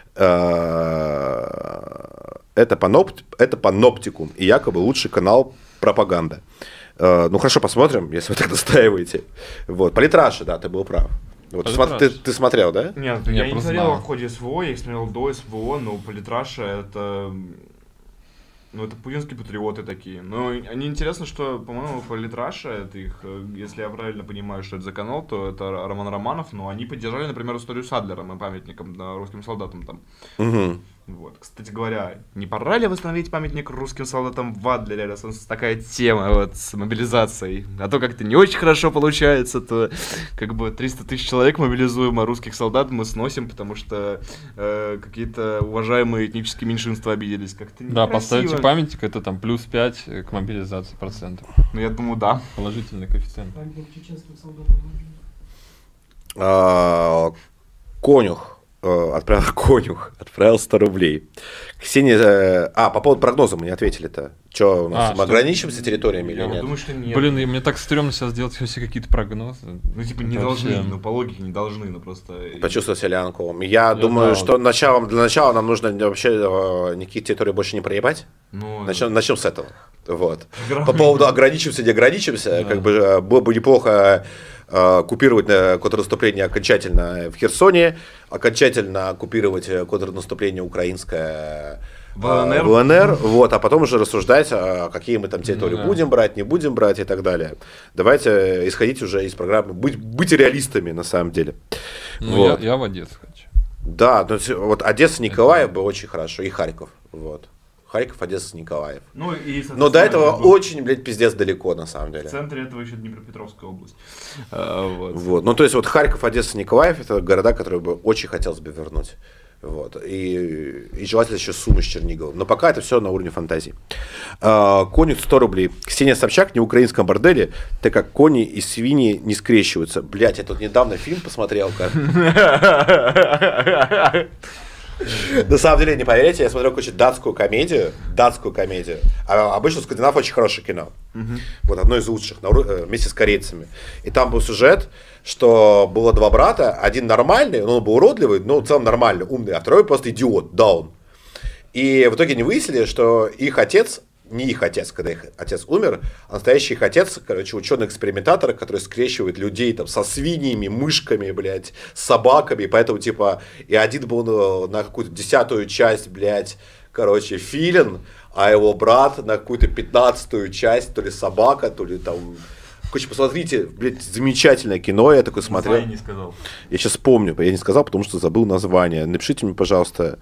Это паноп... это паноптикум и якобы лучший канал пропаганда. Ну хорошо, посмотрим, если вы так настаиваете. Вот. Политраша, да, ты был прав. Вот, ты, ты смотрел, да? Нет, я, я не смотрел в ходе СВО, я их смотрел до СВО, но Политраша это... Ну, это путинские патриоты такие. Но они интересно, что, по-моему, Политраша, это их, если я правильно понимаю, что это за канал, то это Роман Романов, но они поддержали, например, историю с Адлером и памятником да, русским солдатам там. Угу. Вот. Кстати говоря, не пора ли восстановить памятник русским солдатам в Адлере, раз у нас такая тема вот с мобилизацией? А то как-то не очень хорошо получается, то как бы триста тысяч человек мобилизуем, а русских солдат мы сносим, потому что э, какие-то уважаемые этнические меньшинства обиделись. Как-то некрасиво. Да, поставите памятник, это там плюс пять к мобилизации процентов. Ну, я думаю, да. Положительный коэффициент. Памятник чеченским солдатам. А, Конюх. Отправил Конюх, отправил сто рублей. Ксения, а, по поводу прогноза мы не ответили-то. Что у нас, а, мы что? ограничимся территориями или я нет? Думаю, что нет. Блин, мне так стрёмно сейчас делать все какие-то прогнозы. Ну, типа, не должны, вообще... ну, по логике не должны, но просто... Почувствовать себя Лянковым. Я, я думаю, знал. что началом, для начала нам нужно вообще никакие территории больше не проебать. Ну, начнем, начнем с этого. Вот. По поводу ограничимся, не ограничимся, да. Как бы было бы неплохо оккупировать контрнаступление окончательно в Херсоне, окончательно оккупировать контрнаступление украинское в ЛНР, в ЛНР вот, а потом уже рассуждать, какие мы там территории ну, да. будем брать, не будем брать и так далее. Давайте исходить уже из программы, быть, быть реалистами на самом деле. Ну, вот. я, я в Одессу хочу. Да, ну, вот Одесса, Николаев бы очень хорошо, и Харьков, вот. Харьков, Одесса, Николаев. Ну, и, но до этого очень, блядь, пиздец далеко, на самом деле. В центре этого еще Днепропетровская область. А, вот. Вот. Ну, то есть, вот Харьков, Одесса, Николаев — это города, которые бы очень хотелось бы вернуть. Вот. И, и желательно еще суммы с Черниговым. Но пока это все на уровне фантазии. А, Коник сто рублей. Ксения Собчак не в украинском борделе, так как кони и свиньи не скрещиваются. Блять, я тут недавно фильм посмотрел. На самом деле, не поверите, я смотрел какую-то датскую комедию. Датскую комедию. А обычно скандинав очень хорошее кино. Вот одно из лучших, вместе с корейцами. И там был сюжет, что было два брата, один нормальный, он был уродливый, но в целом нормальный, умный, а второй просто идиот, даун. И в итоге они выяснили, что их отец, не их отец, когда их отец умер, а настоящий их отец, короче, ученый-экспериментатор, который скрещивает людей там со свиньями, мышками, блядь, с собаками, и поэтому, типа, и один был на, на какую-то десятую часть, блядь, короче, филин, а его брат на какую-то пятнадцатую часть, то ли собака, то ли там... Короче, посмотрите, блядь, замечательное кино, я такой смотрел. Название не сказал. Я сейчас помню, я не сказал, потому что забыл название. Напишите мне, пожалуйста,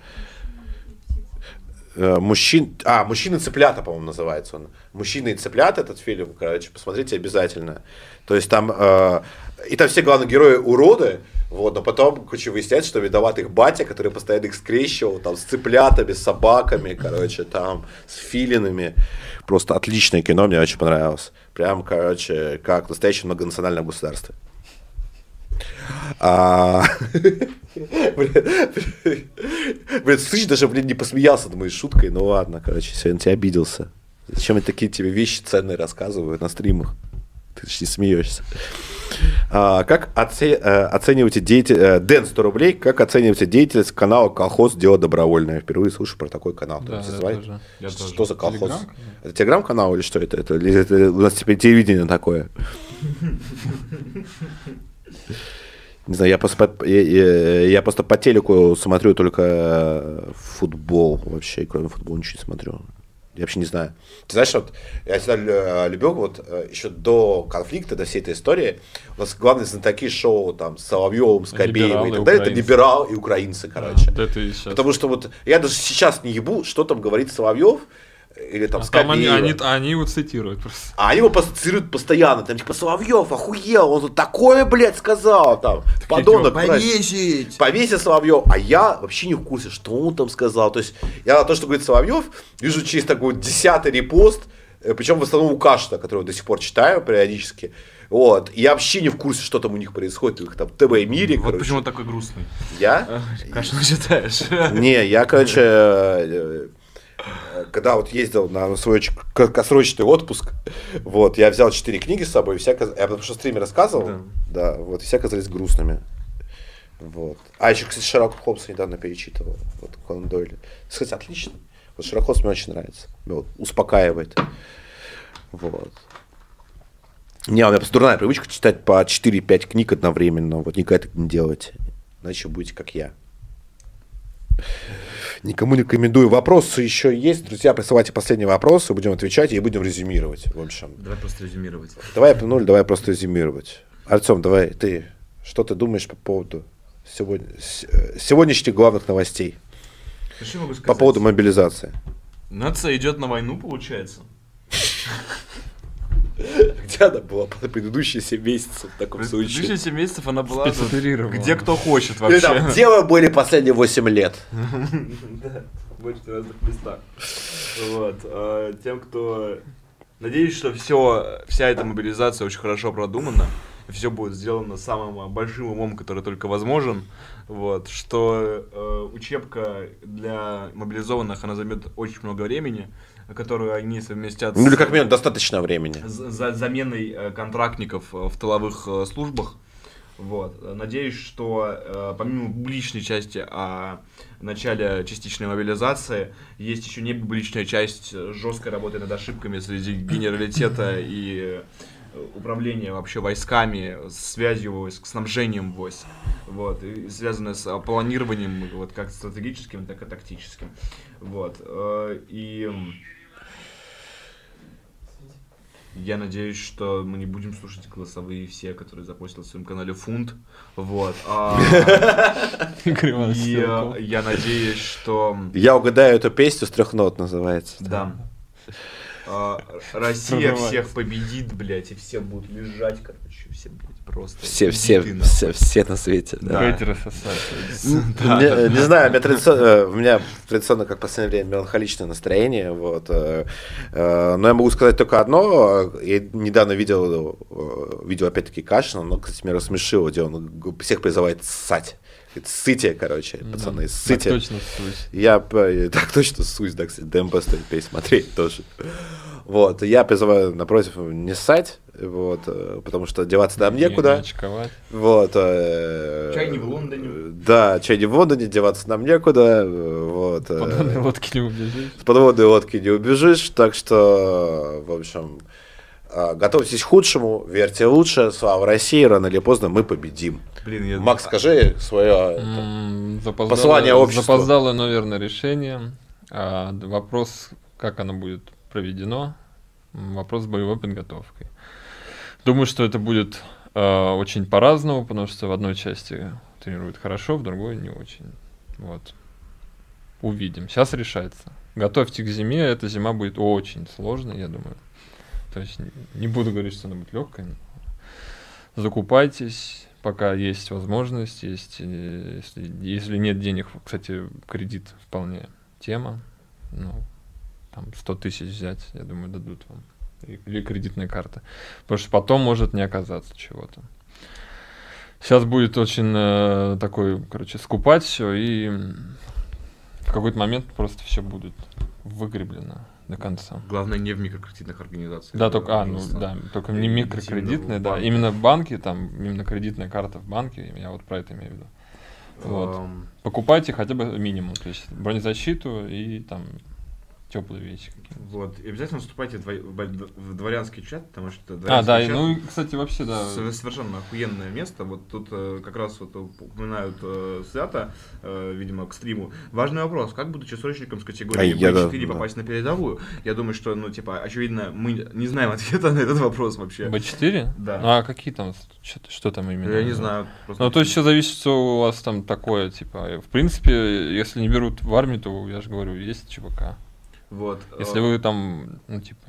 мужчин... А, «Мужчины цыплята», по-моему, называется он. «Мужчины и цыплята» этот фильм, короче, посмотрите обязательно. То есть там... Э... И там все главные герои уроды, вот, но потом, короче, выясняется, что виноват их батя, который постоянно их скрещивал, там, с цыплятами, с собаками, короче, там, с филинами. Просто отличное кино, мне очень понравилось. Прям, короче, как в настоящем многонациональном государстве. Блин, слышь, даже, блин, не посмеялся над моей шуткой, ну ладно, короче, сегодня тебя обиделся. Зачем я такие тебе вещи ценные рассказываю на стримах? Ты же не смеешься. А, как оце, оцениваете деятельность... Дэн, сто рублей. Как оцениваете деятельность канала «Колхоз. Дело добровольное»? Я впервые слышу про такой канал. Да, что тоже. что за колхоз? Телеграм? Это телеграм-канал или что это? Это, это? У нас теперь телевидение такое. Не знаю, я просто, по, я, я, я просто по телеку смотрю только футбол. Вообще, кроме футбола ничего не смотрю. Я вообще не знаю. Ты знаешь, вот я всегда любил, вот еще до конфликта, до всей этой истории, у нас главные знатоки шоу там с Соловьевым, с Кобеевым и так далее, это либерал и украинцы, короче. Да, это и сейчас. Потому что вот я даже сейчас не ебу, что там говорит Соловьев, или там а Скобеева. Там они, они, они его цитируют просто. А они его цитируют постоянно. Там типа Соловьев охуел, он тут такое, блядь, сказал. Там, подонок. Повесить! Повесить Соловьев. А я вообще не в курсе, что он там сказал. То есть я то, что говорит Соловьев, вижу через такой десятый репост, причем в основном у Кашина, которого до сих пор читаю периодически. Вот. И я вообще не в курсе, что там у них происходит, у них там в ТВ-мире. Вот почему он такой грустный. Я? Кашина читаешь. Не, я, короче... Когда вот ездил на свой краткосрочный отпуск, вот, я взял четыре книги с собой, все, я потому что в стриме рассказывал, да, да, вот, и все оказались грустными. Вот. А еще, кстати, Шерлока Холмса недавно перечитывал, вот, Конан Дойля. Кстати, отлично. Вот Шерлок Холмс мне очень нравится. Вот, успокаивает. Вот. Не, у меня просто дурная привычка читать по четыре-пять книг одновременно. Вот никогда так не делайте. Иначе будете как я. Никому не рекомендую. Вопросы еще есть. Друзья, присылайте последние вопросы, будем отвечать и будем резюмировать. В общем. Давай просто резюмировать. Давай, ну, давай просто резюмировать. Артем, давай, ты, что ты думаешь по поводу сегодня, сегодняшних главных новостей? Что могу сказать? По поводу мобилизации. Нация идет на войну, получается. Где она была по предыдущие семь месяцев в таком случае? Предыдущие семь месяцев она была спецоперирована. Где кто хочет вообще. Там, где вы были последние восемь лет? Да, в очень разных местах. Вот. Тем, кто... Надеюсь, что все, вся эта мобилизация очень хорошо продумана. Все будет сделано самым большим умом, который только возможен. Вот. Что э, учебка для мобилизованных, она займет очень много времени, которую они совместят... Ну или как минимум достаточно времени. За заменой э, контрактников в тыловых э, службах. Вот. Надеюсь, что э, помимо публичной части о начале частичной мобилизации, есть еще непубличная часть жесткой работы над ошибками среди генералитета и управления вообще войсками, связью войск, снабжением войск, вот, и связанное с планированием вот, как стратегическим, так и тактическим. Вот. И я надеюсь, что мы не будем слушать голосовые все, которые запостил в своем канале Фунт. Вот. И я надеюсь, что... Я угадаю эту песню с трех нот называется. Да. а, Россия Прорывается. всех победит, блядь, и все будут лежать, короче, все, блядь, просто. Все, все, биты, нахуй. все, все на свете. Да. Хейтеры сосать. Не, не знаю, у меня, традиционно, у меня традиционно, как в последнее время, меланхоличное настроение. Вот, э, э, но я могу сказать только одно. Я недавно видел э, видео, опять-таки, Кашина, но, кстати, меня рассмешило, где он всех призывает ссать. Говорит, ссыте, короче, пацаны, Да, ссыте. так точно ссусь. Я э, так точно ссусь, да, кстати, ДМБ стоит пересмотреть тоже. Вот, я призываю, напротив, не ссать, вот, э, потому что деваться нам Не- некуда. не очковать. Вот. э, Чай не в Лондоне. Да, чай не в Лондоне, деваться нам некуда. э, Вот. э, С подводной лодки не убежишь. С подводной лодки не убежишь, так что, в общем, э, готовьтесь к худшему, верьте лучше, слава России, рано или поздно мы победим. Блин, я... Макс, скажи свое... М, запоздалое- Послание обществу. Запоздалое, наверное, решение. А, д- вопрос, как оно будет проведено. М, Вопрос с боевой подготовкой. Думаю, что это будет э, очень по-разному, потому что в одной части тренируют хорошо, в другой не очень. Вот. Увидим. Сейчас решается. Готовьте к зиме. Эта зима будет очень сложной, я думаю. То есть н- не буду говорить, что она будет легкой. Закупайтесь, пока есть возможность. Есть, э, если, если нет денег, кстати, кредит вполне тема. Ну, там сто тысяч взять, я думаю, дадут вам. И- Или кредитная карта. Потому что потом может не оказаться чего-то. Сейчас будет очень э, такой, короче, скупать все, и м, в какой-то момент просто все будет выгреблено до конца. Главное, не в микрокредитных организациях. Да, только, а, ну Пожалуйста. да, только не И микрокредитные, в да, банке. именно в банке, там, именно кредитная карта в банке, я вот про это имею в виду. Вот. Эм, Покупайте хотя бы минимум, то есть бронезащиту и там теплые вещи какие-то. Вот. И обязательно вступайте в, дво- в бо- в дворянский чат, потому что А, дворянский да, и, чат ну, и, кстати, вообще, да. с- совершенно охуенное место. Вот тут э, как раз вот упоминают э, Свята, э, видимо, к стриму. Важный вопрос: как, будучи срочником с А категории я, бэ четыре, да, попасть на передовую? Я думаю, что, ну, типа, очевидно, мы не знаем ответа на этот вопрос вообще. бэ четыре? Да. А какие там, что, что там именно? Я не знаю. просто- Ну, то есть все зависит, что у вас там такое, типа, в принципе, если не берут в армию, то, я же говорю, есть ЧВК. Вот. Если э, вы там, ну, типа,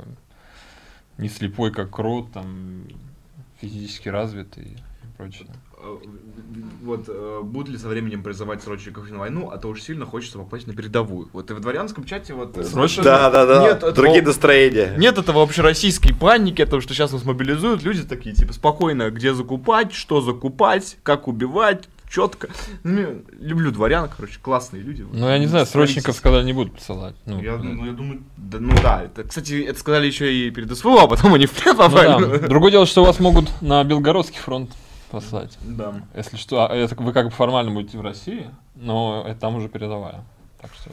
не слепой, как крот, там, физически развитый и прочее. э, Вот, э, будут ли со временем призывать срочников на войну, а то уж сильно хочется попасть на передовую. Вот и в дворянском чате вот... Срочно? Да, да, да. Нет, этого- Другие настроения. Нет этого общероссийской паники, о том, что сейчас нас мобилизуют, люди такие, типа, спокойно, где закупать, что закупать, как убивать, четко. Ну, люблю дворян, короче, классные люди. Ну, я не знаю, срочников сказали, не будут посылать. Ну, Я, ну, ну, я думаю, да, ну да, это, кстати, это сказали еще и перед СВО, а потом они в плен ну попали. да. Другое дело, что вас могут на Белгородский фронт послать. Да. Если что, а это вы как бы формально будете в России, но это там уже передовая. Так что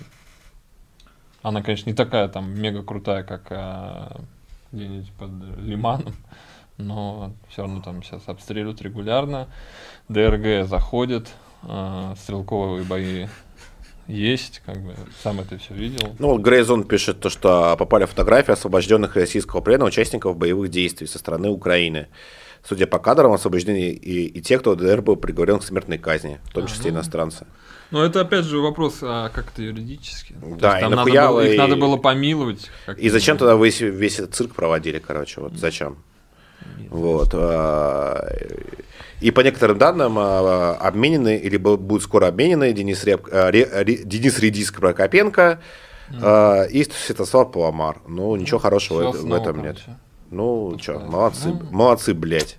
она, конечно, не такая там мега крутая, как а, где-нибудь под Лиманом, но все равно там сейчас обстреливают регулярно, ДРГ заходит, а, стрелковые бои есть, как бы сам это все видел. Ну, вот Грейзон пишет, то, что попали фотографии освобожденных российского плена участников боевых действий со стороны Украины. Судя по кадрам, освобождены и, и те, кто в ДНР был приговорен к смертной казни, в том А, числе ну. иностранцы. Но это опять же вопрос, а как это юридически? То Да, есть и там надо нахуя было- вы- их надо было помиловать. как И зачем минимум. тогда весь, весь этот цирк проводили, короче, вот зачем? Вот. а, И по некоторым данным а, обменены или бу- будут скоро обменены Денис, Реп- а, Ре- Ре- Денис Редиск Прокопенко а, и Святослав Паламар. Ну, ничего хорошего Всё в- в основа, этом нет. короче. Ну, Тут что, сказать. молодцы, Ну. молодцы, блядь.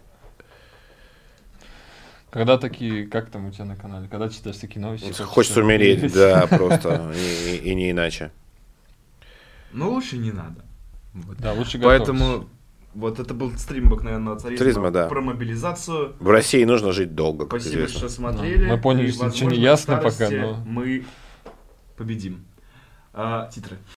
Когда такие, как там у тебя на канале, когда читаешь такие новости? Хочется умереть, да, просто, и, и- и не иначе. Но лучше не надо. Вот. Да, лучше Поэтому готовься. вот это был стрим обыкновенного царизма, Царизма, да. про мобилизацию. В России нужно жить долго, как Спасибо, известно. что смотрели. Да, мы поняли, И, что ничего не возможно, в ясно пока, старости но- мы победим. А, титры.